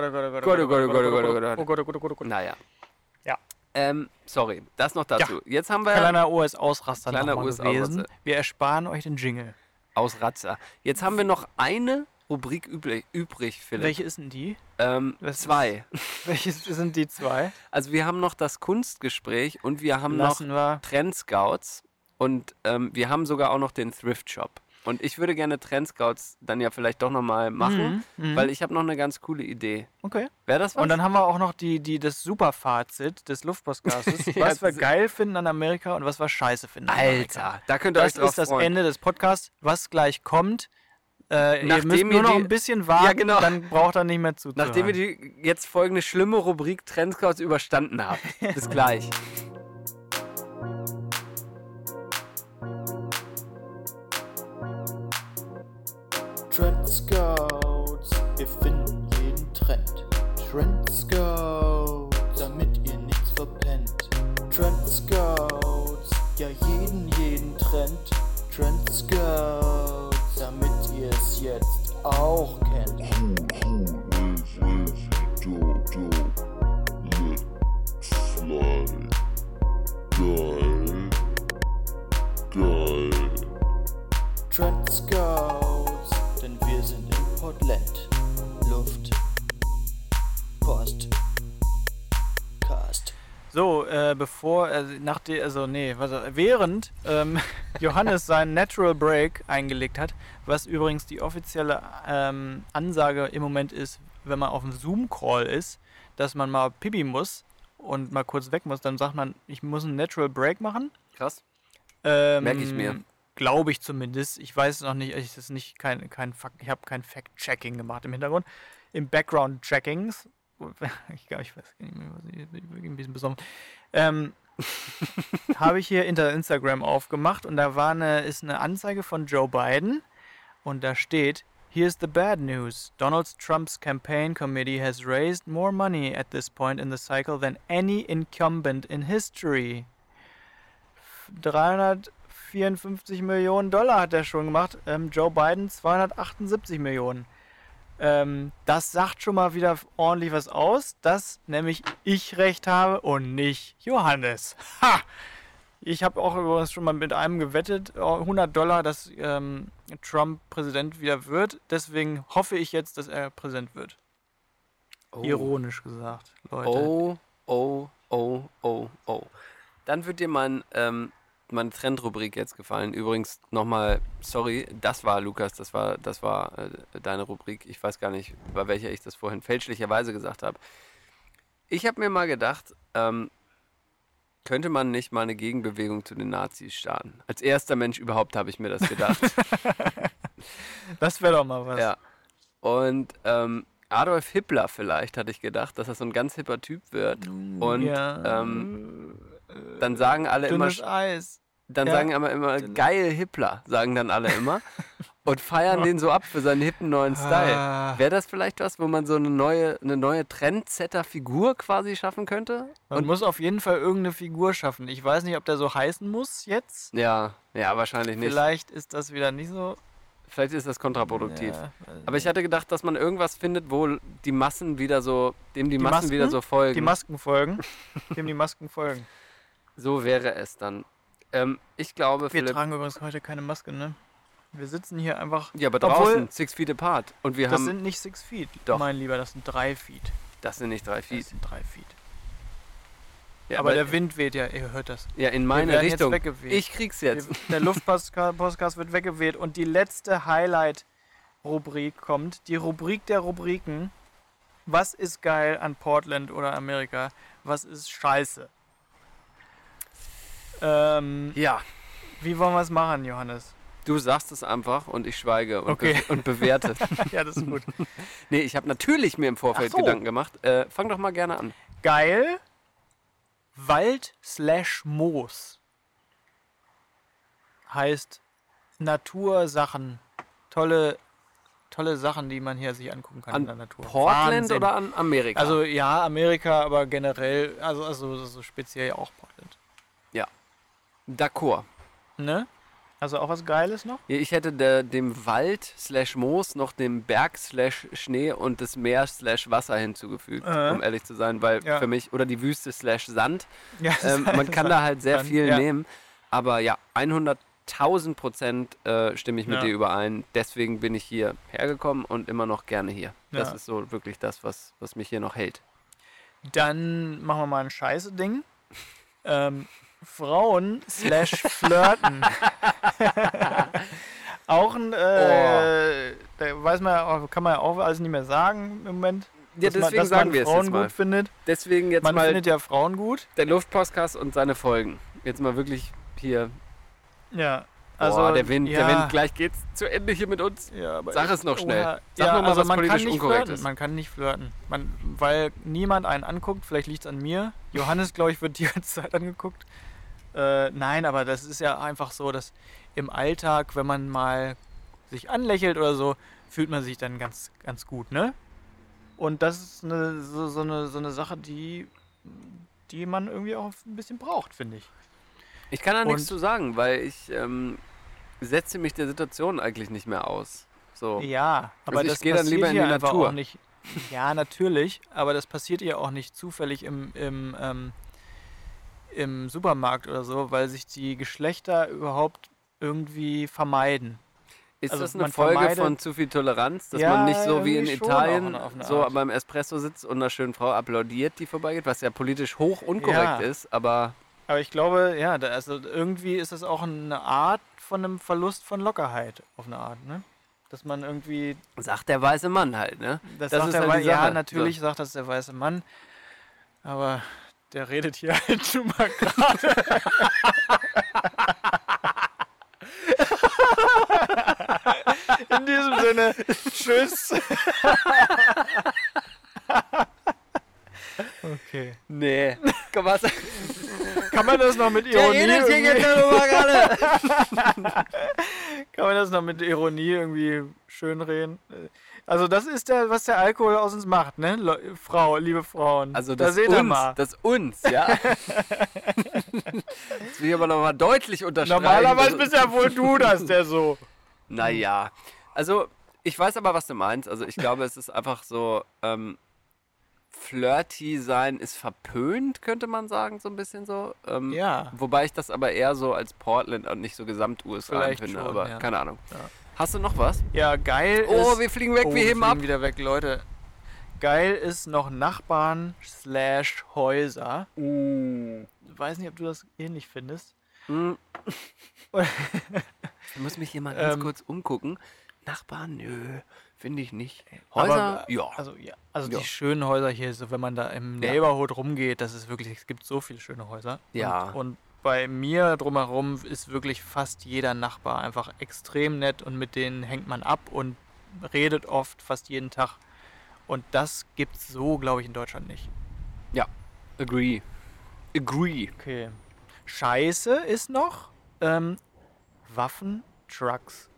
Gott. Naja. Ja. Sorry, das noch dazu. Ja. Jetzt haben wir... Kleiner US-Ausraster gewesen. Wir ersparen euch den Jingle. Ausratzer. Jetzt haben wir noch eine Rubrik übrig, Philipp. Welche ist denn die? 2. Welche sind die 2? Also wir haben noch das Kunstgespräch und wir haben noch Trendscouts und wir haben sogar auch noch den Thrift Shop. Und ich würde gerne Trendscouts dann ja vielleicht doch nochmal machen, weil ich habe noch eine ganz coole Idee. Okay. Wäre das was? Und dann haben wir auch noch das Superfazit des Luftpostcastes, was wir geil finden an Amerika und was wir scheiße finden an Amerika. Alter, da könnt ihr euch drauf freuen. Das ist das Ende des Podcasts, was gleich kommt. Ihr müsst nur noch ein bisschen warten, dann braucht ihr nicht mehr zuzuhören. Nachdem ihr die jetzt folgende schlimme Rubrik Trendscouts überstanden habt. Bis gleich. Trendscouts, wir finden jeden Trend. Trendscouts, damit ihr nichts verpennt. Trendscouts, ja jeden Trend. Trendscouts, damit ihr es jetzt auch kennt. Trendscouts, denn wir sind in Portland. Luft, Post, Cast. So, während Johannes seinen Natural Break eingelegt hat, was übrigens die offizielle Ansage im Moment ist, wenn man auf dem Zoom-Call ist, dass man mal pipi muss und mal kurz weg muss, dann sagt man, ich muss einen Natural Break machen. Krass. Merke ich mir. Glaube ich zumindest. Ich weiß es noch nicht. Ich habe kein Fact-Checking gemacht im Hintergrund. Im Background-Checkings. Ich weiß nicht mehr, was ich ein bisschen besoffen. Habe ich hier Instagram aufgemacht und da ist eine Anzeige von Joe Biden und da steht: Here's the bad news. Donald Trump's campaign committee has raised more money at this point in the cycle than any incumbent in history. 354 Millionen Dollar hat er schon gemacht. Joe Biden 278 Millionen. Das sagt schon mal wieder ordentlich was aus, dass nämlich ich recht habe und nicht Johannes. Ha! Ich habe auch übrigens schon mal mit einem gewettet, $100, dass Trump Präsident wieder wird. Deswegen hoffe ich jetzt, dass er Präsident wird. Oh. Ironisch gesagt, Leute. Oh. Dann wird dir meine Trendrubrik jetzt gefallen. Übrigens nochmal, sorry, das war Lukas, das war deine Rubrik. Ich weiß gar nicht, bei welcher ich das vorhin fälschlicherweise gesagt habe. Ich habe mir mal gedacht, könnte man nicht mal eine Gegenbewegung zu den Nazis starten? Als erster Mensch überhaupt habe ich mir das gedacht. Das wäre doch mal was. Ja. Und Adolf Hitler vielleicht, hatte ich gedacht, dass er so ein ganz hipper Typ wird. Und dann sagen alle dünnes immer... Eis. Dann sagen aber immer, geil Hitler, sagen dann alle immer. Und feiern den so ab für seinen hippen neuen Style. Wäre das vielleicht was, wo man so eine neue Trendsetter-Figur quasi schaffen könnte? Man muss auf jeden Fall irgendeine Figur schaffen. Ich weiß nicht, ob der so heißen muss jetzt. Ja, wahrscheinlich nicht. Vielleicht ist das wieder nicht so... Vielleicht ist das kontraproduktiv. Ja, aber ich hatte gedacht, dass man irgendwas findet, wo die Massen wieder so, dem die Massen wieder so folgen. Die Masken folgen. Dem die Masken folgen. So wäre es dann. Ich glaube, wir tragen übrigens heute keine Maske, ne? Wir sitzen hier einfach... Ja, aber draußen, 6 feet apart. Und das sind nicht 6 feet, doch. Mein Lieber, das sind 3 feet. Das sind nicht 3 feet. Das sind 3 feet. Ja, aber der Wind weht ja, ihr hört das. Ja, in meine Richtung. Ich krieg's jetzt. Der Luftpostcast wird weggeweht und die letzte Highlight-Rubrik kommt. Die Rubrik der Rubriken. Was ist geil an Portland oder Amerika? Was ist scheiße? Ja. Wie wollen wir es machen, Johannes? Du sagst es einfach und ich schweige und bewerte. Ja, das ist gut. Nee, ich habe natürlich mir im Vorfeld Gedanken gemacht. Fang doch mal gerne an. Geil. Wald/Moos. Heißt Natursachen. Tolle Sachen, die man hier sich angucken kann in der Natur. Portland Wahnsinn. Oder an Amerika? Also ja, Amerika, aber generell, also speziell auch Portland. Ja. D'accord. Ne? Also auch was Geiles noch? Ja, ich hätte dem Wald/Moos noch dem Berg/Schnee und das Meer/Wasser hinzugefügt, um ehrlich zu sein, weil für mich, oder die Wüste/Sand, man kann da halt sehr viel nehmen, aber ja, 100.000% stimme ich mit dir überein, deswegen bin ich hier hergekommen und immer noch gerne hier. Das ist so wirklich das, was mich hier noch hält. Dann machen wir mal ein Scheiße-Ding. Frauen/Flirten. Auch ein kann man ja auch alles nicht mehr sagen im Moment. Ja, deswegen sagen wir es Frauen jetzt mal. gut findet. Deswegen jetzt man mal findet ja Frauen gut. Der Luftpostcast und seine Folgen. Jetzt mal wirklich hier. Ja, also Boah, der Wind, gleich geht's zu Ende hier mit uns. Ja, aber Sag es noch schnell. Sag ja, noch mal, also was man politisch kann nicht unkorrekt flirten. ist. Man kann nicht flirten. Weil niemand einen anguckt, vielleicht liegt es an mir. Johannes, glaube ich, wird die ganze Zeit angeguckt. Nein, aber das ist ja einfach so, dass im Alltag, wenn man mal sich anlächelt oder so, fühlt man sich dann ganz, ganz gut, ne? Und das ist so eine Sache, die man irgendwie auch ein bisschen braucht, finde ich. Ich kann da nichts zu sagen, weil ich setze mich der Situation eigentlich nicht mehr aus. So. Ja, aber also das ich gehe dann lieber in die Natur. Auch nicht, ja, natürlich, aber das passiert ihr auch nicht zufällig im Supermarkt oder so, weil sich die Geschlechter überhaupt irgendwie vermeiden. Ist also das eine Folge von zu viel Toleranz, dass man nicht so wie in Italien so beim Espresso sitzt und einer schönen Frau applaudiert, die vorbeigeht, was ja politisch hoch unkorrekt ist, aber ich glaube, ja, also irgendwie ist es auch eine Art von einem Verlust von Lockerheit auf eine Art, ne? Dass man irgendwie... Sagt der weiße Mann halt, ne? Das sagt der halt ja, natürlich sagt das der weiße Mann, aber der redet hier halt schon mal gerade. In diesem Sinne, tschüss. Okay. Nee. Kann man das noch mit Ironie gerade. Kann man das noch mit Ironie irgendwie schönreden? Also das ist was der Alkohol aus uns macht, ne? Liebe Frauen. Also das uns, ja. Das will ich aber nochmal deutlich unterstreichen. Normalerweise bist ja wohl du das, der so. Naja, also ich weiß aber, was du meinst. Also ich glaube, es ist einfach so, flirty sein ist verpönt, könnte man sagen, so ein bisschen so. Ja. Wobei ich das aber eher so als Portland und nicht so Gesamt-USA empfinde, aber ja. Keine Ahnung. Ja. Hast du noch was? Ja, geil ist... Oh, wir fliegen weg, wir heben ab. wieder weg, Leute. Geil ist noch Nachbarn/Häuser. Ich weiß nicht, ob du das ähnlich findest. Ich muss mich hier mal ganz kurz umgucken. Nachbarn, nö, finde ich nicht. Häuser, ja. Also die schönen Häuser hier, so wenn man da im Neighborhood rumgeht, das ist wirklich, es gibt so viele schöne Häuser. Ja. Und bei mir drumherum ist wirklich fast jeder Nachbar einfach extrem nett und mit denen hängt man ab und redet oft, fast jeden Tag. Und das gibt's so, glaube ich, in Deutschland nicht. Ja, agree. Okay. Scheiße ist noch Waffen, Trucks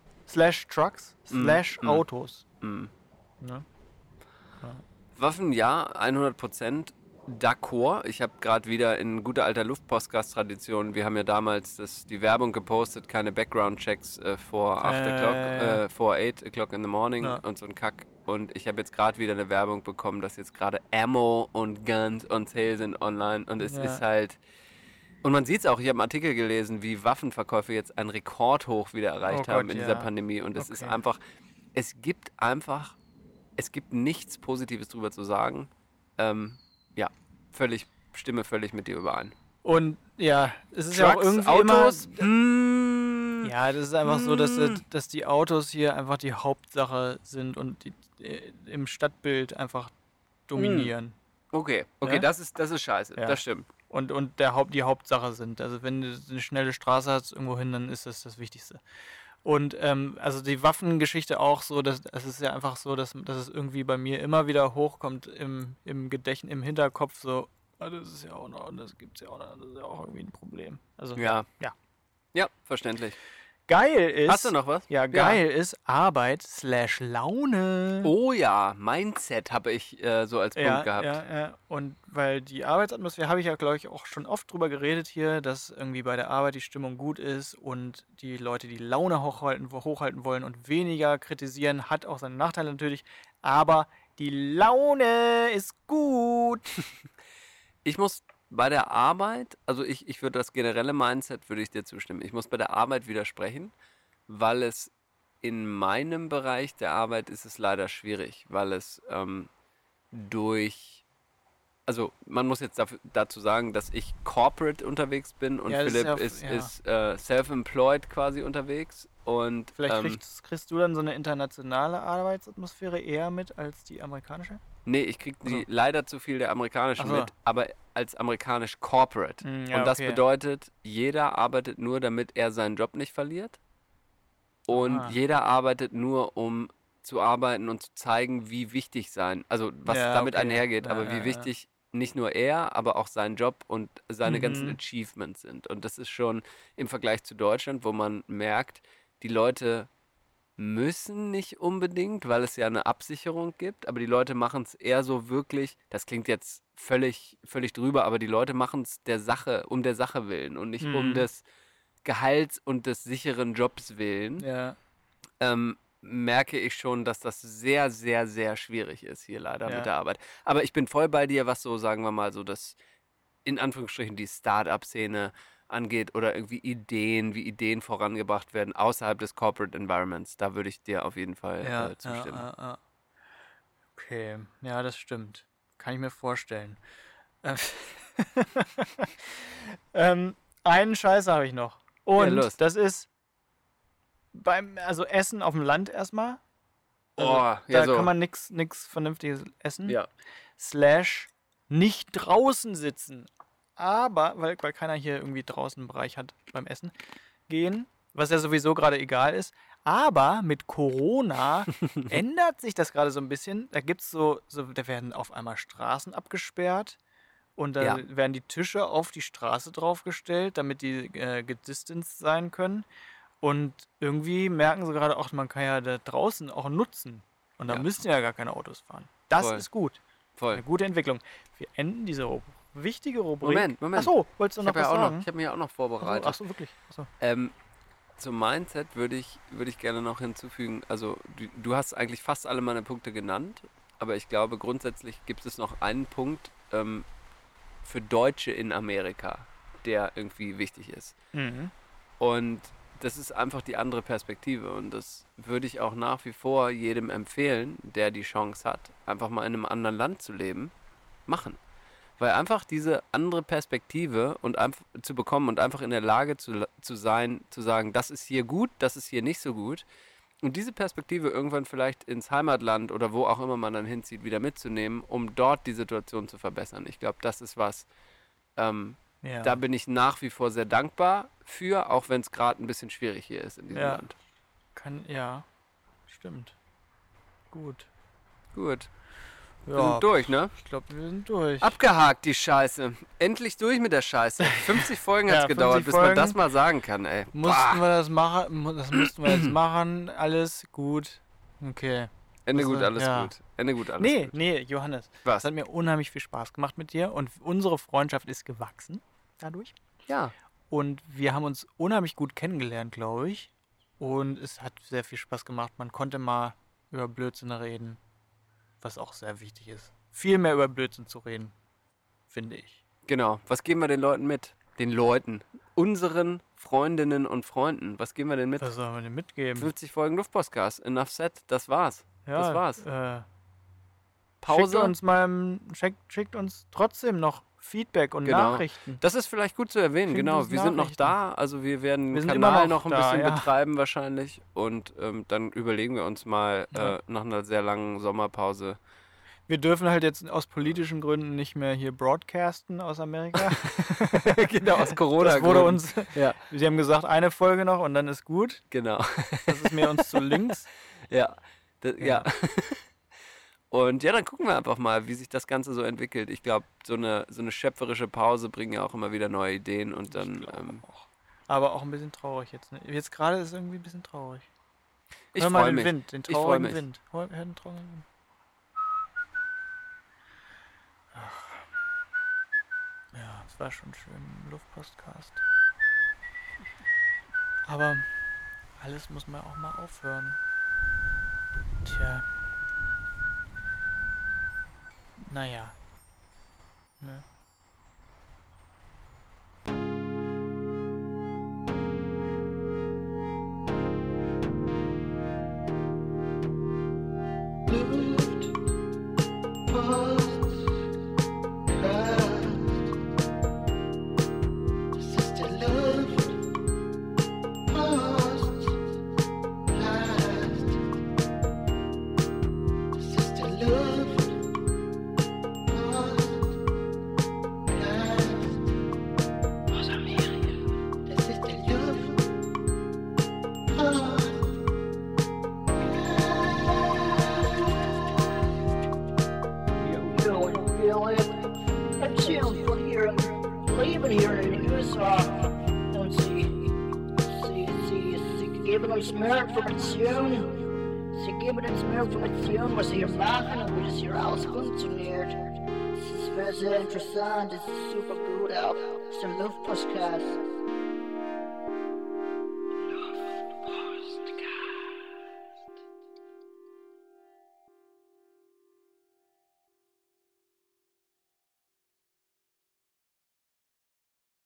Autos. Ne? Ja. Waffen, ja, 100%. D'accord. Ich habe gerade wieder in guter alter Luftpostcast-Tradition, wir haben ja damals die Werbung gepostet, keine Background-Checks vor 8 o'clock in the morning und so ein Kack. Und ich habe jetzt gerade wieder eine Werbung bekommen, dass jetzt gerade Ammo und Guns on sale sind online. Und es ist halt... Und man sieht es auch, ich habe einen Artikel gelesen, wie Waffenverkäufe jetzt einen Rekordhoch wieder erreicht haben in dieser Pandemie. Und es ist einfach... Es gibt nichts Positives drüber zu sagen. Stimme völlig mit dir überein. Und ja, es ist Trucks, ja auch irgendwie Autos, ja, das ist einfach so, dass die Autos hier einfach die Hauptsache sind und im Stadtbild einfach dominieren. Okay, Ja? das ist scheiße, das stimmt. Und die Hauptsache sind. Also wenn du eine schnelle Straße hast irgendwo hin, dann ist das Wichtigste. Und also die Waffengeschichte auch so, es ist ja einfach so, dass es irgendwie bei mir immer wieder hochkommt im Gedächtnis, im Hinterkopf so, das ist ja auch noch, das gibt's ja auch noch, das ist ja auch irgendwie ein Problem. Also Ja, verständlich. Geil ist... Hast du noch was? Ja, geil ist Arbeit/Laune. Oh ja, Mindset habe ich so als Punkt gehabt. Ja. Und weil die Arbeitsatmosphäre, habe ich ja, glaube ich, auch schon oft drüber geredet hier, dass irgendwie bei der Arbeit die Stimmung gut ist und die Leute die Laune hochhalten wollen und weniger kritisieren, hat auch seine Nachteile natürlich, aber die Laune ist gut. Ich muss bei der Arbeit, also ich würde das generelle Mindset, würde ich dir zustimmen. Ich muss bei der Arbeit widersprechen, weil es in meinem Bereich der Arbeit ist es leider schwierig, weil es also man muss jetzt dazu sagen, dass ich corporate unterwegs bin und Philipp ist self-employed quasi unterwegs. Und vielleicht kriegst du dann so eine internationale Arbeitsatmosphäre eher mit als die amerikanische? Nee, ich krieg leider zu viel der amerikanischen mit, aber als amerikanisch corporate. Und das bedeutet, jeder arbeitet nur, damit er seinen Job nicht verliert. Und jeder arbeitet nur, um zu arbeiten und zu zeigen, wie wichtig was damit einhergeht, aber wie wichtig nicht nur er, aber auch sein Job und seine ganzen Achievements sind. Und das ist schon im Vergleich zu Deutschland, wo man merkt, die Leute müssen nicht unbedingt, weil es ja eine Absicherung gibt, aber die Leute machen es eher so wirklich, das klingt jetzt völlig drüber, aber die Leute machen es um der Sache willen und nicht um des Gehalts und des sicheren Jobs willen. Ja. Merke ich schon, dass das sehr, sehr, sehr schwierig ist hier leider mit der Arbeit. Aber ich bin voll bei dir, was so, sagen wir mal, so das in Anführungsstrichen die Start-up-Szene angeht oder irgendwie wie Ideen vorangebracht werden außerhalb des Corporate Environments. Da würde ich dir auf jeden Fall zustimmen. Okay, ja, das stimmt. Kann ich mir vorstellen. Einen Scheiß habe ich noch. Und das ist Essen auf dem Land erstmal. Da kann man nix Vernünftiges essen. Ja. / nicht draußen sitzen. Aber, weil keiner hier irgendwie draußen einen Bereich hat beim Essen, gehen, was ja sowieso gerade egal ist. Aber mit Corona ändert sich das gerade so ein bisschen. Da gibt's da werden auf einmal Straßen abgesperrt und da werden die Tische auf die Straße draufgestellt, damit die gedistanced sein können. Und irgendwie merken sie gerade auch, man kann ja da draußen auch nutzen. Und da müssten ja gar keine Autos fahren. Das ist gut. Voll. Eine gute Entwicklung. Wir enden diese wichtige Rubrik. Moment. Achso, wolltest du noch was sagen? Ich habe mich ja auch noch vorbereitet. Achso, wirklich? Achso. Zum Mindset würde ich gerne noch hinzufügen, also du hast eigentlich fast alle meine Punkte genannt, aber ich glaube grundsätzlich gibt es noch einen Punkt für Deutsche in Amerika, der irgendwie wichtig ist. Und das ist einfach die andere Perspektive und das würde ich auch nach wie vor jedem empfehlen, der die Chance hat, einfach mal in einem anderen Land zu leben, machen. Weil einfach diese andere Perspektive zu bekommen und einfach in der Lage zu sein, zu sagen, das ist hier gut, das ist hier nicht so gut. Und diese Perspektive irgendwann vielleicht ins Heimatland oder wo auch immer man dann hinzieht, wieder mitzunehmen, um dort die Situation zu verbessern. Ich glaube, das ist was, da bin ich nach wie vor sehr dankbar für, auch wenn es gerade ein bisschen schwierig hier ist in diesem Land. Stimmt. Gut. Wir sind durch, ne? Ich glaube, wir sind durch. Abgehakt, die Scheiße. Endlich durch mit der Scheiße. 50 Folgen hat es gedauert, bis man das mal sagen kann, ey. Mussten wir das machen? Das mussten wir jetzt machen. Alles gut. Okay. Ende gut, alles gut. Ende gut, alles gut. Nee, Johannes. Was? Es hat mir unheimlich viel Spaß gemacht mit dir und unsere Freundschaft ist gewachsen dadurch. Ja. Und wir haben uns unheimlich gut kennengelernt, glaube ich. Und es hat sehr viel Spaß gemacht. Man konnte mal über Blödsinn reden. Was auch sehr wichtig ist. Viel mehr über Blödsinn zu reden, finde ich. Genau. Was geben wir den Leuten mit? Den Leuten. Unseren Freundinnen und Freunden. Was geben wir denn mit? Was sollen wir denn mitgeben? 50 Folgen Luftpostcast. Enough said. Das war's. Ja, das war's. Pause. Schickt uns trotzdem noch Feedback und Nachrichten. Das ist vielleicht gut zu erwähnen, genau. Wir sind noch da, also wir werden den Kanal noch ein bisschen betreiben wahrscheinlich und dann überlegen wir uns mal nach einer sehr langen Sommerpause. Wir dürfen halt jetzt aus politischen Gründen nicht mehr hier broadcasten aus Amerika. Genau, aus Corona. Das wurde uns, sie haben gesagt, eine Folge noch und dann ist gut. Genau. Das ist mir uns zu links. Ja. Und dann gucken wir einfach mal, wie sich das Ganze so entwickelt. Ich glaube, so eine schöpferische Pause bringt ja auch immer wieder neue Ideen und dann... Aber auch ein bisschen traurig jetzt. Ne? Jetzt gerade ist es irgendwie ein bisschen traurig. Ich freue mich. Wind, den traurigen Wind. Hör den traurigen Wind. Ach. Ja, es war schon schön im Luftpostcast. Aber alles muss man auch mal aufhören. Tja. Naja. Ne? uns mehr Informationen. Sie geben uns mehr Informationen, was Sie hier machen und wie das hier alles funktioniert. Das wäre sehr interessant, das ist super gut auch. Das ist ein Luftpostcast.